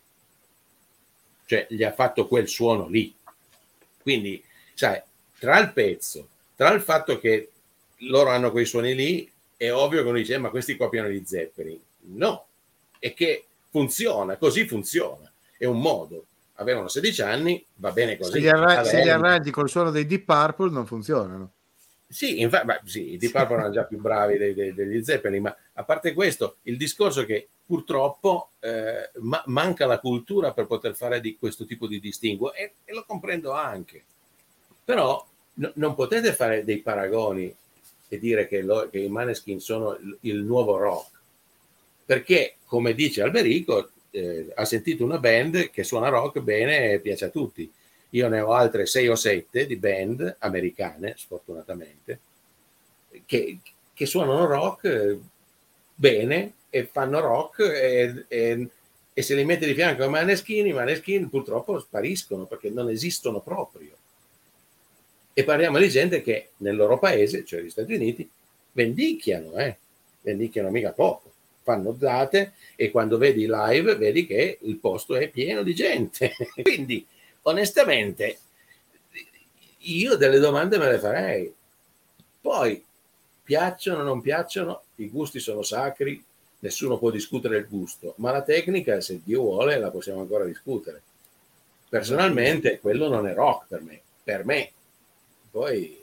cioè gli ha fatto quel suono lì. Quindi, sai, tra il pezzo, tra il fatto che loro hanno quei suoni lì, è ovvio che uno dice: ma questi copiano gli Zeppelin. No, è che funziona, così funziona, è un modo. Avevano 16 anni, va bene così. Se gli arrangi col suono dei Deep Purple non funzionano. Sì, infatti, sì, i Deep Purple erano già più bravi degli Zeppelin, ma a parte questo, il discorso è che purtroppo manca la cultura per poter fare di questo tipo di distinguo, e lo comprendo anche. Però non potete fare dei paragoni e dire che i Maneskin sono il nuovo rock, perché, come dice Alberico, ha sentito una band che suona rock bene e piace a tutti. Io ne ho altre 6 o 7 di band americane, sfortunatamente, che suonano rock bene e fanno rock, e se li metti di fianco ai Maneskin, i Maneskin purtroppo spariscono perché non esistono proprio. E parliamo di gente che nel loro paese, cioè gli Stati Uniti, vendicchiano mica poco, fanno date, e quando vedi live vedi che il posto è pieno di gente. Quindi, onestamente, io delle domande me le farei. Poi, piacciono o non piacciono, i gusti sono sacri, nessuno può discutere il gusto, ma la tecnica, se Dio vuole, la possiamo ancora discutere. Personalmente, quello non è rock per me. Poi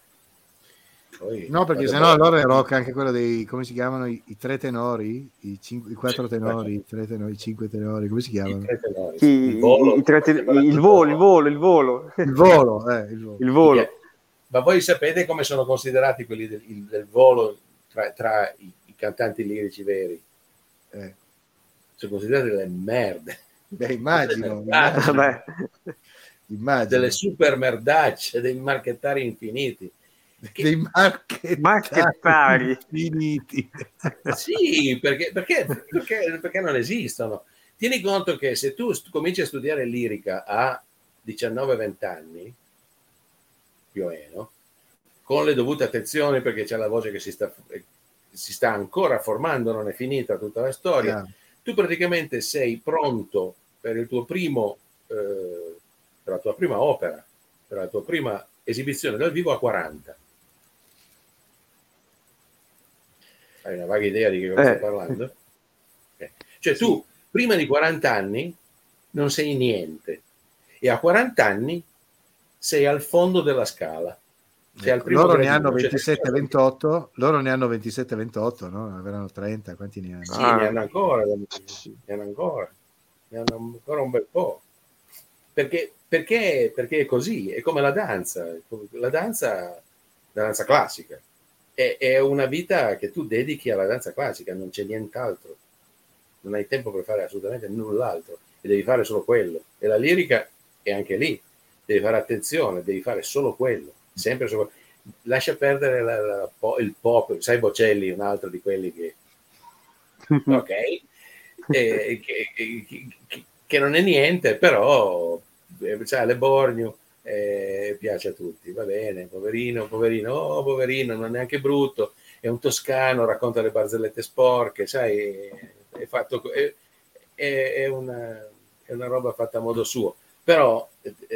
no, perché sennò allora è rock anche quello dei, come si chiamano, i 3 tenori, i 4 tenori, i 3 tenori, i 5 tenori, come si chiamano? Il volo. Ma voi sapete come sono considerati quelli del volo tra i cantanti lirici veri? Sono considerati delle merde. Beh, immagino. Delle super merdacce, dei marchettari infiniti. Dei marchettari infiniti. Sì, perché non esistono. Tieni conto che se tu cominci a studiare lirica a 19-20 anni, più o meno, con le dovute attenzioni, perché c'è la voce che si sta ancora formando, non è finita tutta la storia, tu praticamente sei pronto per il tuo primo per la tua prima opera, per la tua prima esibizione dal vivo a 40. Hai una vaga idea di che cosa sto parlando? Cioè tu prima di 40 anni non sei niente, e a 40 anni sei al fondo della scala, C'è al primo loro ne gradino, hanno cioè, 27-28, loro ne hanno 27-28, no? Avranno 30, quanti ne hanno? sì, ne hanno ancora, ne hanno ancora un bel po'. Perché è così, è come la danza classica. È una vita che tu dedichi alla danza classica, non c'è nient'altro. Non hai tempo per fare assolutamente null'altro e devi fare solo quello. E la lirica è anche lì, devi fare attenzione, devi fare solo quello, sempre solo. Lascia perdere il pop, sai Bocelli, un altro di quelli che ok, che non è niente, però c'ha le borgno, piace a tutti, va bene, poverino, oh poverino, non è neanche brutto, è un toscano, racconta le barzellette sporche, sai, è fatto, è una roba fatta a modo suo, però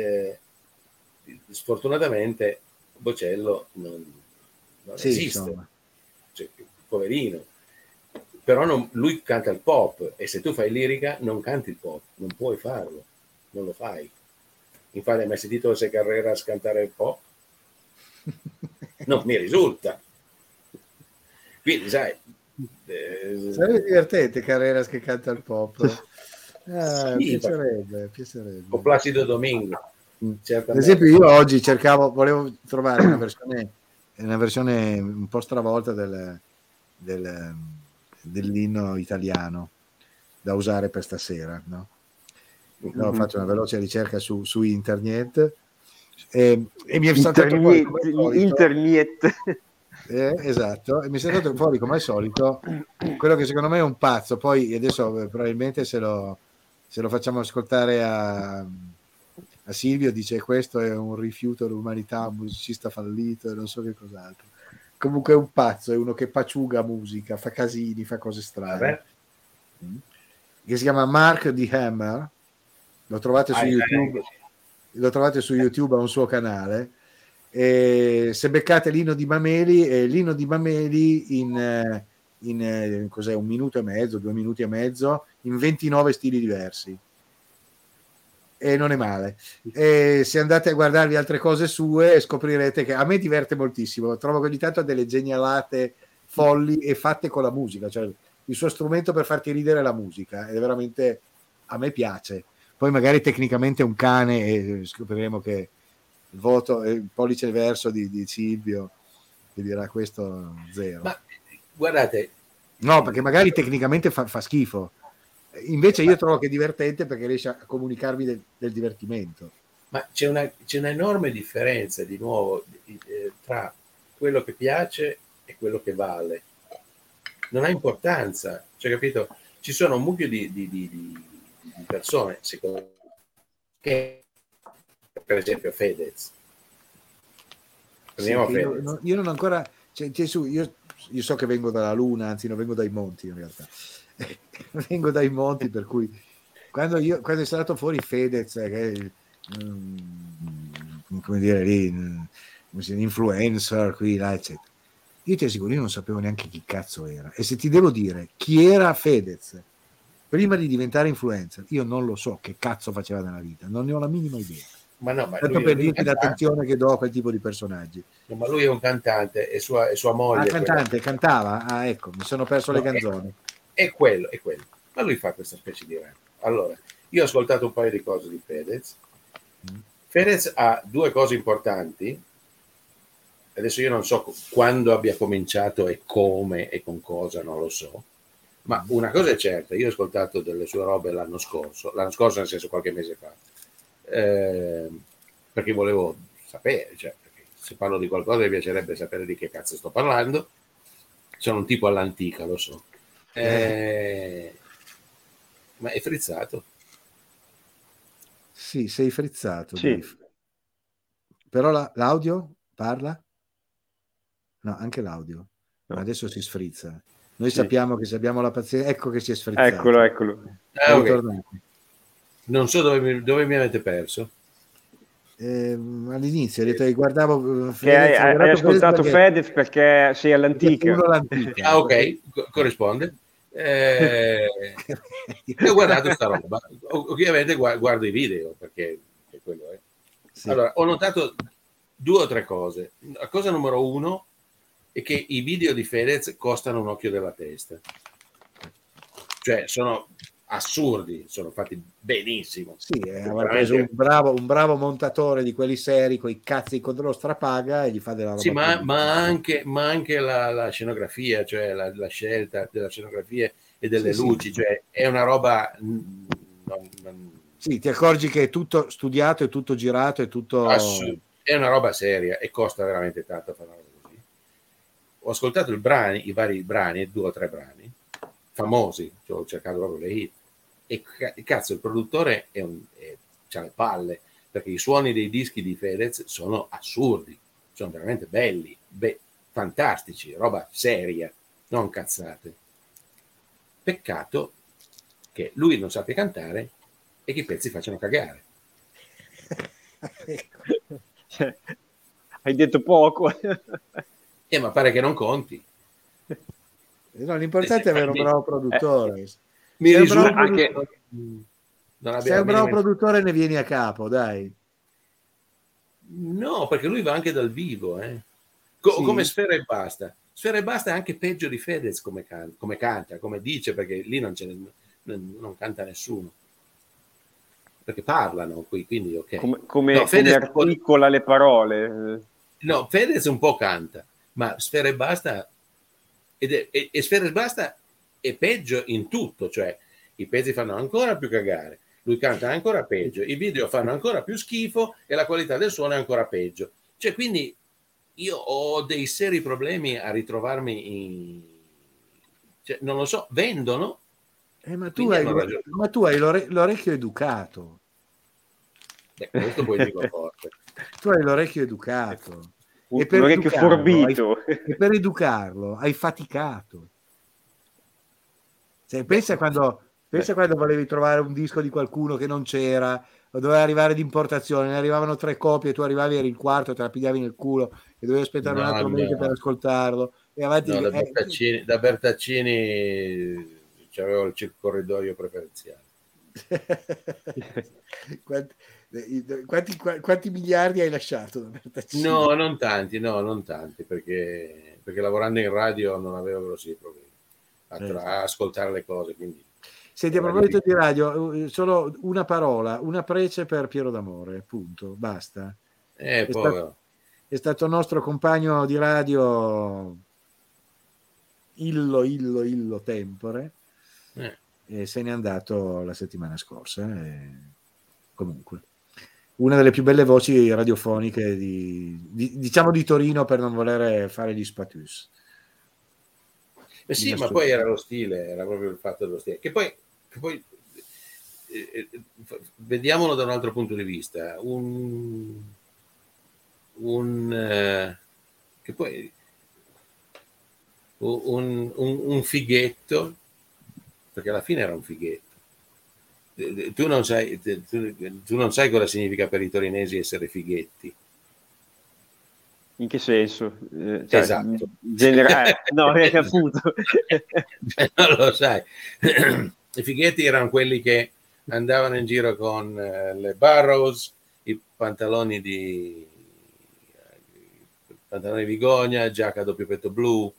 sfortunatamente Bocello non Sì, esiste, insomma. cioè, poverino. Però lui canta il pop e se tu fai lirica non canti il pop, non puoi farlo, non lo fai. Infatti hai mai sentito José Carreras cantare il pop? Non mi risulta. Quindi sai... sarebbe divertente Carreras che canta il pop. Sì, Piacerebbe. o Placido Domingo. Ad esempio io oggi volevo trovare una versione un po' stravolta dell'inno italiano da usare per stasera, no? Ho fatto una veloce ricerca su internet e mi è saltato fuori come esatto, e mi è saltato fuori come al solito quello che secondo me è un pazzo. Poi adesso probabilmente se lo facciamo ascoltare a Silvio, dice questo è un rifiuto dell'umanità, un musicista fallito e non so che cos'altro. Comunque è un pazzo, è uno che paciuga musica, fa casini, fa cose strane. Che si chiama Mark the Hammer, lo trovate su YouTube, ha un suo canale. E se beccate l'inno di Mameli in cos'è, 1 minuto e mezzo, 2 minuti e mezzo, in 29 stili diversi. E non è male. E se andate a guardarvi altre cose sue scoprirete che a me diverte moltissimo. Trovo che ogni tanto ha delle genialate folli e fatte con la musica, cioè il suo strumento per farti ridere è la musica, ed è veramente, a me piace. Poi magari tecnicamente è un cane e scopriremo che il voto è il pollice verso di Silvio che dirà questo 0. Ma guardate, no, perché magari tecnicamente fa schifo. Invece io trovo che è divertente perché riesce a comunicarmi del divertimento. Ma c'è un'enorme differenza di nuovo tra quello che piace e quello che vale. Non ha importanza, cioè, capito? Ci sono un mucchio di persone, secondo me, che per esempio Fedez. Prendiamo Fedez. Io non ancora, io so che vengo dalla Luna, anzi non vengo dai monti in realtà. Vengo dai monti, per cui quando è stato fuori Fedez, che come dire lì, un influencer qui là, eccetera, io ti assicuro, io non sapevo neanche chi cazzo era, e se ti devo dire chi era Fedez prima di diventare influencer, io non lo so che cazzo faceva nella vita, non ne ho la minima idea. Ma no, tanto per dirti l'attenzione che do a quel tipo di personaggi. No, ma lui è un cantante e sua moglie cantava? Ecco, mi sono perso le canzoni. È quello. Ma lui fa questa specie di rap. Allora, io ho ascoltato un paio di cose di Fedez. Fedez ha 2 cose importanti. Adesso io non so quando abbia cominciato e come e con cosa, non lo so. Ma una cosa è certa, io ho ascoltato delle sue robe l'anno scorso nel senso qualche mese fa, perché volevo sapere, cioè, perché se parlo di qualcosa mi piacerebbe sapere di che cazzo sto parlando. Sono un tipo all'antica, lo so. Ma è frizzato. Sì, sei frizzato. Sì. Però l'audio parla? No, anche l'audio. Ma adesso si sfrizza. Noi sappiamo che se abbiamo la pazienza, ecco che si è sfrizzato. Eccolo. Okay. Non so dove mi avete perso. All'inizio guardavo che hai ascoltato Fedez perché sei all'antica. Ok, corrisponde. Ho guardato sta roba, ovviamente guardo i video perché quello è. Sì. Allora, ho notato 2 o 3 cose. La cosa numero 1 è che i video di Fedez costano un occhio della testa, cioè sono assurdi, sono fatti benissimo. Sì, avrà preso un bravo montatore di quelli seri con i cazzi contro lo strapaga e gli fa della roba. Sì, ma anche la scenografia, cioè la scelta della scenografia e delle luci, cioè è una roba sì, ti accorgi che è tutto studiato, è tutto girato, è tutto è una roba seria e costa veramente tanto fare una roba così. Ho ascoltato i vari brani, 2 o 3 brani famosi, cioè ho cercato proprio le hit, e cazzo il produttore c'ha le palle, perché i suoni dei dischi di Fedez sono assurdi, sono veramente belli, fantastici, roba seria, non cazzate. Peccato che lui non sappia cantare e che i pezzi facciano cagare. Hai detto poco. Ma pare che non conti. No, l'importante è avere un bravo produttore. Mi risulta anche se è un bravo produttore ne vieni a capo, dai. No, perché lui va anche dal vivo, come Sfera e Basta. Sfera e Basta è anche peggio di Fedez come canta, come dice, perché lì non canta nessuno, perché parlano qui, quindi ok. Come articola le parole. No, Fedez un po' canta, ma Sfera e Basta e Sfera e Basta è peggio in tutto, cioè i pezzi fanno ancora più cagare, lui canta ancora peggio, i video fanno ancora più schifo e la qualità del suono è ancora peggio. Cioè, quindi io ho dei seri problemi a ritrovarmi cioè, non lo so, vendono. Ma tu hai l'orecchio educato. Questo puoi dirlo forte. Tu hai l'orecchio educato. E per l'orecchio forbito. E per educarlo hai faticato. Cioè, pensa quando volevi trovare un disco di qualcuno che non c'era, o doveva arrivare d'importazione, ne arrivavano 3 copie, tu arrivavi, eri il quarto, te la pigliavi nel culo e dovevi aspettare un altro mese per ascoltarlo. E avanti, da Bertaccini c'avevo il corridoio preferenziale. Quanti miliardi hai lasciato da Bertaccini? No, non tanti, perché lavorando in radio non avevo grossi problemi a ascoltare le cose, quindi. Senti, a proposito di radio, solo una parola, una prece per Piero D'Amore, punto, basta. È stato nostro compagno di radio illo tempore e se n'è andato la settimana scorsa. Comunque, una delle più belle voci radiofoniche diciamo di Torino, per non volere fare gli spatus. Sì, ma poi era lo stile, era proprio il fatto dello stile. Che poi vediamolo da un altro punto di vista. Che poi un fighetto, perché alla fine era un fighetto. Tu non sai cosa significa per i torinesi essere fighetti. In che senso? Esatto. No, appunto. Non lo sai. I fighetti erano quelli che andavano in giro con le Barrows, i pantaloni di Vigogna, giacca a doppio petto blu,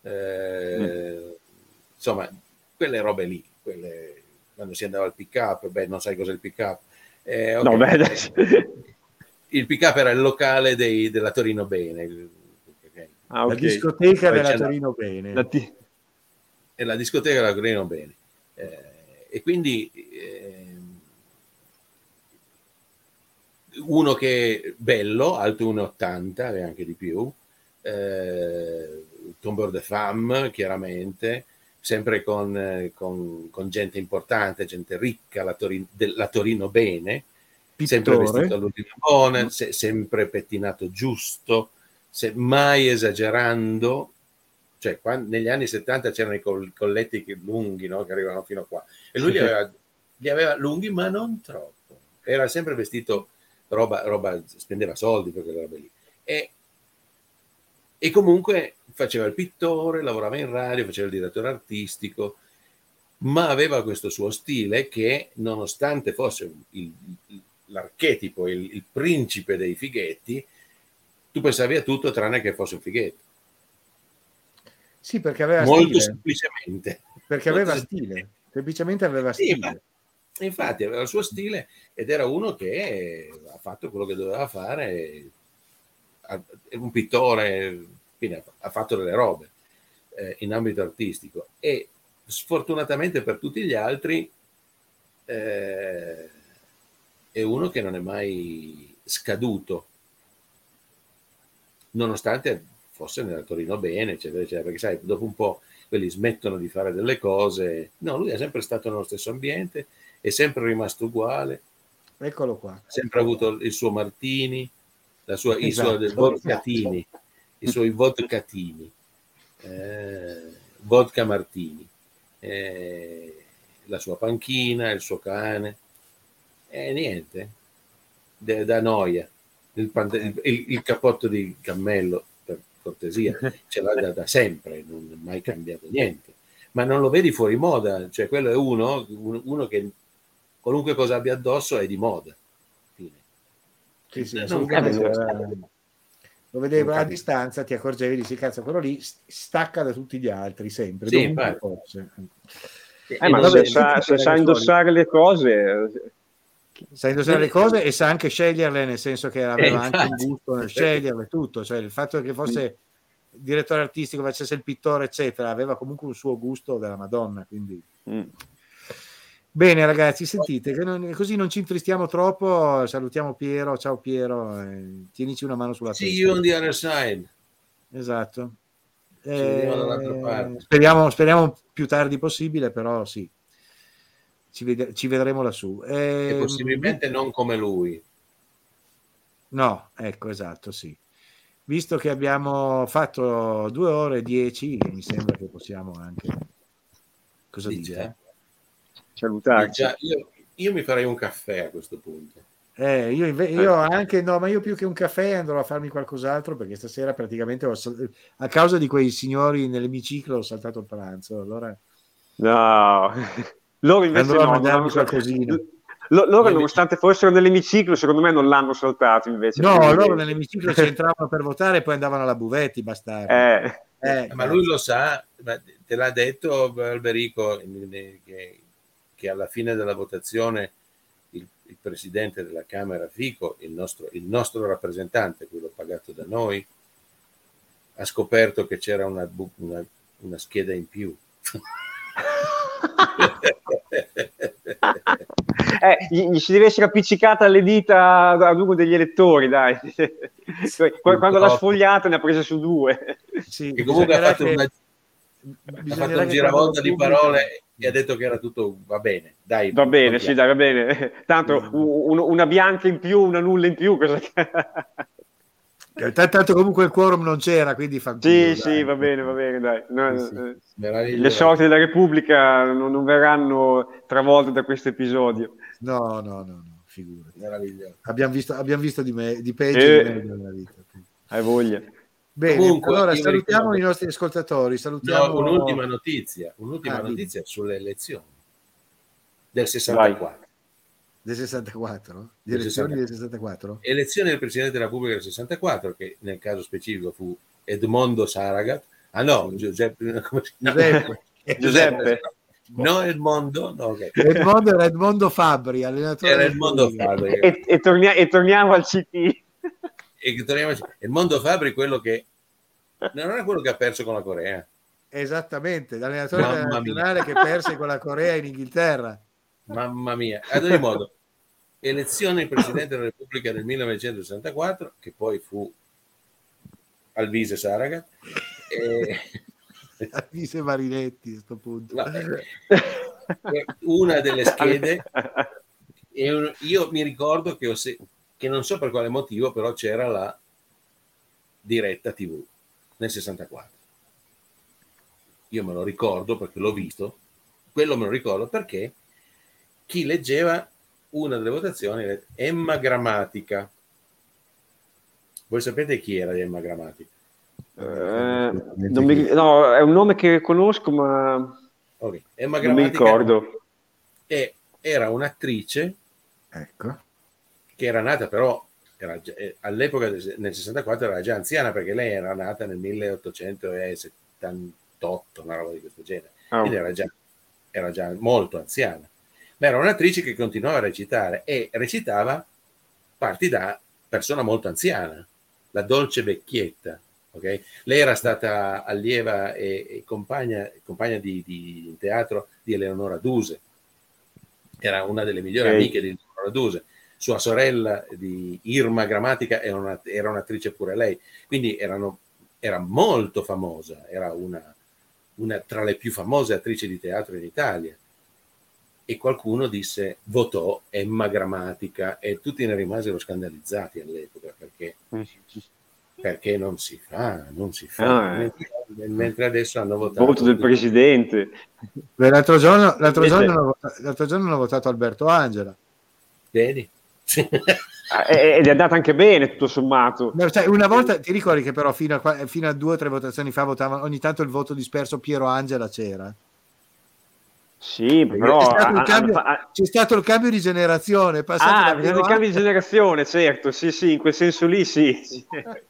insomma, quelle robe lì, quando si andava al pick up, non sai cos'è il pick up. Okay. No, il pick up era il locale della Torino Bene. La discoteca della Torino Bene. È la discoteca della Torino Bene. E quindi uno che è bello, alto 1,80 e anche di più, tombeur de femme, chiaramente, sempre con gente importante, gente ricca, la Torino Bene, sempre vestito all'ultimo buona, sempre pettinato giusto, mai esagerando. Cioè, negli anni 70 c'erano i colletti lunghi, no? Che arrivavano fino a qua, e lui li aveva lunghi, ma non troppo. Era sempre vestito roba, spendeva soldi per quelle robe lì. E comunque faceva il pittore, lavorava in radio, faceva il direttore artistico, ma aveva questo suo stile che, nonostante fosse l'archetipo, il principe dei fighetti, tu pensavi a tutto tranne che fosse un fighetto. Sì, perché aveva molto stile. semplicemente. Perché aveva stile. Semplicemente aveva stile. Infatti aveva il suo stile ed era uno che ha fatto quello che doveva fare, è un pittore, quindi ha fatto delle robe in ambito artistico, e sfortunatamente per tutti gli altri è uno che non è mai scaduto, nonostante fosse nella Torino bene, eccetera, eccetera, perché sai, dopo un po' quelli smettono di fare delle cose. No, lui è sempre stato nello stesso ambiente, è sempre rimasto uguale. Eccolo qua. Sempre avuto il suo Martini, i suoi vodkatini, i suoi vodkatini, vodka Martini, la sua panchina, il suo cane, e niente, da noia. Il cappotto di cammello, per cortesia, ce l'ha da sempre, non è mai cambiato niente, ma non lo vedi fuori moda, cioè quello è uno che qualunque cosa abbia addosso è di moda. Sì, assolutamente. Lo vedevi a distanza, ti accorgevi, dici, cazzo, quello lì stacca da tutti gli altri, sempre. Sì, ma se sa indossare le cose... Sa indossare le cose e sa anche sceglierle, nel senso che aveva anche un gusto nel sceglierle, tutto. Cioè, il fatto che fosse direttore artistico, facesse il pittore, eccetera, aveva comunque un suo gusto della Madonna, quindi... Bene ragazzi, sentite, così non ci intristiamo troppo, salutiamo Piero, ciao Piero, tienici una mano sulla testa. See you on the other side. Esatto. Ci vediamo dall'altra parte. Speriamo più tardi possibile, però sì, ci vedremo lassù. E possibilmente non come lui. No, ecco, esatto, sì. Visto che abbiamo fatto 2 ore e 10, mi sembra che possiamo anche... Cosa dite? Salutarci. Io mi farei un caffè a questo punto. Io anche no, ma io più che un caffè andrò a farmi qualcos'altro, perché stasera praticamente a causa di quei signori nell'emiciclo ho saltato il pranzo. Allora no, loro invece andrò no, a mangiarmi qualcosina. Loro nonostante fossero nell'emiciclo, secondo me non l'hanno saltato invece. No, loro nell'emiciclo ci entravano per votare e poi andavano alla buvette, bastardi. Ma lui lo sa, te l'ha detto Alberico che alla fine della votazione il presidente della Camera Fico, il nostro rappresentante, quello pagato da noi, ha scoperto che c'era una scheda in più. Gli si deve essere appiccicata alle dita ad uno degli elettori, dai. Quando l'ha sfogliata ne ha prese su 2. Sì, e comunque ha fatto un giravolta di parole e ha detto che era tutto va bene, dai. Va bene, sì, dai, va bene. Tanto una bianca in più, una nulla in più, cosa Tanto comunque il quorum non c'era, quindi fa sì, va bene, dai. Le sorti della Repubblica non verranno travolte da questo episodio. No, figurati. Abbiamo visto di peggio nella vita. Hai voglia. Bene, comunque, allora salutiamo i nostri ascoltatori. Salutiamo... un'ultima notizia sulle elezioni del 64. Vai. Del 64? Di elezioni del 64? Elezione del Presidente della Repubblica del 64, che nel caso specifico fu Edmondo Saragat. Ah no, sì. Giuseppe. No, Edmondo. No, okay. Edmondo era Edmondo Fabbri, allenatore. Era Edmondo Fabbri. E torniamo al CT. Edmondo Fabbri, quello che non era quello che ha perso con la Corea. Esattamente, l'allenatore della nazionale che perse con la Corea in Inghilterra. Mamma mia. Ad ogni modo, elezione del Presidente della Repubblica del 1964, che poi fu Alvise Saragat. Alvise Marinetti a questo punto. Una delle schede, io mi ricordo che non so per quale motivo, però c'era la diretta TV nel 64. Io me lo ricordo perché l'ho visto, quello me lo ricordo perché chi leggeva una delle votazioni era Emma Grammatica. Voi sapete chi era Emma Grammatica? No, è un nome che conosco, ma okay. Emma non mi ricordo. Era un'attrice, ecco, che era nata però all'epoca nel 64 era già anziana, perché lei era nata nel 1878, una roba di questo genere, quindi era già molto anziana, ma era un'attrice che continuava a recitare e recitava parti da persona molto anziana, la dolce vecchietta. Okay? Lei era stata allieva e compagna di teatro di Eleonora Duse, era una delle migliori amiche di Eleonora Duse. Sua sorella di Irma Grammatica era un'attrice pure lei, quindi era molto famosa, era una tra le più famose attrici di teatro in Italia. E qualcuno votò Emma Grammatica, e tutti ne rimasero scandalizzati all'epoca, perché non si fa. Mentre adesso hanno votato il voto del presidente. L'altro giorno hanno votato Alberto Angela. Vedi? Ed è andata anche bene, tutto sommato. Cioè, una volta ti ricordi che però fino a 2 o 3 votazioni fa votavano ogni tanto il voto disperso Piero Angela c'era? Sì, però c'è stato il cambio di generazione. Il cambio di generazione, certo, sì, in quel senso lì sì.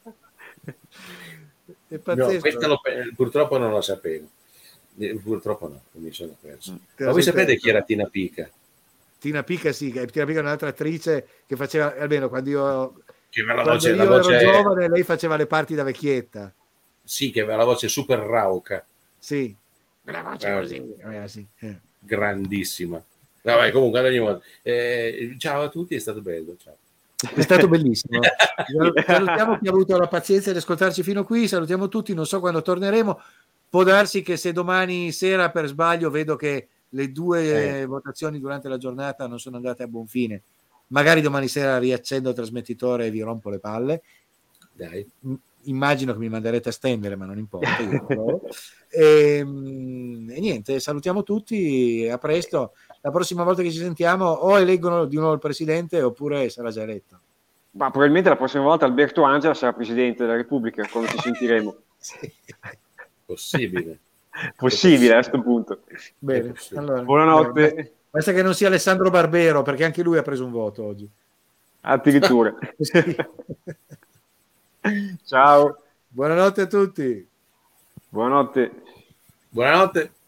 È pazzesco. No, purtroppo non lo sapevo. Purtroppo no, mi sono perso. Ma voi sapete chi era Tina Pica? Tina Pica, sì, Tina Pica è un'altra attrice che faceva, almeno quando io ero giovane, lei faceva le parti da vecchietta. Sì, che aveva la voce super rauca. Sì, la voce così. Grandissima. Vabbè, comunque ad ogni modo. Ciao a tutti, è stato bello. Ciao. È stato bellissimo. Salutiamo chi ha avuto la pazienza di ascoltarci fino qui, salutiamo tutti, non so quando torneremo. Può darsi che se domani sera per sbaglio vedo che le 2 votazioni durante la giornata non sono andate a buon fine, magari domani sera riaccendo il trasmettitore e vi rompo le palle. Dai. Immagino che mi manderete a stendere, ma non importa. E niente, salutiamo tutti, a presto. La prossima volta che ci sentiamo o eleggono di nuovo il presidente oppure sarà già eletto. Ma probabilmente la prossima volta Alberto Angela sarà presidente della Repubblica quando ci sentiremo. Sì. Possibile a questo punto. Bene, allora, buonanotte. Basta che non sia Alessandro Barbero, perché anche lui ha preso un voto oggi. Addirittura. Ciao. Buonanotte a tutti. Buonanotte.